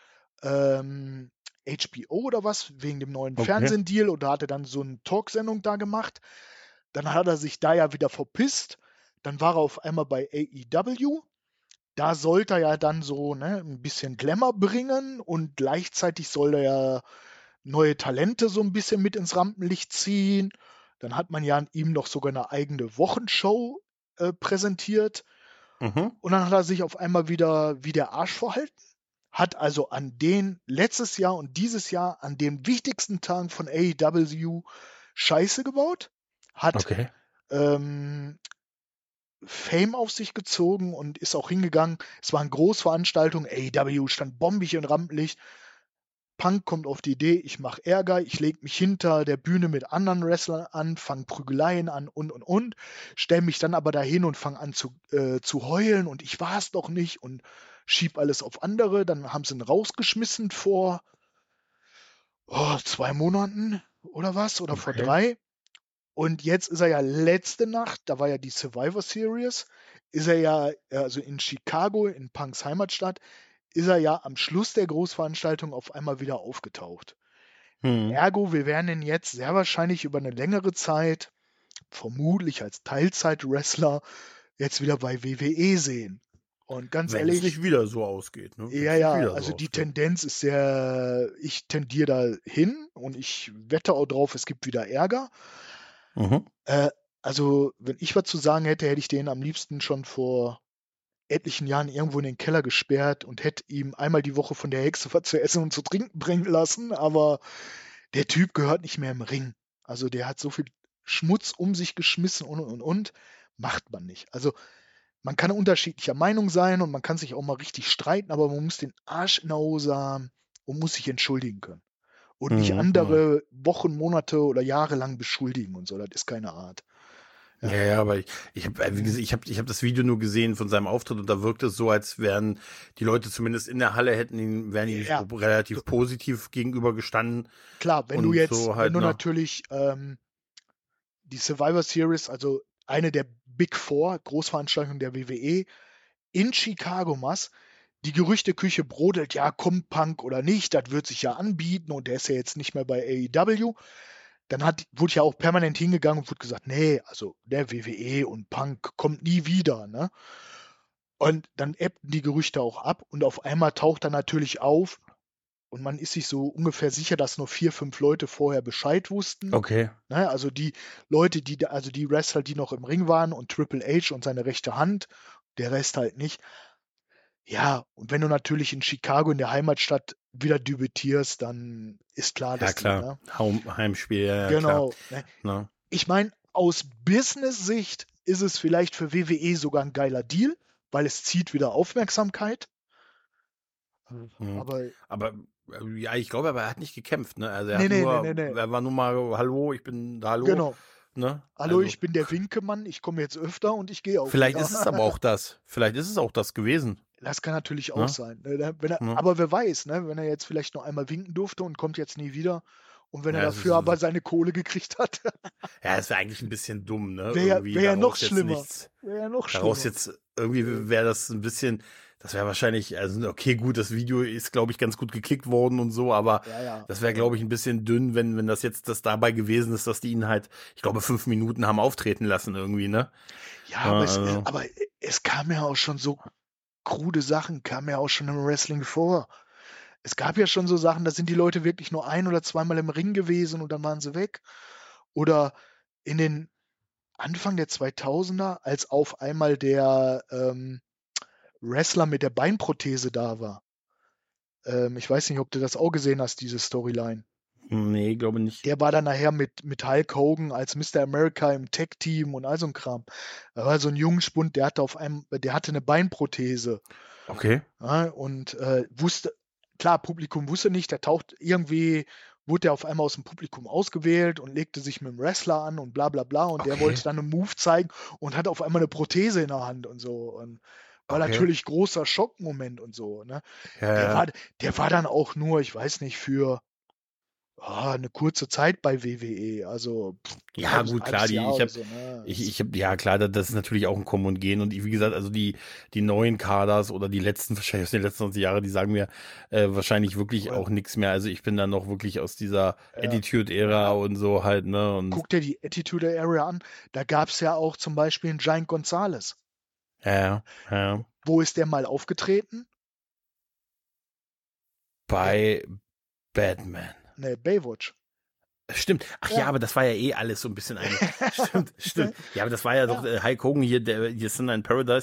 Speaker 1: ähm, H B O oder was, wegen dem neuen
Speaker 2: Okay.
Speaker 1: Fernsehdeal und da hat er dann so eine Talksendung da gemacht. Dann hat er sich da ja wieder verpisst. Dann war er auf einmal bei A E W. Da sollte er ja dann so ne, ein bisschen Glamour bringen und gleichzeitig soll er ja neue Talente so ein bisschen mit ins Rampenlicht ziehen. Dann hat man ja ihm noch sogar eine eigene Wochenshow äh, präsentiert.
Speaker 2: Mhm.
Speaker 1: Und dann hat er sich auf einmal wieder wie der Arsch verhalten. Hat also an den letztes Jahr und dieses Jahr an den wichtigsten Tagen von A E W Scheiße gebaut. hat
Speaker 2: Okay.
Speaker 1: ähm, Fame auf sich gezogen und ist auch hingegangen. Es waren Großveranstaltungen, A E W stand bombig im Rampenlicht. Punk kommt auf die Idee, ich mache Ärger, ich lege mich hinter der Bühne mit anderen Wrestlern an, fange Prügeleien an und und und, stelle mich dann aber dahin und fange an zu, äh, zu heulen und ich war es doch nicht und schieb alles auf andere. Dann haben sie ihn rausgeschmissen vor oh, zwei Monaten oder was, oder vor
Speaker 2: Okay.
Speaker 1: drei. Und jetzt ist er ja letzte Nacht, da war ja die Survivor Series, ist er ja, also in Chicago, in Punks Heimatstadt, ist er ja am Schluss der Großveranstaltung auf einmal wieder aufgetaucht.
Speaker 2: Hm.
Speaker 1: Ergo, wir werden ihn jetzt sehr wahrscheinlich über eine längere Zeit, vermutlich als Teilzeit-Wrestler, jetzt wieder bei W W E sehen. Und ganz
Speaker 2: Wenn
Speaker 1: ehrlich,
Speaker 2: es nicht wieder so ausgeht, ne? Wenn
Speaker 1: ja,
Speaker 2: es nicht
Speaker 1: ja,
Speaker 2: wieder
Speaker 1: also
Speaker 2: so
Speaker 1: die
Speaker 2: ausgeht.
Speaker 1: Tendenz ist sehr, ich tendiere da hin und ich wette auch drauf, es gibt wieder Ärger.
Speaker 2: Mhm.
Speaker 1: Äh, also, wenn ich was zu sagen hätte, hätte ich den am liebsten schon vor etlichen Jahren irgendwo in den Keller gesperrt und hätte ihm einmal die Woche von der Hexe was zu essen und zu trinken bringen lassen, aber der Typ gehört nicht mehr im Ring. Also der hat so viel Schmutz um sich geschmissen und und und, macht man nicht. Also man kann unterschiedlicher Meinung sein und man kann sich auch mal richtig streiten, aber man muss den Arsch in der Hose haben und muss sich entschuldigen können. Und nicht
Speaker 2: Mhm. Mhm.
Speaker 1: andere Wochen, Monate oder Jahre lang beschuldigen und so. Das ist keine Art.
Speaker 2: Ja,
Speaker 1: Ja.
Speaker 2: ja, aber ich, ich habe, wie
Speaker 1: Mhm.
Speaker 2: gesagt, ich habe, ich habe das Video nur gesehen von seinem Auftritt und da wirkt es so, als wären die Leute zumindest in der Halle hätten ihn, wären ihm
Speaker 1: Ja,
Speaker 2: relativ positiv gegenüber gestanden
Speaker 1: klar, wenn du
Speaker 2: und
Speaker 1: jetzt,
Speaker 2: so
Speaker 1: wenn
Speaker 2: halt,
Speaker 1: du
Speaker 2: ne?
Speaker 1: natürlich ähm, die Survivor Series, also eine der Big Four Großveranstaltungen der W W E, in Chicago machst, die Gerüchteküche brodelt, ja, kommt Punk oder nicht, das wird sich ja anbieten und der ist ja jetzt nicht mehr bei A E W. Dann hat, wurde ja auch permanent hingegangen und wurde gesagt, nee, also der W W E und Punk kommt nie wieder, ne? Und dann ebbten die Gerüchte auch ab und auf einmal taucht er natürlich auf und man ist sich so ungefähr sicher, dass nur vier, fünf Leute vorher Bescheid wussten.
Speaker 2: Okay.
Speaker 1: Ne? Also die Leute, die, da- also die Wrestler, die noch im Ring waren und Triple H und seine rechte Hand, der Rest halt nicht. Ja, und wenn du natürlich in Chicago in der Heimatstadt wieder debütierst, dann ist klar,
Speaker 2: Ja,
Speaker 1: dass die,
Speaker 2: klar.
Speaker 1: ne?
Speaker 2: Heim, Heimspiel, ja, ja, klar.
Speaker 1: Genau. Ne?
Speaker 2: Ne?
Speaker 1: Ich meine, aus Business-Sicht ist es vielleicht für W W E sogar ein geiler Deal, weil es zieht wieder Aufmerksamkeit.
Speaker 2: Mhm.
Speaker 1: Aber
Speaker 2: Aber äh, ja, ich glaube, aber er hat nicht gekämpft, ne? Also er
Speaker 1: nee,
Speaker 2: hat
Speaker 1: nee, nee,
Speaker 2: nur,
Speaker 1: nee, nee.
Speaker 2: er war nur mal, hallo, ich bin da, hallo,
Speaker 1: Genau.
Speaker 2: ne?
Speaker 1: Hallo,
Speaker 2: Also
Speaker 1: ich bin der Winkemann, ich komme jetzt öfter und ich gehe auch
Speaker 2: vielleicht
Speaker 1: wieder.
Speaker 2: ist es aber auch das. Vielleicht ist es auch das gewesen,
Speaker 1: Das kann natürlich auch
Speaker 2: ne?
Speaker 1: sein. Ne? Da- Wenn er,
Speaker 2: Ne?
Speaker 1: aber wer weiß, ne? Wenn er jetzt vielleicht nur einmal winken durfte und kommt jetzt nie wieder und wenn er
Speaker 2: Ja, es ist,
Speaker 1: dafür aber seine Kohle gekriegt hat,
Speaker 2: ja, es wäre eigentlich ein bisschen dumm, ne?
Speaker 1: wäre ja,
Speaker 2: Irgendwie
Speaker 1: wär ja noch
Speaker 2: daraus jetzt
Speaker 1: schlimmer.
Speaker 2: nichts.
Speaker 1: Wäre ja noch
Speaker 2: Daraus
Speaker 1: schlimmer.
Speaker 2: jetzt irgendwie wäre das ein bisschen, das wäre wahrscheinlich, also okay, gut, das Video ist, glaube ich, ganz gut geklickt worden und so, aber
Speaker 1: Ja, ja.
Speaker 2: das wäre, glaube ich, ein bisschen dünn, wenn, wenn das jetzt das dabei gewesen ist, dass die ihn halt, ich glaube, fünf Minuten haben auftreten lassen irgendwie, ne?
Speaker 1: Ja,
Speaker 2: Ja,
Speaker 1: aber es,
Speaker 2: also,
Speaker 1: aber es kam ja auch schon so krude Sachen, kamen ja auch schon im Wrestling vor. Es gab ja schon so Sachen, da sind die Leute wirklich nur ein oder zweimal im Ring gewesen und dann waren sie weg. Oder in den Anfang der zweitausender, als auf einmal der ähm, Wrestler mit der Beinprothese da war. Ähm, ich weiß nicht, ob du das auch gesehen hast, diese Storyline.
Speaker 2: nee, glaube nicht.
Speaker 1: Der war dann nachher mit, mit Hulk Hogan als Mister America im Tag-Team und all so ein Kram. Da war so ein Jungspund, der hatte auf einem, der hatte eine Beinprothese.
Speaker 2: Okay.
Speaker 1: Ja, und äh, wusste, klar, Publikum wusste nicht, der taucht irgendwie, wurde er auf einmal aus dem Publikum ausgewählt und legte sich mit dem Wrestler an und bla bla bla und der
Speaker 2: Okay.
Speaker 1: wollte dann einen Move zeigen und hat auf einmal eine Prothese in der Hand und so. Und war
Speaker 2: Okay.
Speaker 1: natürlich großer Schockmoment und so. Ne?
Speaker 2: Ja,
Speaker 1: Der
Speaker 2: ja.
Speaker 1: war, der war dann auch nur, ich weiß nicht, für ah, eine kurze Zeit bei W W E, also pff, ein
Speaker 2: Ja,
Speaker 1: halbes,
Speaker 2: gut, klar,
Speaker 1: halbes
Speaker 2: die,
Speaker 1: Jahr
Speaker 2: ich
Speaker 1: oder
Speaker 2: habe,
Speaker 1: so. Ne?
Speaker 2: ich,
Speaker 1: Das,
Speaker 2: ich habe, ja, klar, da- das ist natürlich auch ein Kommen und Gehen und ich, wie gesagt, also die, die neuen Kaders oder die letzten, wahrscheinlich aus den letzten zwanzig Jahren, die sagen mir äh, wahrscheinlich wirklich
Speaker 1: oder,
Speaker 2: auch nichts mehr. Also ich bin dann noch wirklich aus dieser
Speaker 1: ja.
Speaker 2: Attitude-Ära und so halt, ne, und
Speaker 1: Guck dir die Attitude Area an. Da gab es ja auch zum Beispiel einen Giant Gonzalez.
Speaker 2: ja, ja, ja.
Speaker 1: Wo ist der mal aufgetreten? Der,
Speaker 2: Bei Batman.
Speaker 1: ne, Baywatch.
Speaker 2: Stimmt. Ach ja. ja, aber das war ja eh alles so ein bisschen eine. Stimmt, stimmt. Ja, aber das war ja, ja. doch äh, Hulk Hogan hier, der hier Thunder in Paradise.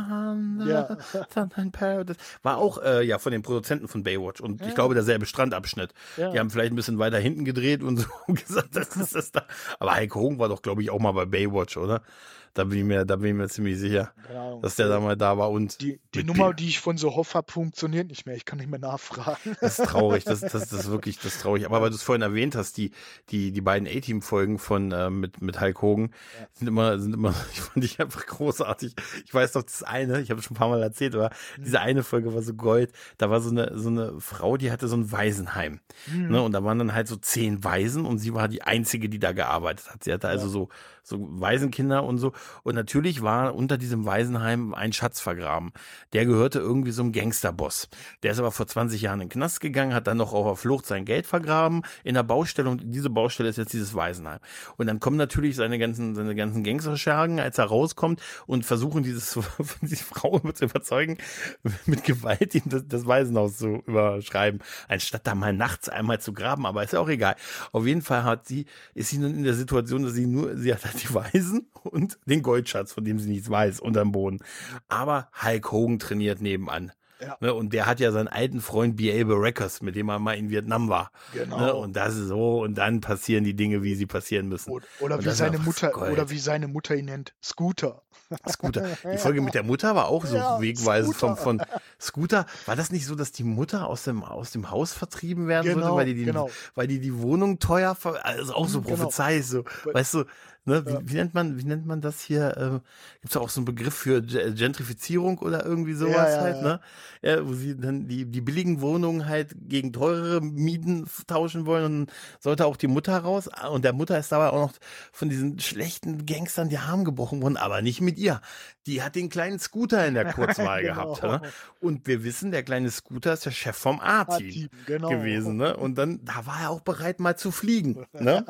Speaker 2: Thunder, ja. Thunder in Paradise. War auch äh, ja von den Produzenten von Baywatch. Und ja. ich glaube, derselbe Strandabschnitt. Ja. Die haben vielleicht ein bisschen weiter hinten gedreht und so gesagt, das ist das da. Aber Hulk Hogan war doch, glaube ich, auch mal bei Baywatch, oder? Da bin ich mir, da bin ich mir ziemlich sicher, genau. dass der da mal da war. Und
Speaker 1: die, die Nummer, die ich von so Hoff habe, funktioniert nicht mehr. Ich kann nicht mehr nachfragen.
Speaker 2: Das ist traurig. Das, das, das ist wirklich das ist traurig. Aber weil du es vorhin erwähnt hast, die, die, die beiden A-Team-Folgen von äh, mit, mit Hulk Hogan ja. sind immer, sind immer, ich fand die einfach großartig. Ich weiß doch, das eine, ich habe es schon ein paar Mal erzählt, aber mhm. diese eine Folge war so Gold. Da war so eine, so eine Frau, die hatte so ein Waisenheim. Mhm. Ne? Und da waren dann halt so zehn Waisen und sie war die einzige, die da gearbeitet hat. Sie hatte also ja. so, so Waisenkinder und so. Und natürlich war unter diesem Waisenheim ein Schatz vergraben. Der gehörte irgendwie so einem Gangsterboss. Der ist aber vor zwanzig Jahren in den Knast gegangen, hat dann noch auf der Flucht sein Geld vergraben in der Baustelle und diese Baustelle ist jetzt dieses Waisenheim. Und dann kommen natürlich seine ganzen, seine ganzen Gangsterschergen, als er rauskommt und versuchen dieses, diese Frau zu überzeugen, mit Gewalt ihm das, das Waisenhaus zu überschreiben, anstatt da mal nachts einmal zu graben, aber ist ja auch egal. Auf jeden Fall hat sie, ist sie nun in der Situation, dass sie nur, sie hat halt die Waisen und den Goldschatz, von dem sie nichts weiß, unterm Boden. Aber Hulk Hogan trainiert nebenan. Ja. Ne, und der hat ja seinen alten Freund B A Baracus, mit dem er mal in Vietnam war. Genau. Ne, und das ist so, und dann passieren die Dinge, wie sie passieren müssen.
Speaker 1: Oder, oder wie seine Mutter, Gold. oder wie seine Mutter ihn nennt, Scooter.
Speaker 2: Scooter. Die Folge mit der Mutter war auch so ja, wegweisend von, von Scooter. War das nicht so, dass die Mutter aus dem, aus dem Haus vertrieben werden
Speaker 1: genau,
Speaker 2: sollte, weil die, die,
Speaker 1: genau.
Speaker 2: weil die die Wohnung teuer, ver also auch so Prophezei, so, genau. weißt du, ne, wie, ja. wie nennt man, wie nennt man das hier? Äh, Gibt es auch so einen Begriff für Gentrifizierung oder irgendwie sowas ja, ja, halt, ja. ne? Ja, wo sie dann die, die billigen Wohnungen halt gegen teurere Mieten tauschen wollen und dann sollte auch die Mutter raus. Und der Mutter ist dabei auch noch von diesen schlechten Gangstern die Arme gebrochen worden, aber nicht mit ihr. Die hat den kleinen Scooter in der Kurzwahl genau. gehabt. Ne? Und wir wissen, der kleine Scooter ist der Chef vom A-Team genau. gewesen. Ne? Und dann, da war er auch bereit, mal zu fliegen. Ne?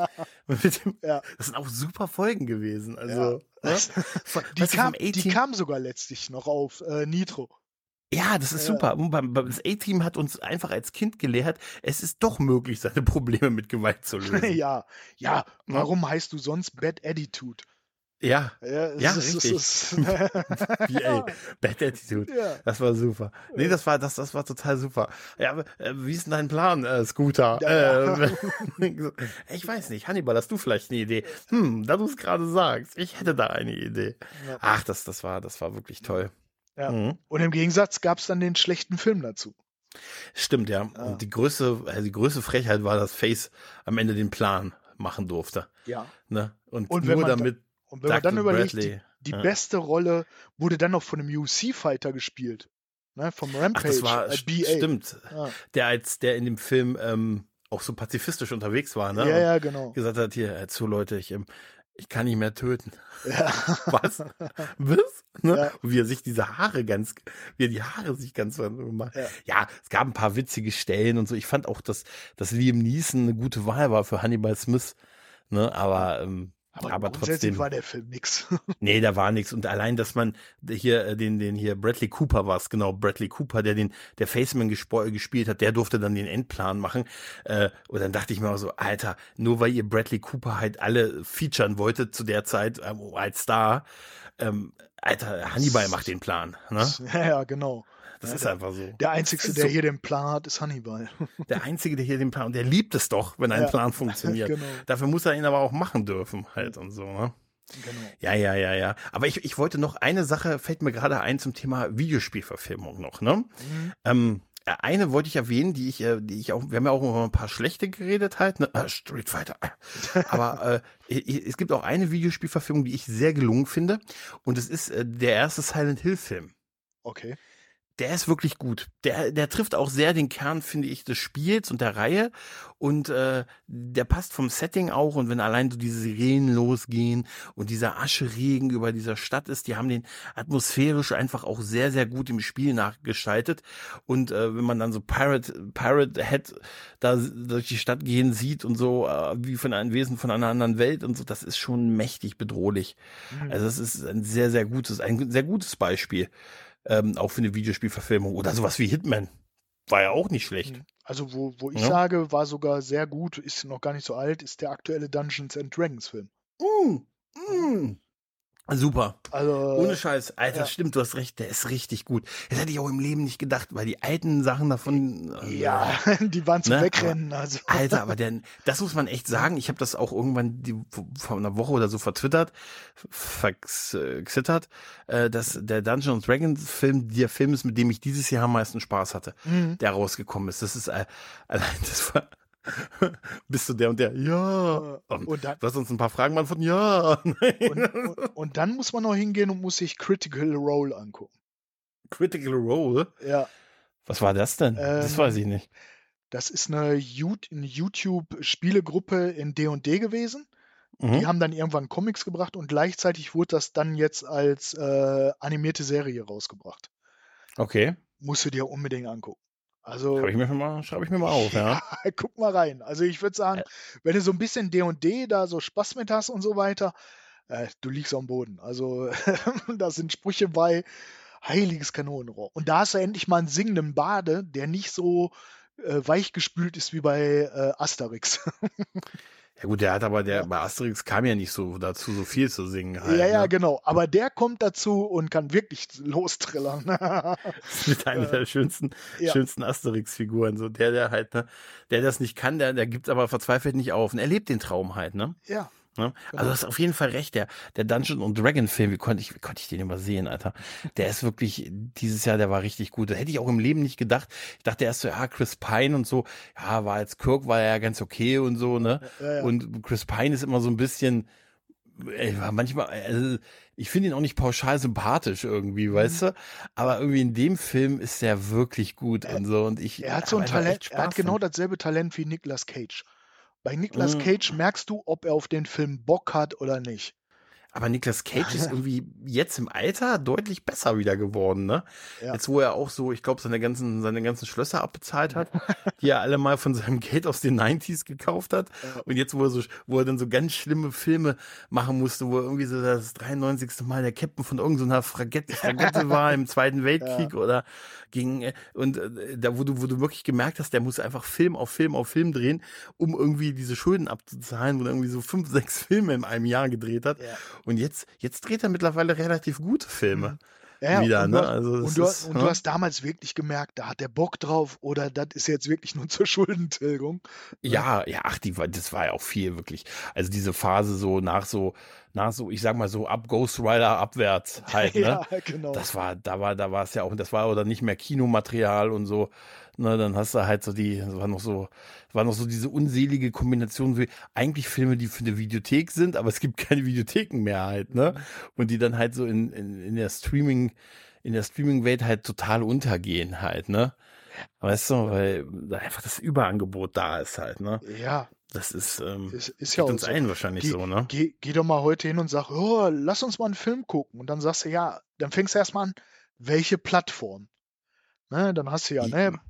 Speaker 2: ja. Das sind auch super Folgen gewesen. Also,
Speaker 1: ja. ne? die, kam, die kam sogar letztlich noch auf äh, Nitro.
Speaker 2: Ja, das ist ja. super. Das A-Team hat uns einfach als Kind gelehrt, es ist doch möglich, seine Probleme mit Gewalt zu lösen.
Speaker 1: ja, ja. Warum ja. heißt du sonst Bad Attitude?
Speaker 2: Ja,
Speaker 1: ja,
Speaker 2: ja
Speaker 1: ist,
Speaker 2: richtig.
Speaker 1: Ist,
Speaker 2: Wie, ey, Bad Attitude. Ja. Das war super. Nee, das war, das, das war total super. Ja, aber, äh, wie ist denn dein Plan, äh, Scooter? Ja. Äh, ich weiß nicht. Hannibal, hast du vielleicht eine Idee? Hm, da du es gerade sagst, ich hätte da eine Idee. Ja. Ach, das, das war, das war wirklich toll.
Speaker 1: Ja. Mhm. Und im Gegensatz gab es dann den schlechten Film dazu.
Speaker 2: Stimmt, ja. ja. Und die größte, also die größte Frechheit war, dass Face am Ende den Plan machen durfte.
Speaker 1: Ja.
Speaker 2: Ne? Und,
Speaker 1: Und
Speaker 2: nur damit.
Speaker 1: Und wenn man dann überlegt, die, die ja. beste Rolle wurde dann noch von einem U F C-Fighter gespielt. Ne, vom Rampage.
Speaker 2: Ach, das war,
Speaker 1: äh, B A.
Speaker 2: Stimmt. Ja. Der als der in dem Film ähm, auch so pazifistisch unterwegs war, ne?
Speaker 1: Ja, ja, genau.
Speaker 2: Gesagt hat, hier, zu Leute, ich, ähm, ich kann nicht mehr töten.
Speaker 1: Ja.
Speaker 2: Was? Was? Ne?
Speaker 1: Ja.
Speaker 2: Und wie er sich diese Haare ganz, wie er die Haare sich ganz macht. Ja. ja, es gab ein paar witzige Stellen und so. Ich fand auch, dass, dass Liam Neeson eine gute Wahl war für Hannibal Smith. Ne, aber, ähm,
Speaker 1: Aber,
Speaker 2: aber trotzdem
Speaker 1: war der Film nix.
Speaker 2: Nee, da war nichts. Und allein, dass man hier den, den hier Bradley Cooper war es, genau, Bradley Cooper, der den, der Faceman gesp- gespielt hat, der durfte dann den Endplan machen. Äh, und dann dachte ich mir auch so, Alter, nur weil ihr Bradley Cooper halt alle featuren wolltet zu der Zeit ähm, als Star, ähm, Alter, Hannibal macht den Plan. Ne?
Speaker 1: Ja, ja, genau.
Speaker 2: Das
Speaker 1: ja,
Speaker 2: ist
Speaker 1: der,
Speaker 2: einfach so.
Speaker 1: Der Einzige, der so, hier den Plan hat, ist Hannibal.
Speaker 2: Der Einzige, der hier den Plan hat, der liebt es doch, wenn ein ja, Plan funktioniert. Genau. Dafür muss er ihn aber auch machen dürfen halt und so. Ne?
Speaker 1: Genau.
Speaker 2: Ja, ja, ja, ja. Aber ich, ich wollte noch eine Sache, fällt mir gerade ein zum Thema Videospielverfilmung noch. Ne? Mhm. Ähm, eine wollte ich erwähnen, die ich, die ich auch, wir haben ja auch über ein paar schlechte geredet halt, ne? äh, Street Fighter. Aber äh, es gibt auch eine Videospielverfilmung, die ich sehr gelungen finde. Und es ist äh, der erste Silent Hill Film.
Speaker 1: Okay.
Speaker 2: Der ist wirklich gut. Der, der trifft auch sehr den Kern, finde ich, des Spiels und der Reihe. Und äh, der passt vom Setting auch. Und wenn allein so diese Sirenen losgehen und dieser Ascheregen über dieser Stadt ist, die haben den atmosphärisch einfach auch sehr, sehr gut im Spiel nachgestaltet. Und äh, wenn man dann so Pirate, Pirate Head da durch die Stadt gehen sieht und so, äh, wie von einem Wesen von einer anderen Welt und so, das ist schon mächtig bedrohlich. Mhm. Also das ist ein sehr, sehr gutes, ein sehr gutes Beispiel. Ähm, auch für eine Videospielverfilmung oder sowas wie Hitman. War ja auch nicht schlecht.
Speaker 1: Also wo, wo ich
Speaker 2: Ja.
Speaker 1: sage, war sogar sehr gut, ist noch gar nicht so alt, ist der aktuelle Dungeons and Dragons Film.
Speaker 2: Mm, mm. Super.
Speaker 1: Also,
Speaker 2: Ohne Scheiß. Alter,
Speaker 1: ja.
Speaker 2: stimmt, du hast recht, der ist richtig gut. Das hätte ich auch im Leben nicht gedacht, weil die alten Sachen davon. Also,
Speaker 1: Ja, die waren zum
Speaker 2: ne,
Speaker 1: Wegrennen. Also.
Speaker 2: Alter, aber der, das muss man echt sagen. Ich habe das auch irgendwann die, vor einer Woche oder so vertwittert, verxittert, äh, dass der Dungeons Dragons Film der Film ist, mit dem ich dieses Jahr am meisten Spaß hatte,
Speaker 1: Mhm.
Speaker 2: der rausgekommen ist. Das ist äh, allein das war. Bist du der und der? Ja. Um,
Speaker 1: Und dann,
Speaker 2: du hast uns ein paar Fragen beantwortet. Ja. Nein.
Speaker 1: und, und, und dann muss man noch hingehen und muss sich Critical Role angucken.
Speaker 2: Critical Role?
Speaker 1: Ja.
Speaker 2: Was war das denn?
Speaker 1: Ähm,
Speaker 2: das weiß ich nicht.
Speaker 1: Das ist eine, eine YouTube-Spielegruppe in D und D gewesen.
Speaker 2: Mhm.
Speaker 1: Die haben dann irgendwann Comics gebracht und gleichzeitig wurde das dann jetzt als äh, animierte Serie rausgebracht.
Speaker 2: Okay.
Speaker 1: Musst du dir unbedingt angucken. Also,
Speaker 2: Schreibe ich mir schon mal, schreibe ich mir mal auf, ja.
Speaker 1: ja, guck mal rein. Also ich würde sagen, wenn du so ein bisschen D und D da so Spaß mit hast und so weiter, äh, du liegst am Boden. Also da sind Sprüche bei, heiliges Kanonenrohr. Und da hast du endlich mal einen singenden Bade, der nicht so äh, weichgespült ist wie bei äh, Asterix.
Speaker 2: Ja gut, der hat aber, der
Speaker 1: Ja.
Speaker 2: bei Asterix kam ja nicht so dazu, so viel zu singen halt.
Speaker 1: Ja, ja,
Speaker 2: ne?
Speaker 1: genau. Aber der kommt dazu und kann wirklich lostrillern.
Speaker 2: Das ist mit einer der schönsten,
Speaker 1: Ja.
Speaker 2: schönsten Asterix-Figuren. So der, der halt, ne, der das nicht kann, der, der gibt aber verzweifelt nicht auf. Und er lebt den Traum halt, ne?
Speaker 1: Ja.
Speaker 2: Ne? Also du hast auf jeden Fall recht, der, der Dungeon und Dragon Film, wie konnte ich, wie konnte ich den übersehen, Alter? Der ist wirklich, dieses Jahr, der war richtig gut. Das hätte ich auch im Leben nicht gedacht. Ich dachte erst so, ja, Chris Pine und so, ja, war jetzt Kirk, war ja ganz okay und so, ne?
Speaker 1: Ja, ja.
Speaker 2: Und Chris Pine ist immer so ein bisschen, ey, manchmal, also ich finde ihn auch nicht pauschal sympathisch irgendwie,
Speaker 1: Mhm.
Speaker 2: weißt du? Aber irgendwie in dem Film ist der wirklich gut
Speaker 1: Er-
Speaker 2: und so. Und ich
Speaker 1: Er hat so ein
Speaker 2: hab einfach
Speaker 1: Talent,
Speaker 2: echt
Speaker 1: er hat
Speaker 2: Spaß
Speaker 1: genau
Speaker 2: dran.
Speaker 1: dasselbe Talent wie Nicolas Cage. Bei Nicolas
Speaker 2: Mm.
Speaker 1: Cage merkst du, ob er auf den Film Bock hat oder nicht.
Speaker 2: Aber Nicolas Cage ist irgendwie jetzt im Alter deutlich besser wieder geworden, ne?
Speaker 1: Ja.
Speaker 2: Jetzt, wo er auch so, ich glaube, seine ganzen, seine ganzen Schlösser abbezahlt hat, die er alle mal von seinem Geld aus den neunziger gekauft hat.
Speaker 1: Ja.
Speaker 2: Und jetzt, wo er so, wo er dann so ganz schlimme Filme machen musste, wo er irgendwie so das dreiundneunzigste Mal der Captain von irgendeiner Fragette, Fragette war im Zweiten Weltkrieg oder gegen, äh, und äh, da, wo du, wo du wirklich gemerkt hast, der muss einfach Film auf Film auf Film drehen, um irgendwie diese Schulden abzuzahlen, wo er irgendwie so fünf, sechs Filme in einem Jahr gedreht hat.
Speaker 1: Ja.
Speaker 2: Und jetzt, jetzt dreht er mittlerweile relativ gute Filme.
Speaker 1: Ja,
Speaker 2: wieder,
Speaker 1: und,
Speaker 2: ne?
Speaker 1: du,
Speaker 2: Also das
Speaker 1: und, du,
Speaker 2: ist,
Speaker 1: und du
Speaker 2: ne?
Speaker 1: hast damals wirklich gemerkt, da hat der Bock drauf oder das ist jetzt wirklich nur zur Schuldentilgung.
Speaker 2: Ja, ja, ach, die war, das war ja auch viel, wirklich. Also diese Phase so nach so, nach so, ich sag mal so ab Ghost Rider abwärts halt, ne?
Speaker 1: Ja, genau.
Speaker 2: Das war, da war, da war es ja auch, das war oder nicht mehr Kinomaterial und so. Ne, dann hast du halt so die, das war noch so, war noch so diese unselige Kombination wie eigentlich Filme, die für eine Videothek sind, aber es gibt keine Videotheken mehr halt, ne? Und die dann halt so in, in, in der Streaming, in der Streaming-Welt halt total untergehen halt, ne? Weißt du, weil da einfach das Überangebot da ist halt, ne?
Speaker 1: Ja,
Speaker 2: Das ist, ähm,
Speaker 1: ist, ist
Speaker 2: geht
Speaker 1: ja auch
Speaker 2: uns
Speaker 1: so.
Speaker 2: allen wahrscheinlich
Speaker 1: Geh,
Speaker 2: so, ne?
Speaker 1: geh, geh doch mal heute hin und sag, oh, lass uns mal einen Film gucken. Und dann sagst du, ja, dann fängst du erstmal an, welche Plattform? Ne, dann hast du ja, ne,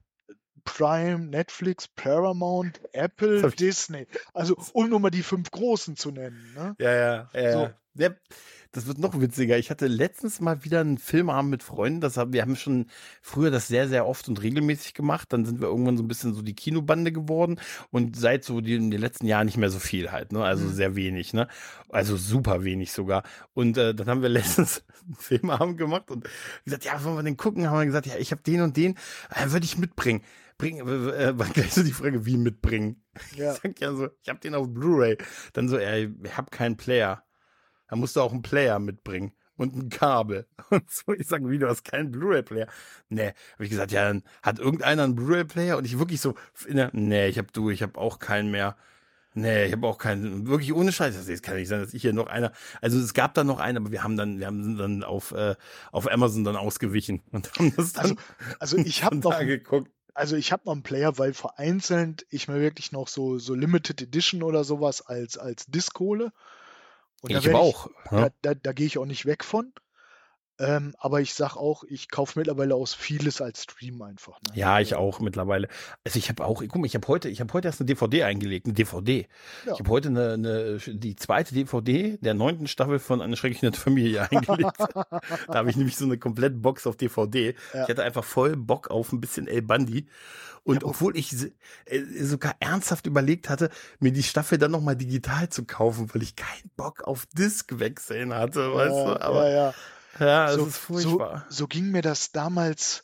Speaker 1: Prime, Netflix, Paramount, Apple,
Speaker 2: hab ich-
Speaker 1: Disney. Also, um nur mal die fünf großen zu nennen. Ne?
Speaker 2: Ja, ja, ja.
Speaker 1: So.
Speaker 2: ja. Ja, das wird noch witziger. Ich hatte letztens mal wieder einen Filmabend mit Freunden. Das haben, wir haben schon früher das sehr, sehr oft und regelmäßig gemacht. Dann sind wir irgendwann so ein bisschen so die Kinobande geworden und seit so die, in den letzten Jahren nicht mehr so viel halt, ne? Also
Speaker 1: Mhm.
Speaker 2: sehr wenig, ne? Also super wenig sogar. Und äh, dann haben wir letztens einen Filmabend gemacht und gesagt, ja, wollen wir den gucken? Haben wir gesagt, ja, ich habe den und den, äh, würde ich mitbringen. Bring, äh, war gleich so die Frage, wie mitbringen?
Speaker 1: Ja.
Speaker 2: Ich sag ja so, ich habe den auf Blu-ray. Dann so, ey, ich habe keinen Player. Da musst du auch einen Player mitbringen und ein Kabel. Und so, ich sage, wie, du hast keinen Blu-ray-Player? Nee, habe ich gesagt, ja, dann hat irgendeiner einen Blu-ray-Player? Und ich wirklich so, in der, nee, ich habe du, ich habe auch keinen mehr. Nee, ich habe auch keinen, wirklich ohne Scheiß. Das kann nicht sein, dass ich hier noch einer, also es gab da noch einen, aber wir haben dann, wir haben sind dann auf, äh, auf Amazon dann ausgewichen und haben das dann
Speaker 1: Also, also ich habe
Speaker 2: von
Speaker 1: noch,
Speaker 2: da geguckt.
Speaker 1: also ich habe noch einen Player, weil vereinzelt ich mir wirklich noch so, so Limited Edition oder sowas als, als Disc hole. Und da
Speaker 2: Ich
Speaker 1: werd
Speaker 2: aber auch.
Speaker 1: Da,
Speaker 2: Ja.
Speaker 1: da, da gehe ich auch nicht weg von. Ähm, aber ich sag auch, ich kaufe mittlerweile aus vieles als Stream einfach. Ne?
Speaker 2: Ja, ich
Speaker 1: Also,
Speaker 2: auch mittlerweile. Also ich habe auch, guck mal, ich habe heute, ich habe heute erst eine D V D eingelegt, eine D V D. Ich
Speaker 1: ja.
Speaker 2: habe heute eine, eine, die zweite D V D der neunten Staffel von Eine schrecklich nette Familie eingelegt. Da habe ich nämlich so eine komplette Box auf D V D.
Speaker 1: Ja.
Speaker 2: Ich hatte einfach voll Bock auf ein bisschen El Bandi. Und
Speaker 1: Ja,
Speaker 2: obwohl ich s- äh, sogar ernsthaft überlegt hatte, mir die Staffel dann nochmal digital zu kaufen, weil ich keinen Bock auf Disc wechseln hatte, weißt du?
Speaker 1: ja,
Speaker 2: Aber
Speaker 1: ja, ja.
Speaker 2: ja, es
Speaker 1: So,
Speaker 2: ist
Speaker 1: so,
Speaker 2: furchtbar.
Speaker 1: so ging mir das damals,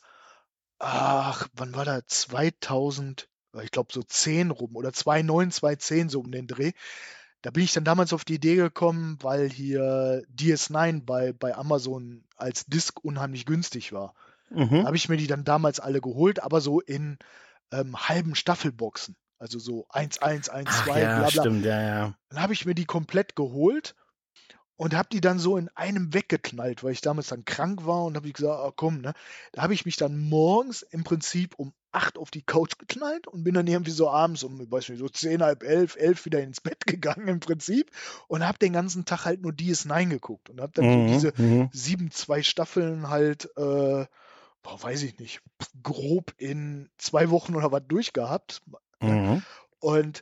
Speaker 1: ach, wann war das? zweitausend, ich glaube so zehn rum oder zweitausendneun, zweitausendzehn so um den Dreh. Da bin ich dann damals auf die Idee gekommen, weil hier D S neun bei, bei Amazon als Disc unheimlich günstig war. Da
Speaker 2: Mhm.
Speaker 1: habe ich mir die dann damals alle geholt, aber so in ähm, halben Staffelboxen. Also so eins eins, eins
Speaker 2: Ach
Speaker 1: zwei,
Speaker 2: ja,
Speaker 1: bla bla.
Speaker 2: stimmt, ja, ja.
Speaker 1: Dann habe ich mir die komplett geholt und habe die dann so in einem weggeknallt, weil ich damals dann krank war und habe ich gesagt, ah, komm, ne? Da habe ich mich dann morgens im Prinzip um acht auf die Couch geknallt und bin dann irgendwie so abends um, ich weiß nicht, so zehn, halb elf, elf wieder ins Bett gegangen im Prinzip und habe den ganzen Tag halt nur D S neun geguckt und habe dann so
Speaker 2: Mhm,
Speaker 1: diese
Speaker 2: mhm.
Speaker 1: sieben, zwei Staffeln halt, äh, boah, weiß ich nicht, grob in zwei Wochen oder was durchgehabt. Ne?
Speaker 2: Mhm.
Speaker 1: Und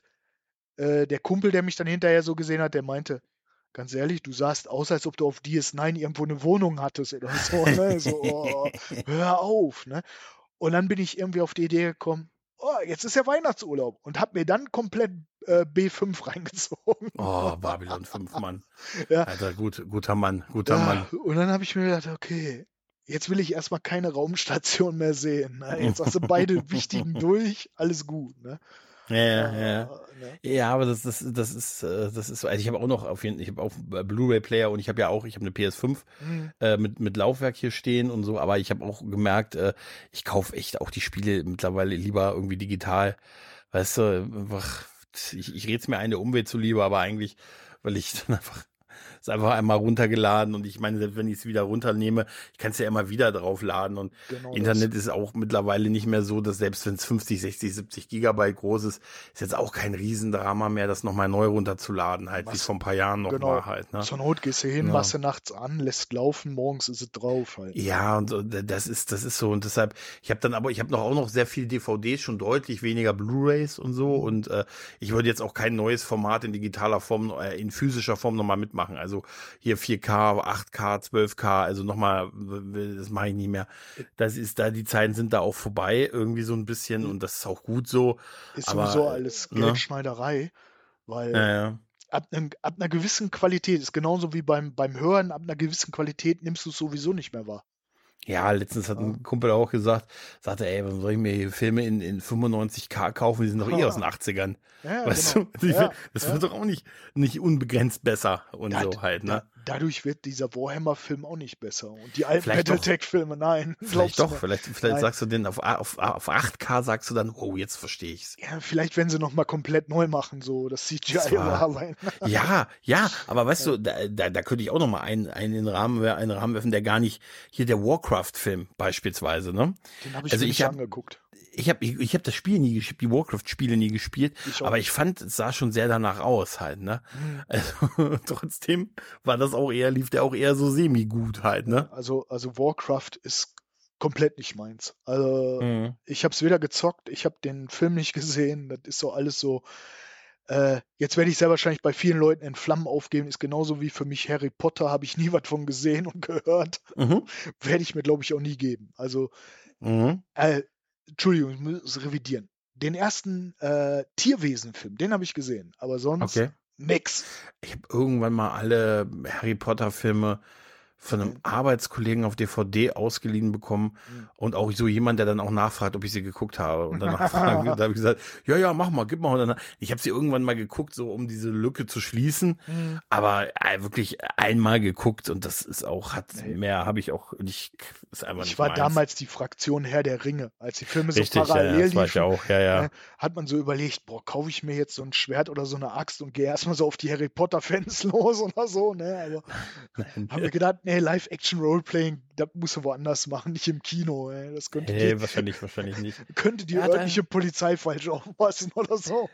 Speaker 1: äh, der Kumpel, der mich dann hinterher so gesehen hat, der meinte, ganz ehrlich, du sahst aus, als ob du auf D S neun irgendwo eine Wohnung hattest oder so, ne? So, oh, hör auf, ne? Und dann bin ich irgendwie auf die Idee gekommen, oh, jetzt ist ja Weihnachtsurlaub und hab mir dann komplett äh, B fünf reingezogen.
Speaker 2: Oh, Babylon fünf, Mann.
Speaker 1: Ja,
Speaker 2: Alter, gut, guter Mann, guter
Speaker 1: ja,
Speaker 2: Mann.
Speaker 1: und dann habe ich mir gedacht, okay, jetzt will ich erstmal keine Raumstation mehr sehen. Ne? Jetzt hast du beide wichtigen durch, alles gut, ne?
Speaker 2: Ja, ja, ja.
Speaker 1: Äh, ne?
Speaker 2: Ja, aber das, das, das ist, äh, das ist so. Also ich habe auch noch auf jeden, ich habe auch äh, Blu-ray-Player und ich habe ja auch, ich habe eine P S fünf
Speaker 1: Hm,
Speaker 2: äh, mit mit Laufwerk hier stehen und so. Aber ich habe auch gemerkt, äh, ich kaufe echt auch die Spiele mittlerweile lieber irgendwie digital. Weißt du, einfach, ich, ich rede es mir eine Umwelt zuliebe, aber eigentlich, weil ich dann einfach ist einfach einmal runtergeladen und ich meine, selbst wenn ich es wieder runternehme, ich kann es ja immer wieder draufladen und
Speaker 1: genau das.
Speaker 2: Internet ist auch mittlerweile nicht mehr so, dass selbst wenn es fünfzig, sechzig, siebzig Gigabyte groß ist, ist jetzt auch kein Riesendrama mehr, das nochmal neu runterzuladen, halt, wie es
Speaker 1: Was,
Speaker 2: vor ein paar Jahren noch
Speaker 1: genau.
Speaker 2: war halt, ne?
Speaker 1: Zur Not gehst du hin,
Speaker 2: Ja.
Speaker 1: machst du nachts an, lässt laufen, morgens ist es drauf halt.
Speaker 2: Ja, und so, das ist, das ist so. Und deshalb, ich habe dann aber, ich habe noch auch noch sehr viel D V Ds, schon deutlich weniger Blu-Rays und so.
Speaker 1: Mhm.
Speaker 2: Und äh, ich würde jetzt auch kein neues Format in digitaler Form, äh, in physischer Form nochmal mitmachen. Also hier vier K, acht K, zwölf K, also nochmal, das mache ich nicht mehr. Das ist da, die Zeiten sind da auch vorbei, irgendwie so ein bisschen. Und das ist auch gut so.
Speaker 1: Ist
Speaker 2: Aber,
Speaker 1: sowieso
Speaker 2: äh,
Speaker 1: alles
Speaker 2: ne?
Speaker 1: Geldschneiderei, weil
Speaker 2: Ja, ja.
Speaker 1: ab, nem, ab einer gewissen Qualität, ist genauso wie beim, beim Hören, ab einer gewissen Qualität nimmst du es sowieso nicht mehr wahr.
Speaker 2: Ja, letztens hat
Speaker 1: Ja.
Speaker 2: ein Kumpel auch gesagt, sagte, ey, warum soll ich mir hier Filme in, in fünfundneunzig K kaufen? Die sind doch eh aus den achtzigern.
Speaker 1: Ja,
Speaker 2: Weißt
Speaker 1: genau.
Speaker 2: du? Die,
Speaker 1: Ja,
Speaker 2: das
Speaker 1: ja.
Speaker 2: wird doch auch nicht, nicht unbegrenzt besser und
Speaker 1: Da,
Speaker 2: so halt, ne?
Speaker 1: da, dadurch wird dieser Warhammer-Film auch nicht besser. Und die alten
Speaker 2: Vielleicht doch.
Speaker 1: Battletech-Filme, nein.
Speaker 2: Vielleicht
Speaker 1: glaubst
Speaker 2: doch,
Speaker 1: du mir.
Speaker 2: vielleicht, vielleicht
Speaker 1: Nein.
Speaker 2: sagst du den auf, auf, auf acht K, sagst du dann, oh, jetzt verstehe ich's.
Speaker 1: Ja, vielleicht, wenn sie nochmal komplett neu machen, so das C G I
Speaker 2: Das war-
Speaker 1: überarbeiten.
Speaker 2: Ja, ja, aber weißt du, da, da, da könnte ich auch noch mal einen, einen, in den Rahmen, einen Rahmen werfen, der gar nicht, hier der Warcraft-Film beispielsweise, ne?
Speaker 1: Den habe ich
Speaker 2: Also
Speaker 1: mir
Speaker 2: ich
Speaker 1: nicht
Speaker 2: hab-
Speaker 1: angeguckt.
Speaker 2: Ich habe ich, ich hab das Spiel nie gespielt, die Warcraft-Spiele nie gespielt,
Speaker 1: Ich auch
Speaker 2: aber
Speaker 1: nicht.
Speaker 2: ich fand, es sah schon sehr danach aus halt, ne?
Speaker 1: Hm.
Speaker 2: Also, trotzdem war das auch eher, lief der auch eher so semi-gut halt, ne?
Speaker 1: Also, also Warcraft ist komplett nicht meins. Also
Speaker 2: Mhm.
Speaker 1: ich habe es weder gezockt, ich habe den Film nicht gesehen. Das ist so alles so. Äh, jetzt werde ich sehr wahrscheinlich bei vielen Leuten in Flammen aufgeben. Ist genauso wie für mich Harry Potter, habe ich nie was von gesehen und gehört.
Speaker 2: Mhm.
Speaker 1: Werde ich mir, glaube ich, auch nie geben. Also,
Speaker 2: Mhm.
Speaker 1: äh, Entschuldigung, ich muss es revidieren. Den ersten äh, Tierwesen-Film, den habe ich gesehen. Aber sonst
Speaker 2: Okay.
Speaker 1: nix.
Speaker 2: Ich habe irgendwann mal alle Harry Potter-Filme von einem
Speaker 1: Okay.
Speaker 2: Arbeitskollegen auf D V D ausgeliehen bekommen
Speaker 1: Hm.
Speaker 2: und auch so jemand, der dann auch nachfragt, ob ich sie geguckt habe. Und danach da habe ich gesagt, ja, ja, mach mal, gib mal. Und dann, ich habe sie irgendwann mal geguckt, so um diese Lücke zu schließen.
Speaker 1: Hm.
Speaker 2: Aber äh, wirklich einmal geguckt und das ist auch, hat
Speaker 1: Nee.
Speaker 2: mehr habe ich auch nicht, ist einfach
Speaker 1: Ich
Speaker 2: nicht
Speaker 1: war
Speaker 2: meins.
Speaker 1: damals die Fraktion Herr der Ringe. Als die Filme so
Speaker 2: Richtig, ja,
Speaker 1: parallel
Speaker 2: ja, das war ich
Speaker 1: liefen,
Speaker 2: ja auch, ja, ja.
Speaker 1: äh, hat man so überlegt, boah, kaufe ich mir jetzt so ein Schwert oder so eine Axt und gehe erstmal so auf die Harry Potter-Fans los oder so, ne? Aber haben wir gedacht, nee, Live-Action-Roleplaying, das musst du woanders machen, nicht im Kino, ey. Das könnte,
Speaker 2: Nee,
Speaker 1: die,
Speaker 2: wahrscheinlich, wahrscheinlich nicht.
Speaker 1: könnte die
Speaker 2: Ja, da-
Speaker 1: örtliche Polizei falsch aufpassen oder so.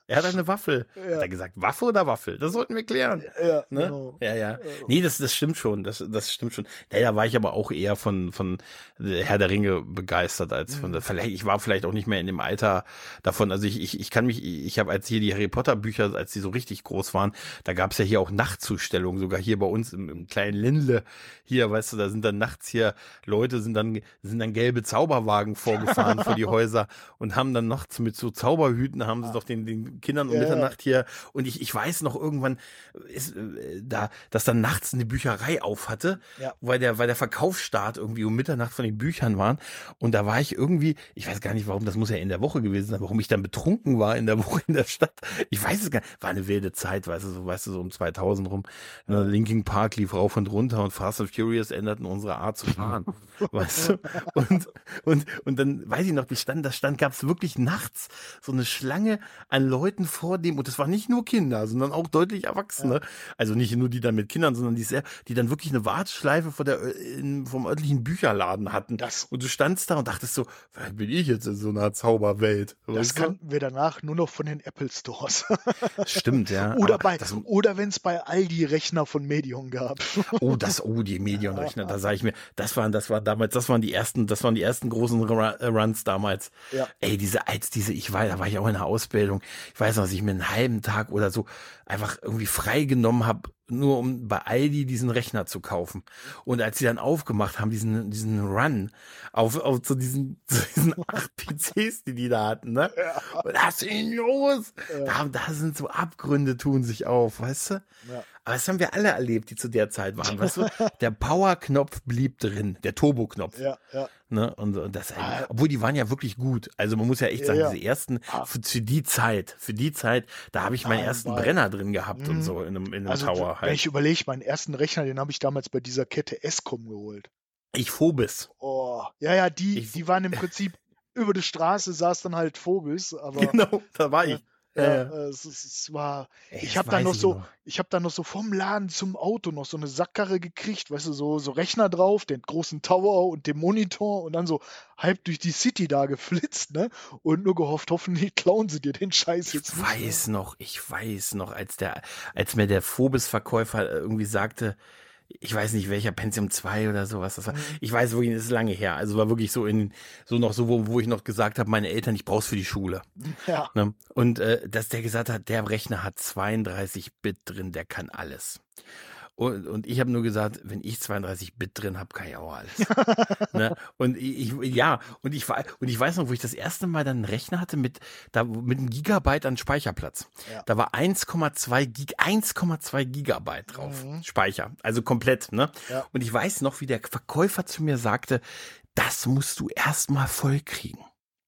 Speaker 2: Er hat eine Waffel. Hat
Speaker 1: Ja,
Speaker 2: er gesagt, Waffe oder Waffel? Das sollten wir klären.
Speaker 1: ja,
Speaker 2: Ne?
Speaker 1: genau.
Speaker 2: Ja, ja.
Speaker 1: Ja.
Speaker 2: Nee, das, das stimmt schon. Das, das stimmt schon. Nee, da war ich aber auch eher von, von Herr der Ringe begeistert als von der,
Speaker 1: Mhm.
Speaker 2: vielleicht, ich war vielleicht auch nicht mehr in dem Alter davon. Also ich, ich, ich kann mich, ich habe als hier die Harry Potter Bücher, als die so richtig groß waren, da gab es ja hier auch Nachtzustellungen, sogar hier bei uns im, im kleinen Lindle. Hier, weißt du, da sind dann nachts hier Leute, sind dann, sind dann gelbe Zauberwagen vorgefahren vor die Häuser und haben dann nachts mit so Zauberhüten, haben sie
Speaker 1: Ah,
Speaker 2: doch den, den Kindern um
Speaker 1: ja, ja,
Speaker 2: Mitternacht hier, und ich, ich weiß noch irgendwann, ist, äh, da, dass dann nachts eine Bücherei auf hatte,
Speaker 1: ja.
Speaker 2: weil der, weil der Verkaufsstart irgendwie um Mitternacht von den Büchern waren. Und da war ich irgendwie, ich weiß gar nicht warum, das muss ja in der Woche gewesen sein, warum ich dann betrunken war in der Woche in der Stadt. Ich weiß es gar nicht, war eine wilde Zeit, weißt du, so, weißt du, so um zweitausend rum. Ne, Linkin Park lief rauf und runter und Fast and Furious änderten unsere Art zu fahren. Weißt du? Und, und, und dann weiß ich noch, die stand, da stand, gab es wirklich nachts so eine Schlange an Leuten vor dem, und das waren nicht nur Kinder, sondern auch deutlich Erwachsene.
Speaker 1: Ja.
Speaker 2: Also nicht nur die dann mit Kindern, sondern die sehr, die dann wirklich eine Warteschleife vor der, in, vom örtlichen Bücherladen hatten.
Speaker 1: Das,
Speaker 2: Und du standst da und dachtest so, wer bin ich jetzt in so einer Zauberwelt?
Speaker 1: das
Speaker 2: Weißt du?
Speaker 1: kannten wir danach nur noch von den Apple Stores.
Speaker 2: Stimmt, ja.
Speaker 1: Oder
Speaker 2: Aber
Speaker 1: bei,
Speaker 2: das,
Speaker 1: oder wenn es bei Aldi Rechner von Medion gab.
Speaker 2: oh, das, oh, die Medienrechner, da sage ich mir, das waren, das war damals, das waren die ersten, das waren die ersten großen Ru- äh, Runs damals.
Speaker 1: Ja.
Speaker 2: Ey, diese, als diese, ich war, da war ich auch in der Ausbildung. Ich weiß noch, dass ich mir einen halben Tag oder so einfach irgendwie freigenommen habe, nur um bei Aldi diesen Rechner zu kaufen. Und als sie dann aufgemacht haben, diesen, diesen Run auf, auf zu diesen, zu diesen acht P Cs, die die da hatten, ne?
Speaker 1: Ja.
Speaker 2: Und da ist ihn los.
Speaker 1: Ja.
Speaker 2: Da, da sind so Abgründe, tun sich auf, weißt du?
Speaker 1: Ja.
Speaker 2: Aber das haben wir alle erlebt, die zu der Zeit waren, weißt du? Der Power-Knopf blieb drin, der Turbo-Knopf.
Speaker 1: Ja, ja.
Speaker 2: Ne? Und, und das,
Speaker 1: Ah.
Speaker 2: obwohl die waren ja wirklich gut. Also man muss ja echt
Speaker 1: Ja,
Speaker 2: sagen,
Speaker 1: ja.
Speaker 2: diese ersten,
Speaker 1: Ah.
Speaker 2: für, für die Zeit, für die Zeit, da habe ich meinen
Speaker 1: Nein,
Speaker 2: ersten
Speaker 1: weil-
Speaker 2: Brenner drin gehabt und
Speaker 1: Mhm.
Speaker 2: so in einem, in einem
Speaker 1: Also,
Speaker 2: Tower
Speaker 1: wenn
Speaker 2: halt.
Speaker 1: ich überlege, meinen ersten Rechner, den habe ich damals bei dieser Kette Escom geholt.
Speaker 2: Ich Phobis.
Speaker 1: Oh, ja, ja, die,
Speaker 2: Ich-
Speaker 1: die waren im Prinzip über die Straße, saß dann halt Phobis, aber
Speaker 2: Genau, da war ich.
Speaker 1: ja,
Speaker 2: Ja, ja.
Speaker 1: äh, es, es, es war,
Speaker 2: Ey,
Speaker 1: ich
Speaker 2: das
Speaker 1: habe dann
Speaker 2: weiß
Speaker 1: noch
Speaker 2: ich
Speaker 1: so,
Speaker 2: noch.
Speaker 1: ich habe dann noch so vom Laden zum Auto noch so eine Sackkarre gekriegt, weißt du, so, so Rechner drauf, den großen Tower und den Monitor und dann so halb durch die City da geflitzt, ne? Und nur gehofft, hoffentlich klauen sie dir den Scheiß
Speaker 2: Ich
Speaker 1: jetzt nicht.
Speaker 2: weiß noch, ich weiß noch, als der, als mir der Phobis-Verkäufer irgendwie sagte, ich weiß nicht welcher, Pentium zwei oder sowas das war.
Speaker 1: Mhm.
Speaker 2: Ich weiß wirklich, das ist lange her. Also war wirklich so in, so noch so, wo, wo ich noch gesagt habe, meine Eltern, ich brauch's für die Schule.
Speaker 1: Ja,
Speaker 2: Ne? Und äh, dass der gesagt hat, der Rechner hat zweiunddreißig Bit drin, der kann alles. Und, und ich habe nur gesagt, wenn ich zweiunddreißig Bit drin habe, kann ich auch alles. Ne? Und ich, ich, ja, und ich war, und ich weiß noch, wo ich das erste Mal dann einen Rechner hatte mit, da, mit einem Gigabyte an Speicherplatz.
Speaker 1: Ja.
Speaker 2: Da war eins Komma zwei Gig, eins Komma zwei Gigabyte drauf.
Speaker 1: Mhm.
Speaker 2: Speicher. Also komplett, ne?
Speaker 1: Ja.
Speaker 2: Und ich weiß noch, wie der Verkäufer zu mir sagte, das musst du erstmal voll kriegen.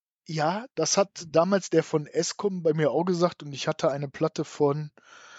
Speaker 1: Ja, das hat damals der von Escom bei mir auch gesagt und ich hatte eine Platte von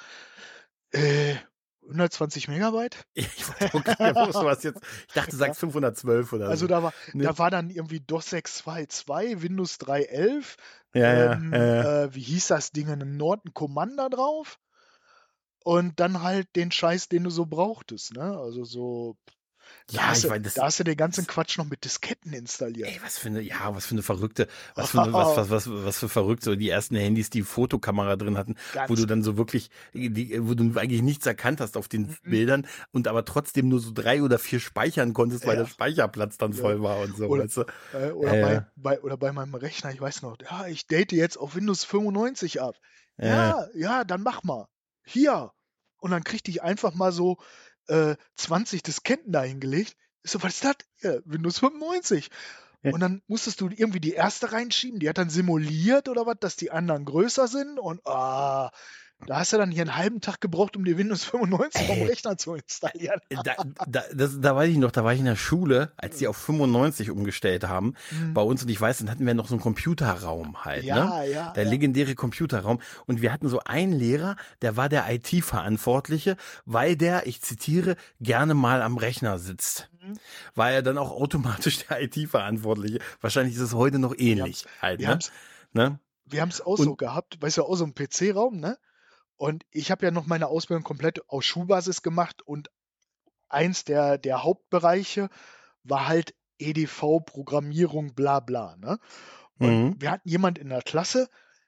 Speaker 1: äh, hundertzwanzig Megabyte.
Speaker 2: Ich wollte auch gar nicht wissen, was jetzt. Ich dachte, du sagst fünfhundertzwölf oder
Speaker 1: Also
Speaker 2: so.
Speaker 1: da war,
Speaker 2: Ne?
Speaker 1: da war dann irgendwie DOS sechs zwei zwei, Windows drei elf,
Speaker 2: Ja, ja,
Speaker 1: ähm,
Speaker 2: ja, ja.
Speaker 1: äh, wie hieß das Ding, ein Norton Commander drauf und dann halt den Scheiß, den du so brauchtest, ne? Also so, da,
Speaker 2: Ja,
Speaker 1: hast
Speaker 2: ich
Speaker 1: du,
Speaker 2: weiß, das,
Speaker 1: da hast du den ganzen Quatsch noch mit Disketten installiert.
Speaker 2: ey, was für eine, ja, was für eine verrückte, was für eine, was, was, was, was für verrückt, so die ersten Handys, die Fotokamera drin hatten,
Speaker 1: Ganz
Speaker 2: wo du dann so wirklich, die, wo du eigentlich nichts erkannt hast auf den
Speaker 1: Mhm.
Speaker 2: Bildern und aber trotzdem nur so drei oder vier speichern konntest, weil
Speaker 1: Ja.
Speaker 2: der Speicherplatz dann
Speaker 1: Ja.
Speaker 2: voll war und so,
Speaker 1: Oder-
Speaker 2: weißt du?
Speaker 1: Äh, oder,
Speaker 2: Ja,
Speaker 1: bei,
Speaker 2: ja.
Speaker 1: bei, oder bei meinem Rechner, ich weiß noch, ja, ich date jetzt auf Windows fünfundneunzig ab.
Speaker 2: Ja.
Speaker 1: Ja, ja, dann mach mal. Hier. Und dann kriegte ich einfach mal so äh, zwanzig Disketten da hingelegt. Ich so, was ist das? Ja, Windows fünfundneunzig.
Speaker 2: Ja.
Speaker 1: Und dann musstest du irgendwie die erste reinschieben, die hat dann simuliert oder was, dass die anderen größer sind. Und ah, da hast du dann hier einen halben Tag gebraucht, um die Windows fünfundneunzig vom
Speaker 2: Ey.
Speaker 1: Rechner zu installieren.
Speaker 2: Da, da, das, da weiß ich noch, da war ich in der Schule, als die auf fünfundneunzig umgestellt haben,
Speaker 1: Mhm.
Speaker 2: bei uns, und ich weiß, dann hatten wir noch so einen Computerraum halt, ne?
Speaker 1: Ja, ja.
Speaker 2: Der
Speaker 1: ja.
Speaker 2: legendäre Computerraum. Und wir hatten so einen Lehrer, der war der I T-Verantwortliche, weil der, ich zitiere, gerne mal am Rechner sitzt.
Speaker 1: Mhm.
Speaker 2: War er dann auch automatisch der I T-Verantwortliche. Wahrscheinlich ist es heute noch ähnlich halt,
Speaker 1: Wir
Speaker 2: ne?
Speaker 1: haben's,
Speaker 2: ne?
Speaker 1: wir haben's auch so
Speaker 2: Und-
Speaker 1: gehabt, weißt du, auch so im P C-Raum, ne? Und ich habe ja noch meine Ausbildung komplett auf Schulbasis gemacht und eins der, der Hauptbereiche war halt E D V, Programmierung, bla bla, ne? Und
Speaker 2: Mhm.
Speaker 1: wir hatten jemand in der Klasse,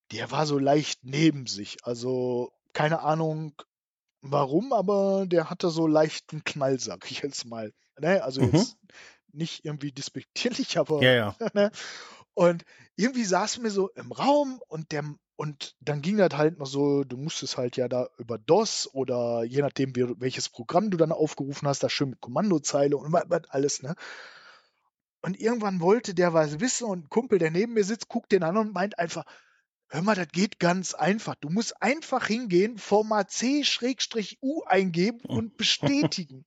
Speaker 1: der war so leicht neben sich. Also keine Ahnung warum, aber der hatte so leichten Knall, sag ich jetzt mal. Ne? Also
Speaker 2: Mhm.
Speaker 1: jetzt nicht irgendwie despektierlich, aber
Speaker 2: Ja, ja.
Speaker 1: ne? Und irgendwie saßen wir so im Raum und der und dann ging das halt noch so, du musstest halt ja da über DOS oder je nachdem, wie, welches Programm du dann aufgerufen hast, da schön mit Kommandozeile und was, was alles, ne? Und irgendwann wollte der was wissen und ein Kumpel, der neben mir sitzt, guckt den an und meint einfach, hör mal, das geht ganz einfach. Du musst einfach hingehen, Format C-U eingeben und bestätigen.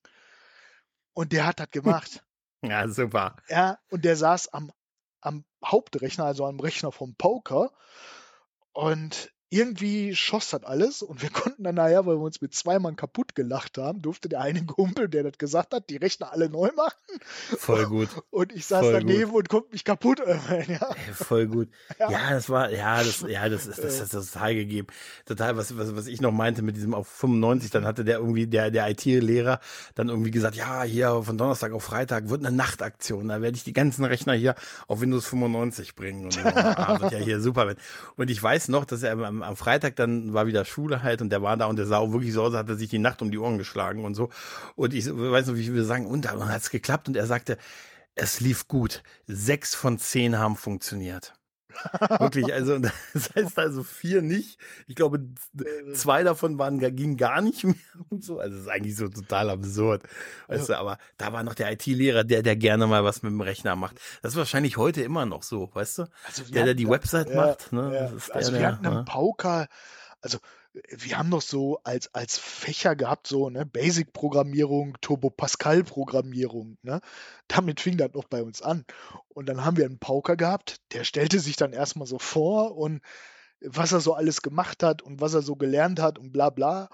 Speaker 1: Und der hat das gemacht.
Speaker 2: Ja, super.
Speaker 1: Ja, und der saß am, am Hauptrechner, also am Rechner vom Poker. Und irgendwie schoss das alles und wir konnten dann nachher, weil wir uns mit zwei Mann kaputt gelacht haben, durfte der eine Kumpel, der das gesagt hat, die Rechner alle neu machen.
Speaker 2: Voll gut.
Speaker 1: Und ich saß
Speaker 2: Voll
Speaker 1: daneben
Speaker 2: gut.
Speaker 1: und konnte mich kaputt öffnen, ja.
Speaker 2: Ey, voll gut.
Speaker 1: Ja.
Speaker 2: Ja, das war, ja, das, ja, das ist, das ist total gegeben. Total, was, was, was ich noch meinte mit diesem auf fünfundneunzig, dann hatte der irgendwie, der, der I T-Lehrer dann irgendwie gesagt, ja, hier von Donnerstag auf Freitag wird eine Nachtaktion, da werde ich die ganzen Rechner hier auf Windows fünfundneunzig bringen und so. Ah, wird ja hier super werden. Und ich weiß noch, dass er am, am Freitag dann war wieder Schule halt und der war da und der sah auch wirklich so aus, hatte sich die Nacht um die Ohren geschlagen und so. Und ich weiß noch, wie wir sagen, und dann hat es geklappt und er sagte, es lief gut. Sechs von zehn haben funktioniert. Wirklich, also das heißt also vier nicht. Ich glaube, zwei davon waren, gingen gar nicht mehr und so. Also das ist eigentlich so total absurd. Weißt du, aber da war noch der I T-Lehrer, der, der gerne mal was mit dem Rechner macht. Das ist wahrscheinlich heute immer noch so, weißt du?
Speaker 1: Also wir
Speaker 2: Der, der die
Speaker 1: hatten,
Speaker 2: Website
Speaker 1: ja,
Speaker 2: macht, ne?
Speaker 1: ja.
Speaker 2: Das ist der,
Speaker 1: Also wir
Speaker 2: der,
Speaker 1: hatten einen
Speaker 2: ne?
Speaker 1: Pauker, also wir haben noch so als, als Fächer gehabt, so ne, Basic-Programmierung, Turbo-Pascal-Programmierung, ne? Damit fing das noch bei uns an. Und dann haben wir einen Pauker gehabt, der stellte sich dann erstmal so vor und was er so alles gemacht hat und was er so gelernt hat und bla bla.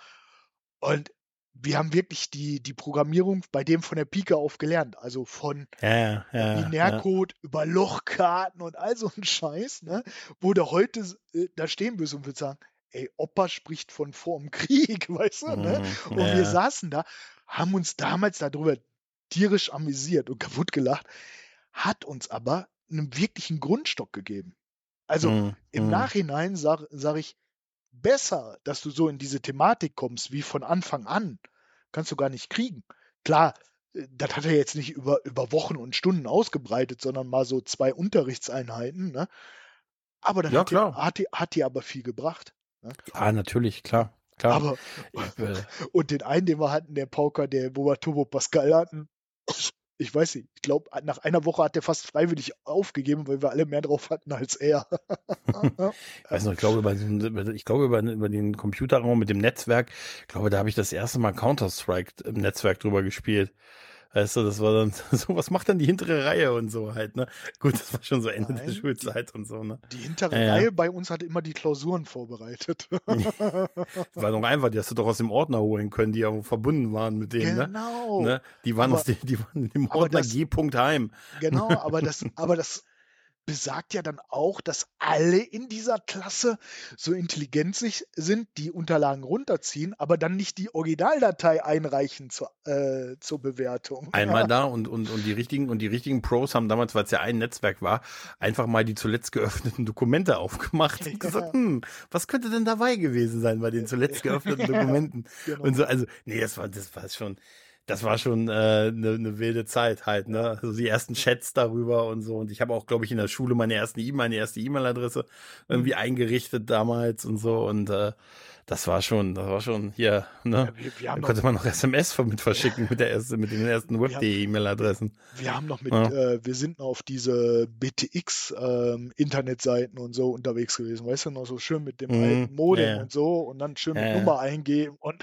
Speaker 1: Und wir haben wirklich die, die Programmierung bei dem von der Pike auf gelernt. Also von
Speaker 2: Ja, ja, ja, ja.
Speaker 1: Binärcode über Lochkarten und all so ein Scheiß, ne? Wo du heute äh, da stehen wirst und würdest sagen, ey, Opa spricht von vorm Krieg, weißt du, ne?
Speaker 2: Mhm,
Speaker 1: Und
Speaker 2: ja,
Speaker 1: wir
Speaker 2: ja.
Speaker 1: saßen da, haben uns damals darüber tierisch amüsiert und kaputt gelacht, hat uns aber einen wirklichen Grundstock gegeben. Also
Speaker 2: Mhm,
Speaker 1: im
Speaker 2: mhm.
Speaker 1: Nachhinein sage sag ich, besser, dass du so in diese Thematik kommst, wie von Anfang an, kannst du gar nicht kriegen. Klar, äh, das hat er jetzt nicht über, über Wochen und Stunden ausgebreitet, sondern mal so zwei Unterrichtseinheiten, ne? Aber das
Speaker 2: Ja,
Speaker 1: hat dir,
Speaker 2: klar.
Speaker 1: hat dir, hat dir aber viel gebracht. Ne?
Speaker 2: Ja, natürlich, klar, klar.
Speaker 1: Aber,
Speaker 2: Ich, äh,
Speaker 1: und den einen, den wir hatten, der Pauker, der, wo wir Turbo Pascal hatten, ich weiß nicht, ich glaube, nach einer Woche hat er fast freiwillig aufgegeben, weil wir alle mehr drauf hatten als er.
Speaker 2: Ich weiß noch, ich glaube, über, so ein- über- ich glaube über, über den Computerraum mit dem Netzwerk, ich glaube, da habe ich das erste Mal Counter-Strike im Netzwerk drüber gespielt. Weißt du, das war dann so, was macht dann die hintere Reihe und so halt, ne? Gut, das war schon so Ende der
Speaker 1: Nein,
Speaker 2: Schulzeit und so, ne?
Speaker 1: Die hintere
Speaker 2: Ja, ja.
Speaker 1: Reihe bei uns hat immer die Klausuren vorbereitet.
Speaker 2: Das war doch einfach, die hast du doch aus dem Ordner holen können, die ja verbunden waren mit dem, ne?
Speaker 1: Genau.
Speaker 2: ne? Die waren
Speaker 1: Aber,
Speaker 2: aus dem, die waren in dem
Speaker 1: aber
Speaker 2: Ordner
Speaker 1: das,
Speaker 2: G. Heim.
Speaker 1: genau, aber das, aber das besagt ja dann auch, dass alle in dieser Klasse so intelligent sich sind, die Unterlagen runterziehen, aber dann nicht die Originaldatei einreichen zur, äh, zur Bewertung.
Speaker 2: Einmal da und, und, und die richtigen, und die richtigen Pros haben damals, weil es ja ein Netzwerk war, einfach mal die zuletzt geöffneten Dokumente aufgemacht und gesagt, hm, was könnte denn dabei gewesen sein bei den zuletzt geöffneten Dokumenten?
Speaker 1: Genau.
Speaker 2: Und so, also, nee, das war, das war schon, das war schon eine äh, ne, ne wilde Zeit halt, ne? Also die ersten Chats darüber und so. Und ich habe auch, glaube ich, in der Schule meine ersten E-Mail, meine erste E-Mail-Adresse irgendwie
Speaker 1: Mhm.
Speaker 2: eingerichtet damals und so. Und äh, das war schon, das war schon hier, ne?
Speaker 1: Ja, wir, wir haben
Speaker 2: Da
Speaker 1: noch,
Speaker 2: konnte man noch S M S mit verschicken mit der ersten, mit den ersten
Speaker 1: wir haben,
Speaker 2: Web.de-E-Mail-Adressen.
Speaker 1: wir haben noch mit,
Speaker 2: Ja.
Speaker 1: äh, wir sind noch auf diese B T X-Internetseiten und so unterwegs gewesen, weißt du, noch so schön mit dem
Speaker 2: Mhm.
Speaker 1: alten Modem
Speaker 2: Ja, ja.
Speaker 1: und so und dann schön mit
Speaker 2: Ja, ja.
Speaker 1: Nummer eingeben und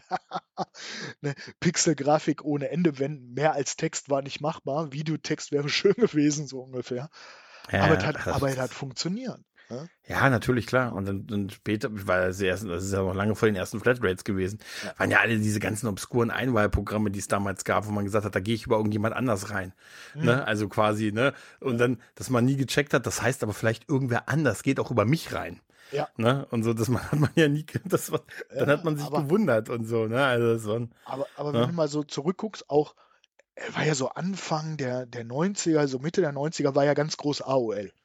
Speaker 1: ne, Pixelgrafik ohne Ende, wenn mehr als Text war nicht machbar. Videotext wäre schön gewesen, so ungefähr.
Speaker 2: Ja,
Speaker 1: Aber es
Speaker 2: ja,
Speaker 1: hat,
Speaker 2: das-
Speaker 1: aber es hat funktioniert. Ne?
Speaker 2: Ja, natürlich, klar. Und dann, dann später, weil das, ersten, das ist ja noch lange vor den ersten Flatrates gewesen,
Speaker 1: Ja.
Speaker 2: waren ja alle diese ganzen obskuren Einwahlprogramme, die es damals gab, wo man gesagt hat, da gehe ich über irgendjemand anders rein.
Speaker 1: Mhm.
Speaker 2: Ne? Also quasi, ne? Und dann, dass man nie gecheckt hat, das heißt aber vielleicht irgendwer anders geht auch über mich rein.
Speaker 1: Ja.
Speaker 2: Ne? Und so, das man, hat man ja nie, das war, dann
Speaker 1: Ja,
Speaker 2: hat man sich
Speaker 1: aber-
Speaker 2: gewundert und so, ne? Also das war,
Speaker 1: Aber, aber
Speaker 2: Ja.
Speaker 1: wenn du mal so zurückguckst, auch, äh, war ja so Anfang der, der neunziger, also Mitte der neunziger war ja ganz groß A O L.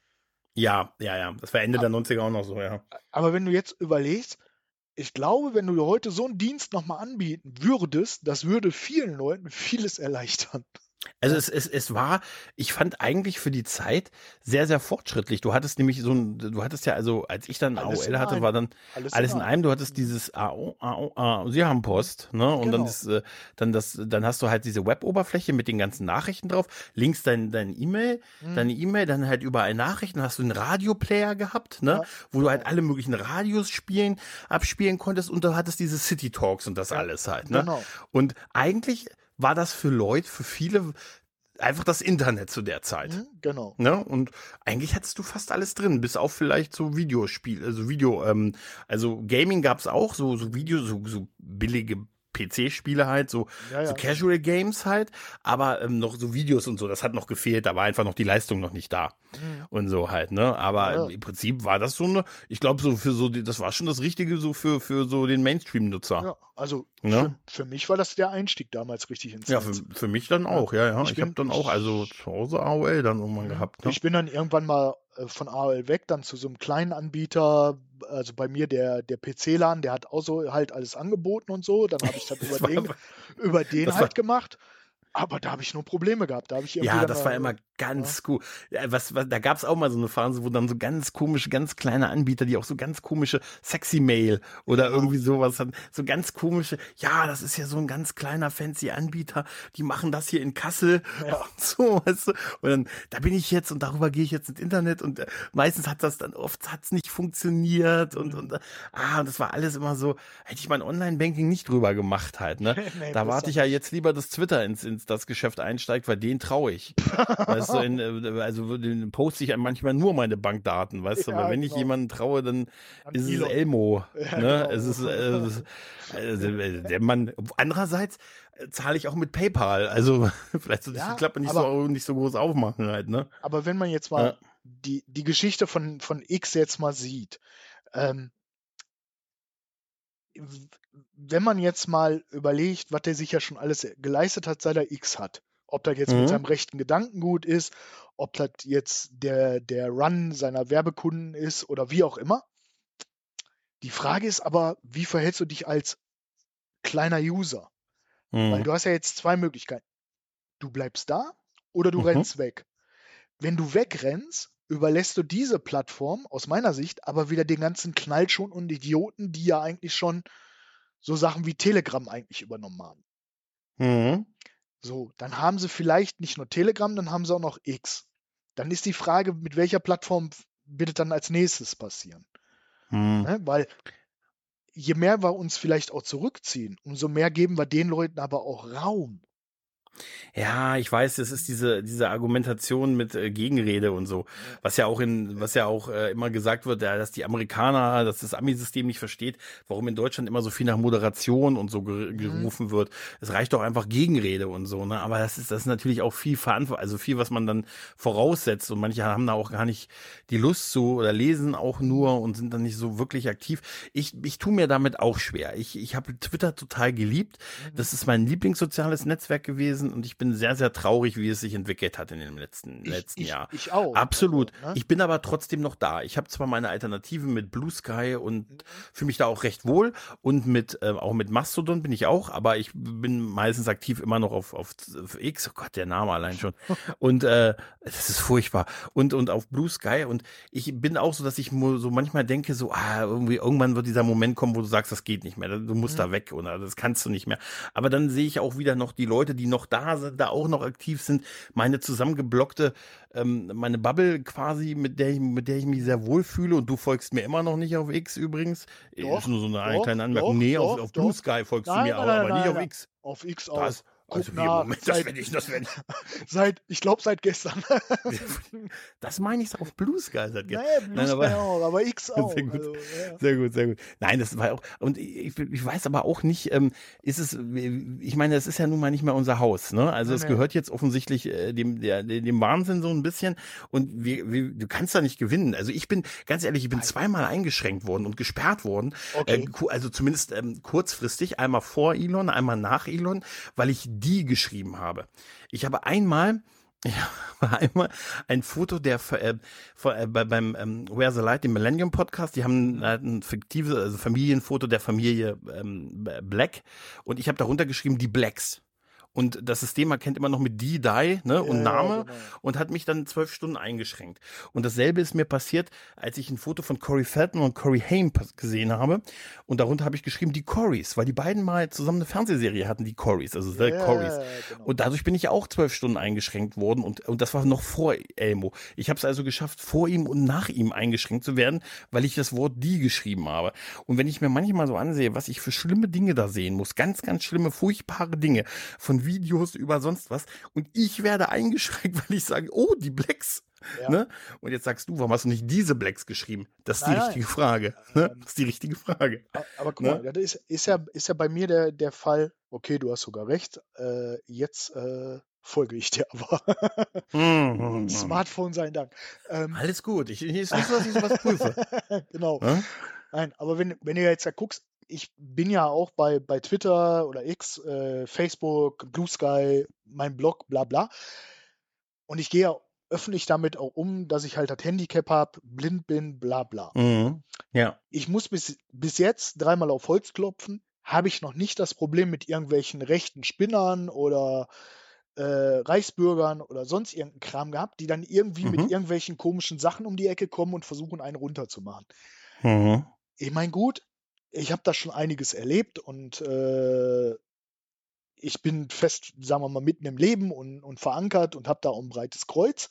Speaker 2: Ja, ja, ja. Das war Ende der neunziger auch noch so, ja.
Speaker 1: Aber wenn du jetzt überlegst, ich glaube, wenn du heute so einen Dienst nochmal anbieten würdest, das würde vielen Leuten vieles erleichtern.
Speaker 2: Also es, es, es war, ich fand eigentlich für die Zeit sehr, sehr fortschrittlich. Du hattest nämlich so ein, du hattest ja, also als ich dann
Speaker 1: Alles in
Speaker 2: A O L hatte,
Speaker 1: einem.
Speaker 2: war dann
Speaker 1: Alles,
Speaker 2: alles
Speaker 1: in
Speaker 2: in
Speaker 1: einem.
Speaker 2: einem. Du hattest
Speaker 1: Mhm.
Speaker 2: dieses A O, A O, A O, Sie haben Post, ne? Und dann
Speaker 1: Genau.
Speaker 2: das, äh, dann das, dann hast du halt diese Web-Oberfläche mit den ganzen Nachrichten drauf, links dein, dein E-Mail,
Speaker 1: Mhm.
Speaker 2: deine E-Mail, dann halt überall Nachrichten, hast du einen Radioplayer gehabt, ne?
Speaker 1: Ja,
Speaker 2: Wo du halt
Speaker 1: genau.
Speaker 2: alle möglichen Radios spielen, abspielen konntest und du hattest diese City Talks und das
Speaker 1: Ja,
Speaker 2: alles halt, ne?
Speaker 1: genau.
Speaker 2: Und eigentlich war das für Leute, für viele einfach das Internet zu der Zeit.
Speaker 1: Mhm, genau.
Speaker 2: Ne? Und eigentlich hattest du fast alles drin, bis auf vielleicht so Videospiel, also Video, ähm, also Gaming gab's auch, so, so Video, so, so billige P C-Spiele halt, so,
Speaker 1: Ja,
Speaker 2: so
Speaker 1: ja.
Speaker 2: Casual Games halt, aber ähm, noch so Videos und so, das hat noch gefehlt, da war einfach noch die Leistung noch nicht da.
Speaker 1: Mhm.
Speaker 2: Und so halt, ne? Aber
Speaker 1: Ja, ja.
Speaker 2: im Prinzip war das so eine, ich glaube, so für so, die, das war schon das Richtige so für, für so den Mainstream-Nutzer.
Speaker 1: Ja, also
Speaker 2: Ne?
Speaker 1: für, für mich war das der Einstieg damals richtig ins
Speaker 2: Ja, für,
Speaker 1: Netz.
Speaker 2: für mich dann
Speaker 1: Ja.
Speaker 2: auch, ja, ja.
Speaker 1: Ich
Speaker 2: Ich habe
Speaker 1: bin,
Speaker 2: dann auch, also
Speaker 1: ich,
Speaker 2: zu Hause A O L dann irgendwann
Speaker 1: Mhm.
Speaker 2: gehabt, ne?
Speaker 1: ich bin dann irgendwann mal äh, von A O L weg, dann zu so einem kleinen Anbieter, also bei mir der, der P C-Laden, der hat auch so halt alles angeboten und so. Dann habe ich das über
Speaker 2: Das war,
Speaker 1: den, über den
Speaker 2: das
Speaker 1: halt
Speaker 2: war,
Speaker 1: gemacht. Aber da habe ich nur Probleme gehabt. Da habe ich irgendwie
Speaker 2: ja,
Speaker 1: dann,
Speaker 2: das war
Speaker 1: äh,
Speaker 2: immer
Speaker 1: ja,
Speaker 2: ganz cool. Ja, was, was, da gab's auch mal so eine Phase, wo dann so ganz komische, ganz kleine Anbieter, die auch so ganz komische Sexy-Mail oder
Speaker 1: ja,
Speaker 2: irgendwie sowas hatten. So ganz komische, ja, das ist ja so ein ganz kleiner, fancy Anbieter, die machen das hier in Kassel
Speaker 1: ja,
Speaker 2: und so, weißt du. Und dann, da bin ich jetzt und darüber gehe ich jetzt ins Internet und äh, meistens hat das dann, oft hat's nicht funktioniert und, und,
Speaker 1: mhm.
Speaker 2: äh, ah, und das war alles immer so, hätte ich mein Online-Banking nicht drüber gemacht halt, ne.
Speaker 1: Nee,
Speaker 2: Da
Speaker 1: besser
Speaker 2: warte ich ja
Speaker 1: nicht.
Speaker 2: jetzt lieber, dass Twitter ins, ins das Geschäft einsteigt, weil den traue ich. Weißt du, in, äh, also den poste ich manchmal nur meine Bankdaten, weißt du, weil
Speaker 1: Ja,
Speaker 2: wenn ich
Speaker 1: genau.
Speaker 2: jemandem traue, dann
Speaker 1: An
Speaker 2: ist es
Speaker 1: Elon.
Speaker 2: Elmo.
Speaker 1: Ja,
Speaker 2: Ne?
Speaker 1: genau.
Speaker 2: Es ist, äh, es ist also, äh, der Mann. Andererseits äh, zahle ich auch mit PayPal. Also vielleicht sollte ich die
Speaker 1: Ja,
Speaker 2: Klappe nicht
Speaker 1: aber,
Speaker 2: so nicht so groß aufmachen halt, ne?
Speaker 1: aber wenn man jetzt
Speaker 2: Ja.
Speaker 1: mal die, die Geschichte von, von X jetzt mal sieht, ähm, w- wenn man jetzt mal überlegt, was der sich ja schon alles geleistet hat, seit er X hat, ob das jetzt mit
Speaker 2: Mhm.
Speaker 1: seinem rechten Gedankengut ist, ob das jetzt der, der Run seiner Werbekunden ist oder wie auch immer. Die Frage ist aber, wie verhältst du dich als kleiner User? Weil
Speaker 2: Mhm.
Speaker 1: du hast ja jetzt zwei Möglichkeiten. Du bleibst da oder du
Speaker 2: Mhm.
Speaker 1: rennst weg. Wenn du wegrennst, überlässt du diese Plattform aus meiner Sicht aber wieder den ganzen Knallschuhen und Idioten, die ja eigentlich schon so Sachen wie Telegram eigentlich übernommen haben.
Speaker 2: Mhm.
Speaker 1: So, dann haben sie vielleicht nicht nur Telegram, dann haben sie auch noch X. Dann ist die Frage, mit welcher Plattform wird es dann als nächstes passieren?
Speaker 2: Mhm.
Speaker 1: Ne? Weil je mehr wir uns vielleicht auch zurückziehen, umso mehr geben wir den Leuten aber auch Raum.
Speaker 2: Ja, ich weiß, das ist diese, diese Argumentation mit äh, Gegenrede und so, was ja auch in, was ja auch äh, immer gesagt wird, ja, dass die Amerikaner, dass das Ami-System nicht versteht, warum in Deutschland immer so viel nach Moderation und so ger
Speaker 1: Mhm.
Speaker 2: gerufen wird. Es reicht doch einfach Gegenrede und so, ne? Aber das ist, das ist natürlich auch viel Verantwortung, also viel, was man dann voraussetzt und manche haben da auch gar nicht die Lust zu oder lesen auch nur und sind dann nicht so wirklich aktiv. Ich, ich tue mir damit auch schwer. Ich, ich habe Twitter total geliebt.
Speaker 1: Mhm.
Speaker 2: Das ist mein Lieblingssoziales Netzwerk gewesen und ich bin sehr, sehr traurig, wie es sich entwickelt hat in dem letzten,
Speaker 1: Ich,
Speaker 2: letzten
Speaker 1: ich,
Speaker 2: Jahr.
Speaker 1: ich auch.
Speaker 2: Absolut.
Speaker 1: Also, ne?
Speaker 2: Ich bin aber trotzdem noch da. Ich habe zwar meine Alternativen mit Blue Sky
Speaker 1: Mhm.
Speaker 2: und fühle mich da auch recht wohl und mit äh, auch mit Mastodon bin ich auch, aber ich bin meistens aktiv immer noch auf, auf, auf X. Oh Gott, der Name allein schon. Und äh, das ist furchtbar. Und und auf Blue Sky und ich bin auch so, dass ich mo- so manchmal denke, so ah, irgendwie irgendwann wird dieser Moment kommen, wo du sagst, das geht nicht mehr. Du musst
Speaker 1: Mhm.
Speaker 2: da weg oder das kannst du nicht mehr. Aber dann sehe ich auch wieder noch die Leute, die noch da sind, da auch noch aktiv sind. Meine zusammengeblockte, ähm, meine Bubble quasi, mit der ich, mit der ich mich sehr wohl fühle. Und du folgst mir immer noch nicht auf X übrigens. Ist
Speaker 1: Doch,
Speaker 2: nur so eine, eine
Speaker 1: doch,
Speaker 2: kleine Anmerkung.
Speaker 1: doch,
Speaker 2: Nee, auf,
Speaker 1: doch,
Speaker 2: auf Blue
Speaker 1: doch.
Speaker 2: Sky folgst du
Speaker 1: Nein,
Speaker 2: mir
Speaker 1: nein,
Speaker 2: auch,
Speaker 1: nein,
Speaker 2: aber nicht
Speaker 1: nein,
Speaker 2: auf
Speaker 1: nein.
Speaker 2: X.
Speaker 1: Auf X auch.
Speaker 2: Das,
Speaker 1: Guck
Speaker 2: also wie,
Speaker 1: nach.
Speaker 2: Moment, das
Speaker 1: Seit,
Speaker 2: werde ich, das werde
Speaker 1: seit, ich glaube, seit gestern.
Speaker 2: ich. Das meine ich auf Blue Sky seit gestern.
Speaker 1: Nee, Blue
Speaker 2: Nein,
Speaker 1: Sky
Speaker 2: aber.
Speaker 1: auch, aber X auch.
Speaker 2: Sehr gut,
Speaker 1: Also, ja.
Speaker 2: sehr gut, sehr gut. Nein, das war auch, und ich, ich weiß aber auch nicht, ähm, ist es, ich meine, das ist ja nun mal nicht mehr unser Haus, ne? Also
Speaker 1: Nee,
Speaker 2: es
Speaker 1: nee.
Speaker 2: gehört jetzt offensichtlich äh, dem, der, dem Wahnsinn so ein bisschen und wir, wir, du kannst da nicht gewinnen. Also ich bin, ganz ehrlich, ich bin
Speaker 1: Nein.
Speaker 2: zweimal eingeschränkt worden und gesperrt worden, äh,
Speaker 1: Okay.
Speaker 2: ku- also zumindest ähm, kurzfristig, einmal vor Elon, einmal nach Elon, weil ich die geschrieben habe. Ich habe einmal Ja, einmal ein Foto der äh, von, äh, bei, beim ähm, Where's the Light, dem Millennium Podcast, die haben äh, ein fiktives also Familienfoto der Familie ähm, Black und ich habe darunter geschrieben, die Blacks. Und das System erkennt immer noch mit die, die, ne, und
Speaker 1: Ja, ja,
Speaker 2: Name
Speaker 1: genau.
Speaker 2: und hat mich dann zwölf Stunden eingeschränkt. Und dasselbe ist mir passiert, als ich ein Foto von Corey Feldman und Corey Haim pas- gesehen habe. Und darunter habe ich geschrieben, die Corys, weil die beiden mal zusammen eine Fernsehserie hatten, die Corys, also
Speaker 1: Ja,
Speaker 2: The Corys.
Speaker 1: ja, ja, genau.
Speaker 2: Und dadurch bin ich auch zwölf Stunden eingeschränkt worden. Und, und das war noch vor Elmo. Ich habe es also geschafft, vor ihm und nach ihm eingeschränkt zu werden, weil ich das Wort die geschrieben habe. Und wenn ich mir manchmal so ansehe, was ich für schlimme Dinge da sehen muss, ganz, ganz schlimme, furchtbare Dinge, von Videos über sonst was, und ich werde eingeschränkt, weil ich sage, oh, die Blacks.
Speaker 1: Ja.
Speaker 2: Ne? Und jetzt sagst du, warum hast du nicht diese Blacks geschrieben? Das ist die
Speaker 1: Nein,
Speaker 2: richtige Frage. Ne?
Speaker 1: Ähm,
Speaker 2: Das ist die richtige Frage.
Speaker 1: a- aber guck
Speaker 2: Ne?
Speaker 1: mal, das ist, ist, ja, ist ja bei mir der, der Fall, okay, du hast sogar recht, äh, jetzt äh, folge ich dir aber.
Speaker 2: Mhm.
Speaker 1: Smartphone sei Dank. Ähm,
Speaker 2: Alles gut. Ich, ist nicht so, dass ich sowas prüfe.
Speaker 1: genau.
Speaker 2: Ne?
Speaker 1: Nein, aber wenn, wenn du jetzt ja guckst, ich bin ja auch bei, bei Twitter oder X, äh, Facebook, Blue Sky, mein Blog, bla bla. Und ich gehe ja öffentlich damit auch um, dass ich halt das Handicap habe, blind bin, bla bla.
Speaker 2: Mhm. Ja.
Speaker 1: Ich muss bis, bis jetzt dreimal auf Holz klopfen, habe ich noch nicht das Problem mit irgendwelchen rechten Spinnern oder äh, Reichsbürgern oder sonst irgendeinen Kram gehabt, die dann irgendwie mit
Speaker 2: Mhm.
Speaker 1: irgendwelchen komischen Sachen um die Ecke kommen und versuchen, einen runterzumachen.
Speaker 2: Mhm.
Speaker 1: Ich meine, gut, ich habe da schon einiges erlebt und äh, ich bin fest, sagen wir mal, mitten im Leben und, und verankert und habe da auch ein breites Kreuz.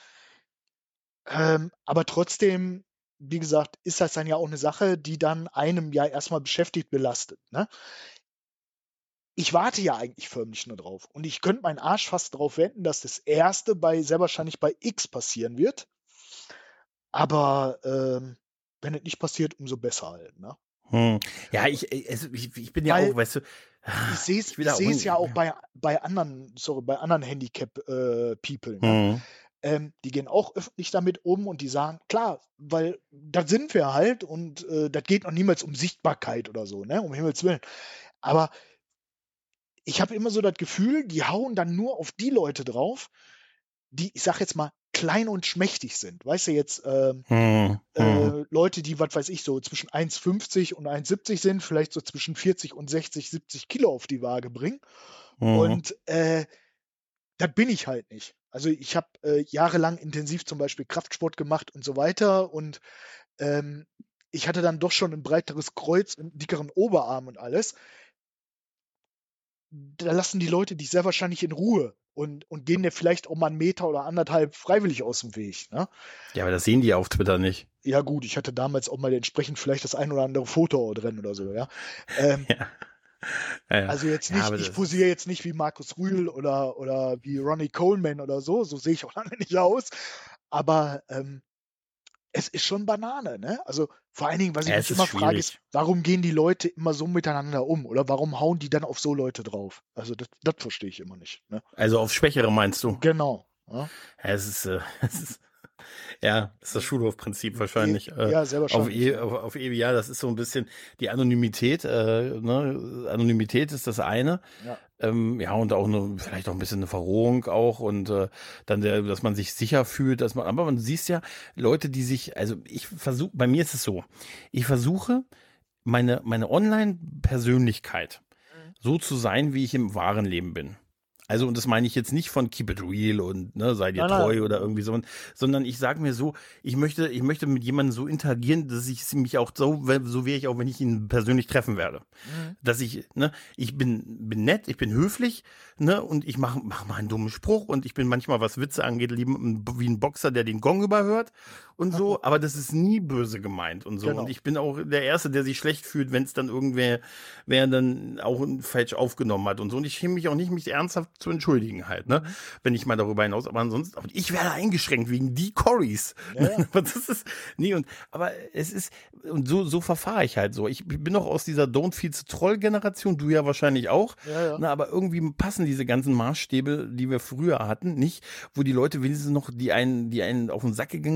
Speaker 1: Ähm, aber trotzdem, wie gesagt, ist das dann ja auch eine Sache, die dann einem ja erstmal beschäftigt, belastet. Ne? Ich warte ja eigentlich förmlich nur drauf. Und ich könnte meinen Arsch fast darauf wetten, dass das erste bei sehr wahrscheinlich bei X passieren wird. Aber ähm, wenn es nicht passiert, umso besser halt. Ne?
Speaker 2: Hm. Ja, ich, also ich, ich bin ja
Speaker 1: Weil
Speaker 2: auch, weißt du,
Speaker 1: ich sehe es
Speaker 2: ich will da auch
Speaker 1: ich
Speaker 2: nicht.
Speaker 1: ja auch bei, bei anderen, sorry, bei anderen Handicap-People. ne?
Speaker 2: Hm.
Speaker 1: Ähm, die gehen auch öffentlich damit um und die sagen, klar, weil das sind wir halt und äh, das geht noch niemals um Sichtbarkeit oder so, ne? Um Himmels Willen. Aber ich habe immer so das Gefühl, die hauen dann nur auf die Leute drauf, die, ich sag jetzt mal, klein und schmächtig sind. Weißt du, jetzt ähm,
Speaker 2: Hm. Hm.
Speaker 1: äh, Leute, die, was weiß ich, so zwischen eins fünfzig und eins siebzig sind, vielleicht so zwischen vierzig und sechzig, siebzig Kilo auf die Waage bringen.
Speaker 2: Hm.
Speaker 1: Und äh, das bin ich halt nicht. Also ich habe äh, jahrelang intensiv zum Beispiel Kraftsport gemacht und so weiter und ähm, ich hatte dann doch schon ein breiteres Kreuz, einen dickeren Oberarm und alles. Da lassen die Leute dich sehr wahrscheinlich in Ruhe und, und gehen dir vielleicht auch mal einen Meter oder anderthalb freiwillig aus dem Weg. Ne?
Speaker 2: Ja, aber das sehen die auf Twitter nicht.
Speaker 1: Ja gut, ich hatte damals auch mal entsprechend vielleicht das ein oder andere Foto drin oder so, ja. Ähm,
Speaker 2: Ja. Ja, ja.
Speaker 1: Also jetzt
Speaker 2: Ja,
Speaker 1: nicht,
Speaker 2: aber
Speaker 1: ich
Speaker 2: das
Speaker 1: posiere
Speaker 2: ist,
Speaker 1: jetzt nicht wie Markus Rühl oder, oder wie Ronnie Coleman oder so, so sehe ich auch lange nicht aus. Aber ähm, es ist schon Banane, ne? Also vor allen Dingen, was ich
Speaker 2: ja,
Speaker 1: mich
Speaker 2: es ist
Speaker 1: immer frage, ist,
Speaker 2: schwierig.
Speaker 1: warum gehen die Leute immer so miteinander um? Oder warum hauen die dann auf so Leute drauf? Also das, das verstehe ich immer nicht. Ne?
Speaker 2: Also auf Schwächere meinst du?
Speaker 1: Genau. Ja,
Speaker 2: Ja, es ist, äh, es ist, ja, das ist das Schulhofprinzip
Speaker 1: E-
Speaker 2: wahrscheinlich. Äh,
Speaker 1: ja sehr
Speaker 2: auf,
Speaker 1: wahrscheinlich.
Speaker 2: e
Speaker 1: Ne?
Speaker 2: auf, auf ewig, ja, das ist so ein bisschen die Anonymität. Äh, ne? Anonymität ist das eine.
Speaker 1: Ja.
Speaker 2: Ähm, ja, und auch eine, vielleicht auch ein bisschen eine Verrohung auch und äh, dann, der, dass man sich sicher fühlt, dass man, aber man siehst ja Leute, die sich, also ich versuche, bei mir ist es so, ich versuche meine, meine Online-Persönlichkeit
Speaker 1: Mhm.
Speaker 2: so zu sein, wie ich im wahren Leben bin. Also, und das meine ich jetzt nicht von Keep it real und ne, sei dir
Speaker 1: Nein,
Speaker 2: treu
Speaker 1: nein.
Speaker 2: oder irgendwie so, sondern ich sage mir so, ich möchte, ich möchte mit jemandem so interagieren, dass ich mich auch so, so wäre ich auch, wenn ich ihn persönlich treffen werde.
Speaker 1: Mhm.
Speaker 2: Dass ich, ne, ich bin, bin nett, ich bin höflich, ne, und ich mache mach mal einen dummen Spruch und ich bin manchmal, was Witze angeht, lieb, wie ein Boxer, der den Gong überhört und so, aber das ist nie böse gemeint und so.
Speaker 1: Genau.
Speaker 2: Und ich bin auch der Erste, der sich schlecht fühlt, wenn es dann irgendwer, wer dann auch falsch aufgenommen hat und so. Und ich schäme mich auch nicht, mich ernsthaft zu entschuldigen halt, ne,
Speaker 1: Mhm.
Speaker 2: wenn ich mal darüber hinaus, aber ansonsten, aber ich werde eingeschränkt wegen die Corys.
Speaker 1: Ja, ja.
Speaker 2: Aber das ist, nee, und, aber es ist, und so, so verfahre ich halt so. Ich bin noch aus dieser Don't Feel to Troll Generation, du ja wahrscheinlich auch.
Speaker 1: Ja, ja.
Speaker 2: Na, aber irgendwie passen diese ganzen Maßstäbe, die wir früher hatten, nicht, wo die Leute wenigstens noch, die einen, die einen auf den Sack gegangen sind, sich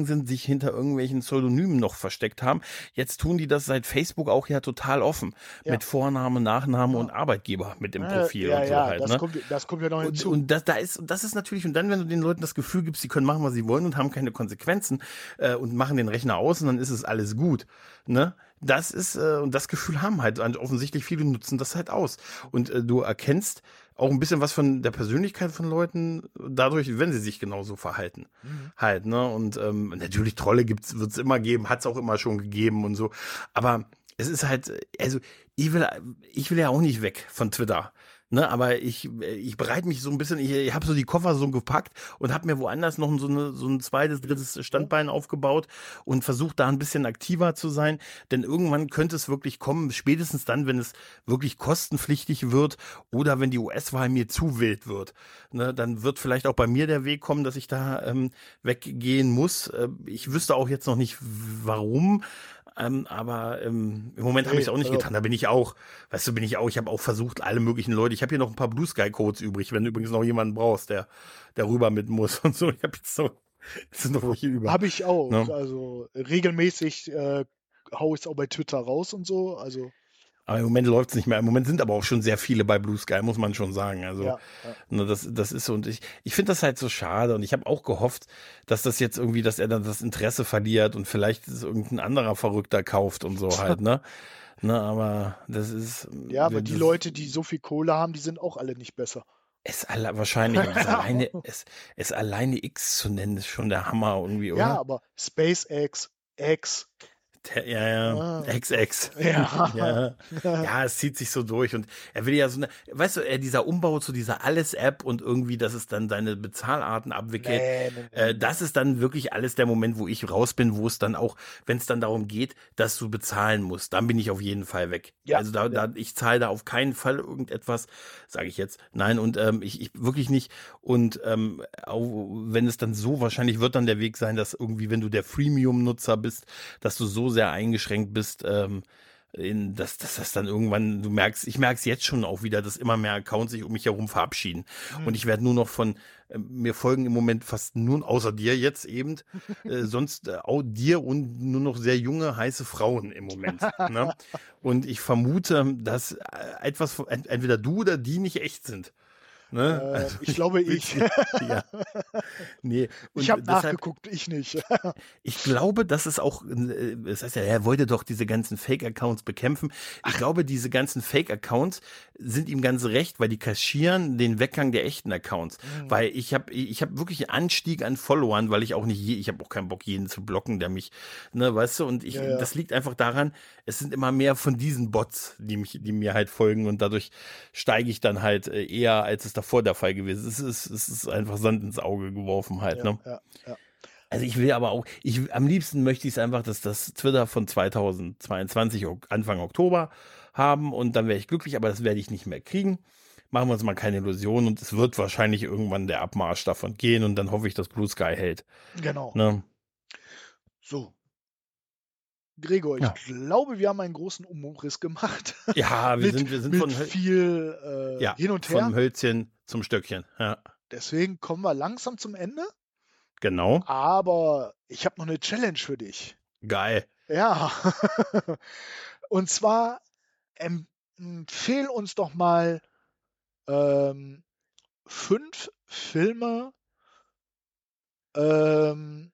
Speaker 2: hinter irgendwelchen Pseudonymen noch versteckt haben. Jetzt tun die das seit Facebook auch ja total offen.
Speaker 1: Ja.
Speaker 2: Mit Vorname, Nachname
Speaker 1: Ja.
Speaker 2: und Arbeitgeber mit dem
Speaker 1: Äh,
Speaker 2: Profil
Speaker 1: ja,
Speaker 2: und so
Speaker 1: ja,
Speaker 2: halt.
Speaker 1: das,
Speaker 2: Ne?
Speaker 1: kommt, das kommt ja noch
Speaker 2: Und,
Speaker 1: hinzu.
Speaker 2: und das, da ist, und das ist natürlich, und dann, wenn du den Leuten das Gefühl gibst, sie können machen, was sie wollen und haben keine Konsequenzen äh, und machen den Rechner aus und dann ist es alles gut. Ne? Das ist, äh, und das Gefühl haben halt offensichtlich viele, nutzen das halt aus. Und äh, du erkennst auch ein bisschen was von der Persönlichkeit von Leuten dadurch, wenn sie sich genauso verhalten.
Speaker 1: Mhm.
Speaker 2: Halt, ne? Und ähm, natürlich Trolle gibt's, wird's immer geben, hat's auch immer schon gegeben und so. Aber es ist halt, also ich will, ich will ja auch nicht weg von Twitter. Ne, aber ich, ich bereite mich so ein bisschen, ich, ich habe so die Koffer so gepackt und habe mir woanders noch so, eine, so ein zweites, drittes Standbein aufgebaut und versucht da ein bisschen aktiver zu sein, denn irgendwann könnte es wirklich kommen, spätestens dann, wenn es wirklich kostenpflichtig wird oder wenn die U S-Wahl mir zu wild wird. Ne, dann wird vielleicht auch bei mir der Weg kommen, dass ich da ähm, weggehen muss. Äh, ich wüsste auch jetzt noch nicht, warum. Ähm, aber ähm, im Moment habe ich es auch nicht
Speaker 1: also,
Speaker 2: getan. Da bin ich auch, weißt du, bin ich auch, ich habe auch versucht, alle möglichen Leute. Ich habe hier noch ein paar Blue Sky Codes übrig, wenn du übrigens noch jemanden brauchst, der, der rüber mit muss und so. Ich habe jetzt so, es sind noch welche über.
Speaker 1: Habe ich auch.
Speaker 2: Ne?
Speaker 1: Also regelmäßig äh, hau ich es auch bei Twitter raus und so. Also
Speaker 2: Aber im Moment läuft es nicht mehr. Im Moment sind aber auch schon sehr viele bei Blue Sky, muss man schon sagen. Also
Speaker 1: ja, ja.
Speaker 2: ne, das, das ist so. Und ich, ich finde das halt so schade. Und ich habe auch gehofft, dass das jetzt irgendwie, dass er dann das Interesse verliert und vielleicht ist irgendein anderer Verrückter kauft und so halt, ne? Ne, aber das ist.
Speaker 1: Ja, aber die
Speaker 2: das,
Speaker 1: Leute, die so viel Kohle haben, die sind auch alle nicht besser.
Speaker 2: Es alle, wahrscheinlich, aber es alleine, es, es alleine X zu nennen, ist schon der Hammer irgendwie, oder?
Speaker 1: Ja, aber SpaceX, X.
Speaker 2: Der, ja, ja,
Speaker 1: Ah.
Speaker 2: X X.
Speaker 1: Ja.
Speaker 2: ja. Ja, es zieht sich so durch und er will ja so eine, weißt du, äh, dieser Umbau zu dieser Alles-App und irgendwie, dass es dann deine Bezahlarten abwickelt,
Speaker 1: Nee, nee, nee.
Speaker 2: äh, das ist dann wirklich alles der Moment, wo ich raus bin, wo es dann auch, wenn es dann darum geht, dass du bezahlen musst, dann bin ich auf jeden Fall weg.
Speaker 1: Ja,
Speaker 2: also da,
Speaker 1: ja.
Speaker 2: da, ich zahle da auf keinen Fall irgendetwas, sage ich jetzt. Nein, und ähm, ich, ich wirklich nicht. Und ähm, auch wenn es dann so, wahrscheinlich wird dann der Weg sein, dass irgendwie, wenn du der Freemium-Nutzer bist, dass du so sehr eingeschränkt bist, ähm, in, dass, dass das dann irgendwann, du merkst, ich merke es jetzt schon auch wieder, dass immer mehr Accounts sich um mich herum verabschieden.
Speaker 1: Mhm.
Speaker 2: Und ich werde nur noch von, äh, mir folgen im Moment fast nur, außer dir jetzt eben, äh, sonst äh, auch dir und nur noch sehr junge, heiße Frauen im Moment. Ne? Und ich vermute, dass äh, etwas, von- ent- entweder du oder die nicht echt sind. Ne?
Speaker 1: Äh,
Speaker 2: Also,
Speaker 1: ich glaube, ich.
Speaker 2: ja. Nee. Und
Speaker 1: Ich habe
Speaker 2: deshalb,
Speaker 1: nachgeguckt, ich nicht.
Speaker 2: ich glaube, dass es auch, äh, das heißt ja, er wollte doch diese ganzen Fake-Accounts bekämpfen. Ich glaube, diese ganzen Fake-Accounts sind ihm ganz recht, weil die kaschieren den Weggang der echten Accounts.
Speaker 1: Mhm.
Speaker 2: Weil ich habe ich hab wirklich einen Anstieg an Followern, weil ich auch nicht, je, ich habe auch keinen Bock, jeden zu blocken, der mich, ne, weißt du, und ich,
Speaker 1: Ja, ja.
Speaker 2: das liegt einfach daran, es sind immer mehr von diesen Bots, die mich, die mir halt folgen und dadurch steige ich dann halt äh, eher, als es davor der Fall gewesen ist. Es ist, es ist einfach Sand ins Auge geworfen halt,
Speaker 1: Ja,
Speaker 2: ne?
Speaker 1: ja, ja.
Speaker 2: Also ich will aber auch, ich, am liebsten möchte ich es einfach, dass das Twitter von zweitausendzweiundzwanzig, Ok- Anfang Oktober haben und dann wäre ich glücklich, aber das werde ich nicht mehr kriegen. Machen wir uns mal keine Illusionen und es wird wahrscheinlich irgendwann der Abmarsch davon gehen und dann hoffe ich, dass Blue Sky hält.
Speaker 1: Genau.
Speaker 2: Ne?
Speaker 1: So. Gregor, ich
Speaker 2: Ja.
Speaker 1: glaube, wir haben einen großen Umriss gemacht.
Speaker 2: Ja, wir
Speaker 1: mit,
Speaker 2: sind, wir sind
Speaker 1: mit
Speaker 2: von, Höl-
Speaker 1: viel äh,
Speaker 2: ja,
Speaker 1: hin und her.
Speaker 2: vom Hölzchen zum Stöckchen. Ja,
Speaker 1: Deswegen kommen wir langsam zum Ende.
Speaker 2: genau.
Speaker 1: Aber ich habe noch eine Challenge für dich.
Speaker 2: Geil.
Speaker 1: Ja. Und zwar em- empfehl uns doch mal ähm, fünf Filme ähm,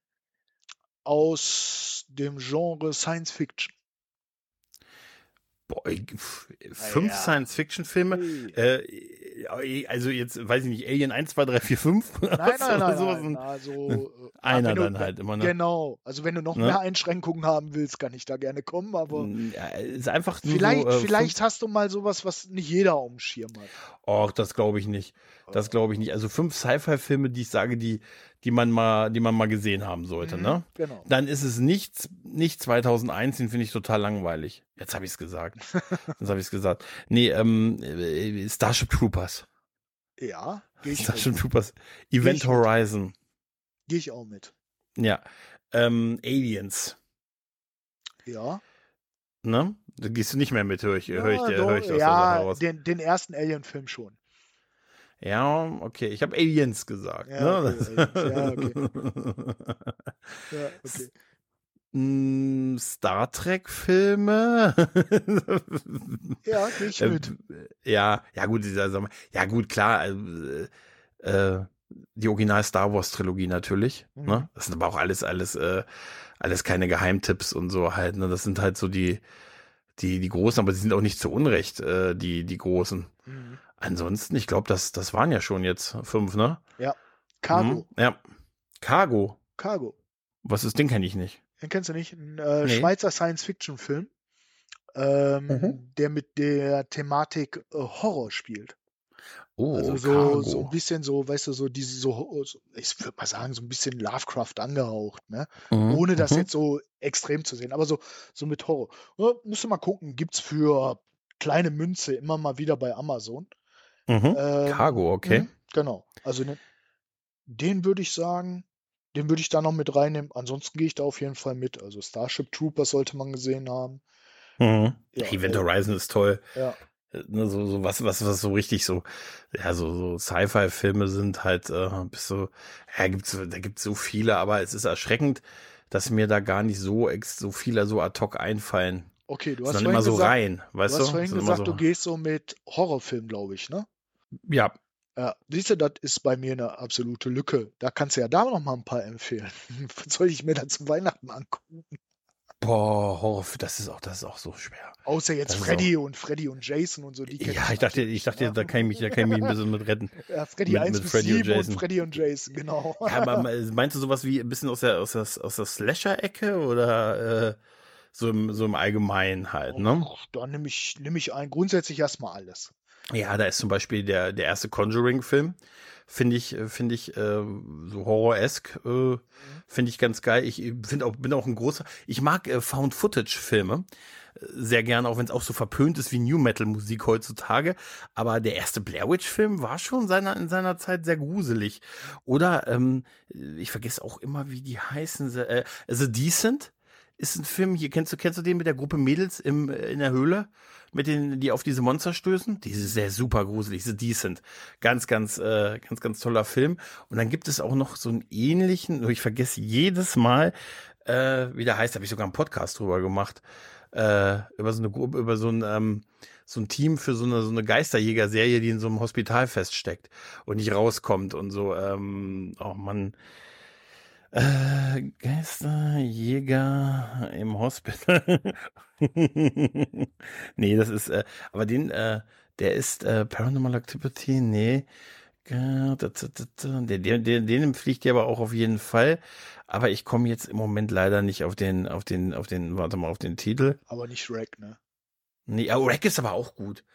Speaker 1: aus dem Genre Science Fiction.
Speaker 2: Boah, ich- pf, fünf
Speaker 1: ja.
Speaker 2: Science-Fiction-Filme. Äh, also jetzt weiß ich nicht, Alien eins, zwei, drei, vier, fünf.
Speaker 1: Nein, nein, nein,
Speaker 2: sowas.
Speaker 1: nein. Also, äh,
Speaker 2: Einer
Speaker 1: wenn du-
Speaker 2: dann halt immer, ne?
Speaker 1: Genau. Also wenn du noch
Speaker 2: Ne?
Speaker 1: mehr Einschränkungen haben willst, kann ich da gerne kommen, aber
Speaker 2: Ja, ist einfach nur
Speaker 1: vielleicht,
Speaker 2: so, äh,
Speaker 1: vielleicht hast du mal sowas, was nicht jeder auf dem Schirm hat.
Speaker 2: Och, das glaube ich nicht. Das glaube ich nicht. Also fünf Sci-Fi-Filme, die ich sage, die, die man mal, die man mal gesehen haben sollte,
Speaker 1: Mhm,
Speaker 2: ne?
Speaker 1: Genau.
Speaker 2: Dann ist es nicht, nicht zweitausendeins, den finde ich total langweilig. Jetzt habe ich es gesagt. Jetzt habe ich es gesagt. Nee, ähm, äh, Starship Troopers.
Speaker 1: Ja, gehe ich,
Speaker 2: Starship
Speaker 1: mit.
Speaker 2: Troopers. Event
Speaker 1: ich mit.
Speaker 2: Horizon.
Speaker 1: Geh ich auch mit.
Speaker 2: Ja. Ähm, Aliens.
Speaker 1: Ja.
Speaker 2: Ne? Da gehst du nicht mehr mit, höre ich, hör ich,
Speaker 1: Ja,
Speaker 2: hör
Speaker 1: doch,
Speaker 2: ich aus der
Speaker 1: ja,
Speaker 2: Sache raus.
Speaker 1: den, den ersten Alien-Film schon.
Speaker 2: Ja, okay. Ich habe Aliens gesagt.
Speaker 1: Ja,
Speaker 2: Ne?
Speaker 1: okay, Aliens. Ja, okay. Ja, okay.
Speaker 2: Mm, Star Trek-Filme.
Speaker 1: Ja, gehe ich
Speaker 2: Äh,
Speaker 1: mit.
Speaker 2: ja, ja gut, dieser, sag mal, ja gut, klar, äh, äh, die Original Star Wars Trilogie natürlich,
Speaker 1: Mhm.
Speaker 2: ne? Das sind aber auch alles, alles, äh, alles keine Geheimtipps und so halt, ne? Das sind halt so die, die, die großen, aber sie sind auch nicht zu Unrecht, äh, die, die großen.
Speaker 1: Mhm.
Speaker 2: Ansonsten, ich glaube, das, das waren ja schon jetzt fünf, ne?
Speaker 1: Ja.
Speaker 2: Mhm,
Speaker 1: Cargo.
Speaker 2: ja. Cargo.
Speaker 1: Cargo.
Speaker 2: Was ist, den kenne ich nicht.
Speaker 1: Den kennst du nicht? Ein äh,
Speaker 2: Nee.
Speaker 1: Schweizer Science-Fiction-Film, ähm,
Speaker 2: Mhm.
Speaker 1: der mit der Thematik äh, Horror spielt.
Speaker 2: Oh,
Speaker 1: Also so,
Speaker 2: Cargo.
Speaker 1: so ein bisschen so, weißt du, so diese, so, so ich würde mal sagen, so ein bisschen Lovecraft angehaucht, ne?
Speaker 2: Mhm.
Speaker 1: Ohne das
Speaker 2: Mhm.
Speaker 1: jetzt so extrem zu sehen, aber so, so mit Horror. Ja, musst du mal gucken, gibt's für kleine Münze immer mal wieder bei Amazon.
Speaker 2: Mhm.
Speaker 1: Ähm,
Speaker 2: Cargo, okay.
Speaker 1: mh, genau. Also ne, den würde ich sagen, den würde ich da noch mit reinnehmen. Ansonsten gehe ich da auf jeden Fall mit. Also Starship Troopers sollte man gesehen haben.
Speaker 2: Mhm.
Speaker 1: Ja,
Speaker 2: Event
Speaker 1: äh,
Speaker 2: Horizon ist toll.
Speaker 1: ja.
Speaker 2: Äh, Ne, so, so was, was, was so richtig so, ja, so, so Sci-Fi-Filme sind halt, äh, bist so, ja, gibt's, da gibt's so viele, aber es ist erschreckend, dass mir da gar nicht so ex, so viele so ad hoc einfallen.
Speaker 1: Okay, du
Speaker 2: Das
Speaker 1: hast
Speaker 2: sind dann immer
Speaker 1: vorhin
Speaker 2: so
Speaker 1: gesagt,
Speaker 2: rein,
Speaker 1: du
Speaker 2: weißt
Speaker 1: hast
Speaker 2: du?
Speaker 1: vorhin
Speaker 2: Das sind immer
Speaker 1: gesagt, du
Speaker 2: so,
Speaker 1: gehst so mit Horrorfilm, glaube ich, ne?
Speaker 2: ja,
Speaker 1: Ja, siehst du, das ist bei mir eine absolute Lücke. Da kannst du ja da noch mal ein paar empfehlen. Was soll ich mir da zu Weihnachten angucken?
Speaker 2: boah, Horror, das ist auch, das ist auch so schwer.
Speaker 1: Außer jetzt
Speaker 2: Das ist auch,
Speaker 1: Freddy und Freddy und Jason und so, die kenne
Speaker 2: ja,
Speaker 1: ich
Speaker 2: ich dachte,
Speaker 1: natürlich,
Speaker 2: ich dachte,
Speaker 1: ne?
Speaker 2: da kann ich mich, da kann ich mich ein bisschen mit retten.
Speaker 1: Ja, Freddy
Speaker 2: Mit,
Speaker 1: eins
Speaker 2: mit
Speaker 1: bis
Speaker 2: Freddy und
Speaker 1: sieben und
Speaker 2: Jason.
Speaker 1: Freddy und Jason, genau.
Speaker 2: Ja, aber meinst du sowas wie ein bisschen aus der, aus der, aus der Slasher-Ecke oder äh, so im, so im Allgemeinen halt, ne?
Speaker 1: Och, da nehme ich, nehm ich ein. Grundsätzlich erstmal alles.
Speaker 2: Ja, da ist zum Beispiel der, der erste Conjuring-Film, finde ich, äh, finde ich, äh, so horror-esk, äh,
Speaker 1: Mhm.
Speaker 2: finde ich ganz geil. Ich finde auch, bin auch ein großer, ich mag äh, Found-Footage-Filme äh, sehr gerne, auch wenn es auch so verpönt ist wie New-Metal-Musik heutzutage. Aber der erste Blair Witch-Film war schon seiner, in seiner Zeit sehr gruselig. Oder, ähm, ich vergesse auch immer, wie die heißen. Se- Äh, The Decent ist ein Film, hier kennst du, kennst du den mit der Gruppe Mädels im, äh, in der Höhle? Mit denen, die auf diese Monster stößen. Die ist sehr super gruselig, The Decent. Ganz, ganz, äh, ganz, ganz toller Film. Und dann gibt es auch noch so einen ähnlichen, nur ich vergesse jedes Mal, äh, wie der heißt, habe ich sogar einen Podcast drüber gemacht. Äh, über so eine Gruppe, über so ein, ähm, so ein Team für so eine, so eine Geisterjäger-Serie, die in so einem Hospital feststeckt und nicht rauskommt und so, ähm, oh Mann. Äh, Geisterjäger im Hospital. Nee, das ist, äh, aber den, äh, der ist äh, Paranormal Activity, nee. Äh, da, da, da, da. Der, der, der, den empfehle ich dir aber auch auf jeden Fall. Aber ich komme jetzt im Moment leider nicht auf den, auf den, auf den, warte mal, auf den Titel.
Speaker 1: Aber nicht Shrek, ne?
Speaker 2: Nee, oh, Rack ist aber auch gut.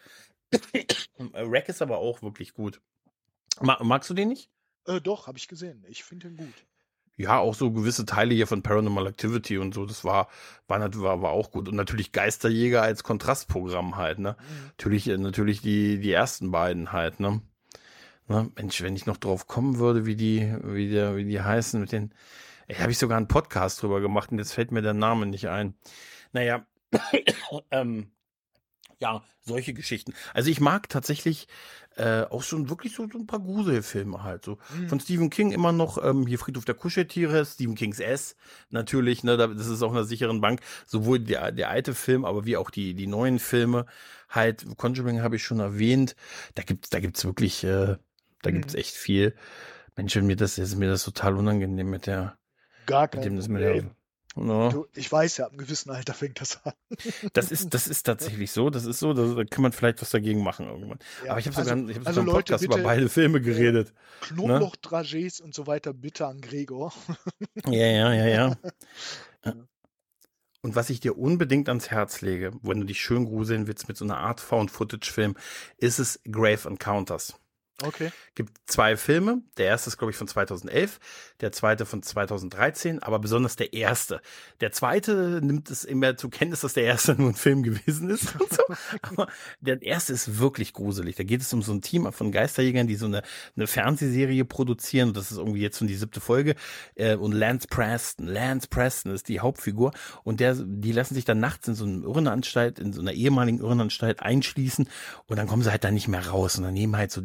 Speaker 2: Rack ist aber auch wirklich gut. Ma magst du den nicht?
Speaker 1: Äh, doch, habe ich gesehen. Ich finde ihn gut.
Speaker 2: Ja, auch so gewisse Teile hier von Paranormal Activity und so, das war, war, nat- war, war auch gut. Und natürlich Geisterjäger als Kontrastprogramm halt, ne?
Speaker 1: Mhm.
Speaker 2: Natürlich, äh, natürlich die, die ersten beiden halt, ne? Ne? Mensch, wenn ich noch drauf kommen würde, wie die, wie der, wie die heißen mit den, ey, habe ich sogar einen Podcast drüber gemacht und jetzt fällt mir der Name nicht ein. Naja, ähm, ja, solche Geschichten. Also ich mag tatsächlich äh, auch schon wirklich so, so ein paar Gruselfilme halt. So
Speaker 1: Mhm.
Speaker 2: von Stephen King immer noch ähm, hier Friedhof der Kuscheltiere, Stephen Kings S natürlich, ne, da- das ist auf einer sicheren Bank. Sowohl der, der alte Film, aber wie auch die, die neuen Filme. Halt, Conjuring habe ich schon erwähnt. Da gibt's, da gibt's wirklich, äh, da gibt's
Speaker 1: Mhm.
Speaker 2: echt viel. Mensch, wenn mir das jetzt ist mir das total unangenehm mit der,
Speaker 1: Gar
Speaker 2: mit
Speaker 1: kein
Speaker 2: dem, das mit der,
Speaker 1: Problem.
Speaker 2: ne?
Speaker 1: Du, ich weiß ja, ab einem gewissen Alter fängt das an.
Speaker 2: Das ist, das ist tatsächlich so, das ist so, da da kann man vielleicht was dagegen machen irgendwann.
Speaker 1: Ja,
Speaker 2: Aber ich habe
Speaker 1: also,
Speaker 2: sogar, ich hab
Speaker 1: also
Speaker 2: sogar im
Speaker 1: Leute,
Speaker 2: Podcast über
Speaker 1: bitte
Speaker 2: beide Filme
Speaker 1: äh,
Speaker 2: geredet. Ne?
Speaker 1: Knoblauchdragés und so weiter bitte an Gregor.
Speaker 2: Ja, ja, ja, ja.
Speaker 1: Ja.
Speaker 2: Und was ich dir unbedingt ans Herz lege, wenn du dich schön gruseln willst mit so einer Art Found-Footage-Film, ist es Grave Encounters.
Speaker 1: Okay.
Speaker 2: Gibt zwei Filme. Der erste ist, glaube ich, von zweitausendelf, der zweite von zweitausenddreizehn, aber besonders der erste. Der zweite nimmt es immer zur Kenntnis, dass der erste nur ein Film gewesen ist und so. Aber der erste ist wirklich gruselig. Da geht es um so ein Team von Geisterjägern, die so eine, eine Fernsehserie produzieren. Und das ist irgendwie jetzt schon die siebte Folge. Äh, Und Lance Preston, Lance Preston ist die Hauptfigur. Und der, die lassen sich dann nachts in so einer Irrenanstalt, in so einer ehemaligen Irrenanstalt einschließen. Und dann kommen sie halt da nicht mehr raus. Und dann nehmen halt so die Wege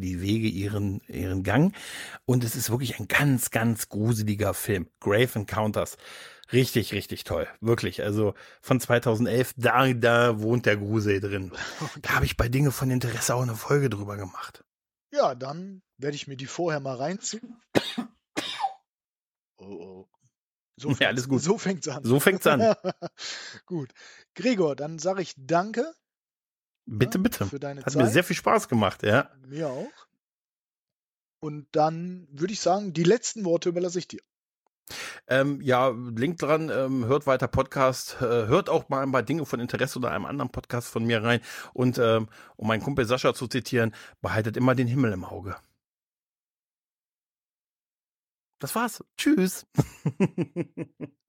Speaker 2: Wege ihren, ihren Gang. Und es ist wirklich ein ganz, ganz gruseliger Film. Grave Encounters. Richtig, richtig toll. Wirklich. Also von zweitausendelf, da, da wohnt der Grusel drin.
Speaker 1: Okay.
Speaker 2: Da habe ich bei Dinge von Interesse auch eine Folge drüber gemacht.
Speaker 1: Ja, dann werde ich mir die vorher mal reinziehen. Oh, oh. So
Speaker 2: Ja,
Speaker 1: fängt's,
Speaker 2: alles gut.
Speaker 1: So fängt's an.
Speaker 2: So fängt's an.
Speaker 1: Gut. Gregor, dann sage ich danke.
Speaker 2: Bitte,
Speaker 1: ja,
Speaker 2: bitte.
Speaker 1: Für deine
Speaker 2: Hat
Speaker 1: Zeit.
Speaker 2: mir sehr viel Spaß gemacht, ja.
Speaker 1: Mir auch. Und dann würde ich sagen, die letzten Worte überlasse ich dir.
Speaker 2: Ähm, ja, Link dran, ähm, hört weiter Podcast, äh, hört auch mal ein paar Dinge von Interesse oder einem anderen Podcast von mir rein. Und ähm, um meinen Kumpel Sascha zu zitieren, behaltet immer den Himmel im Auge. Das war's. Tschüss.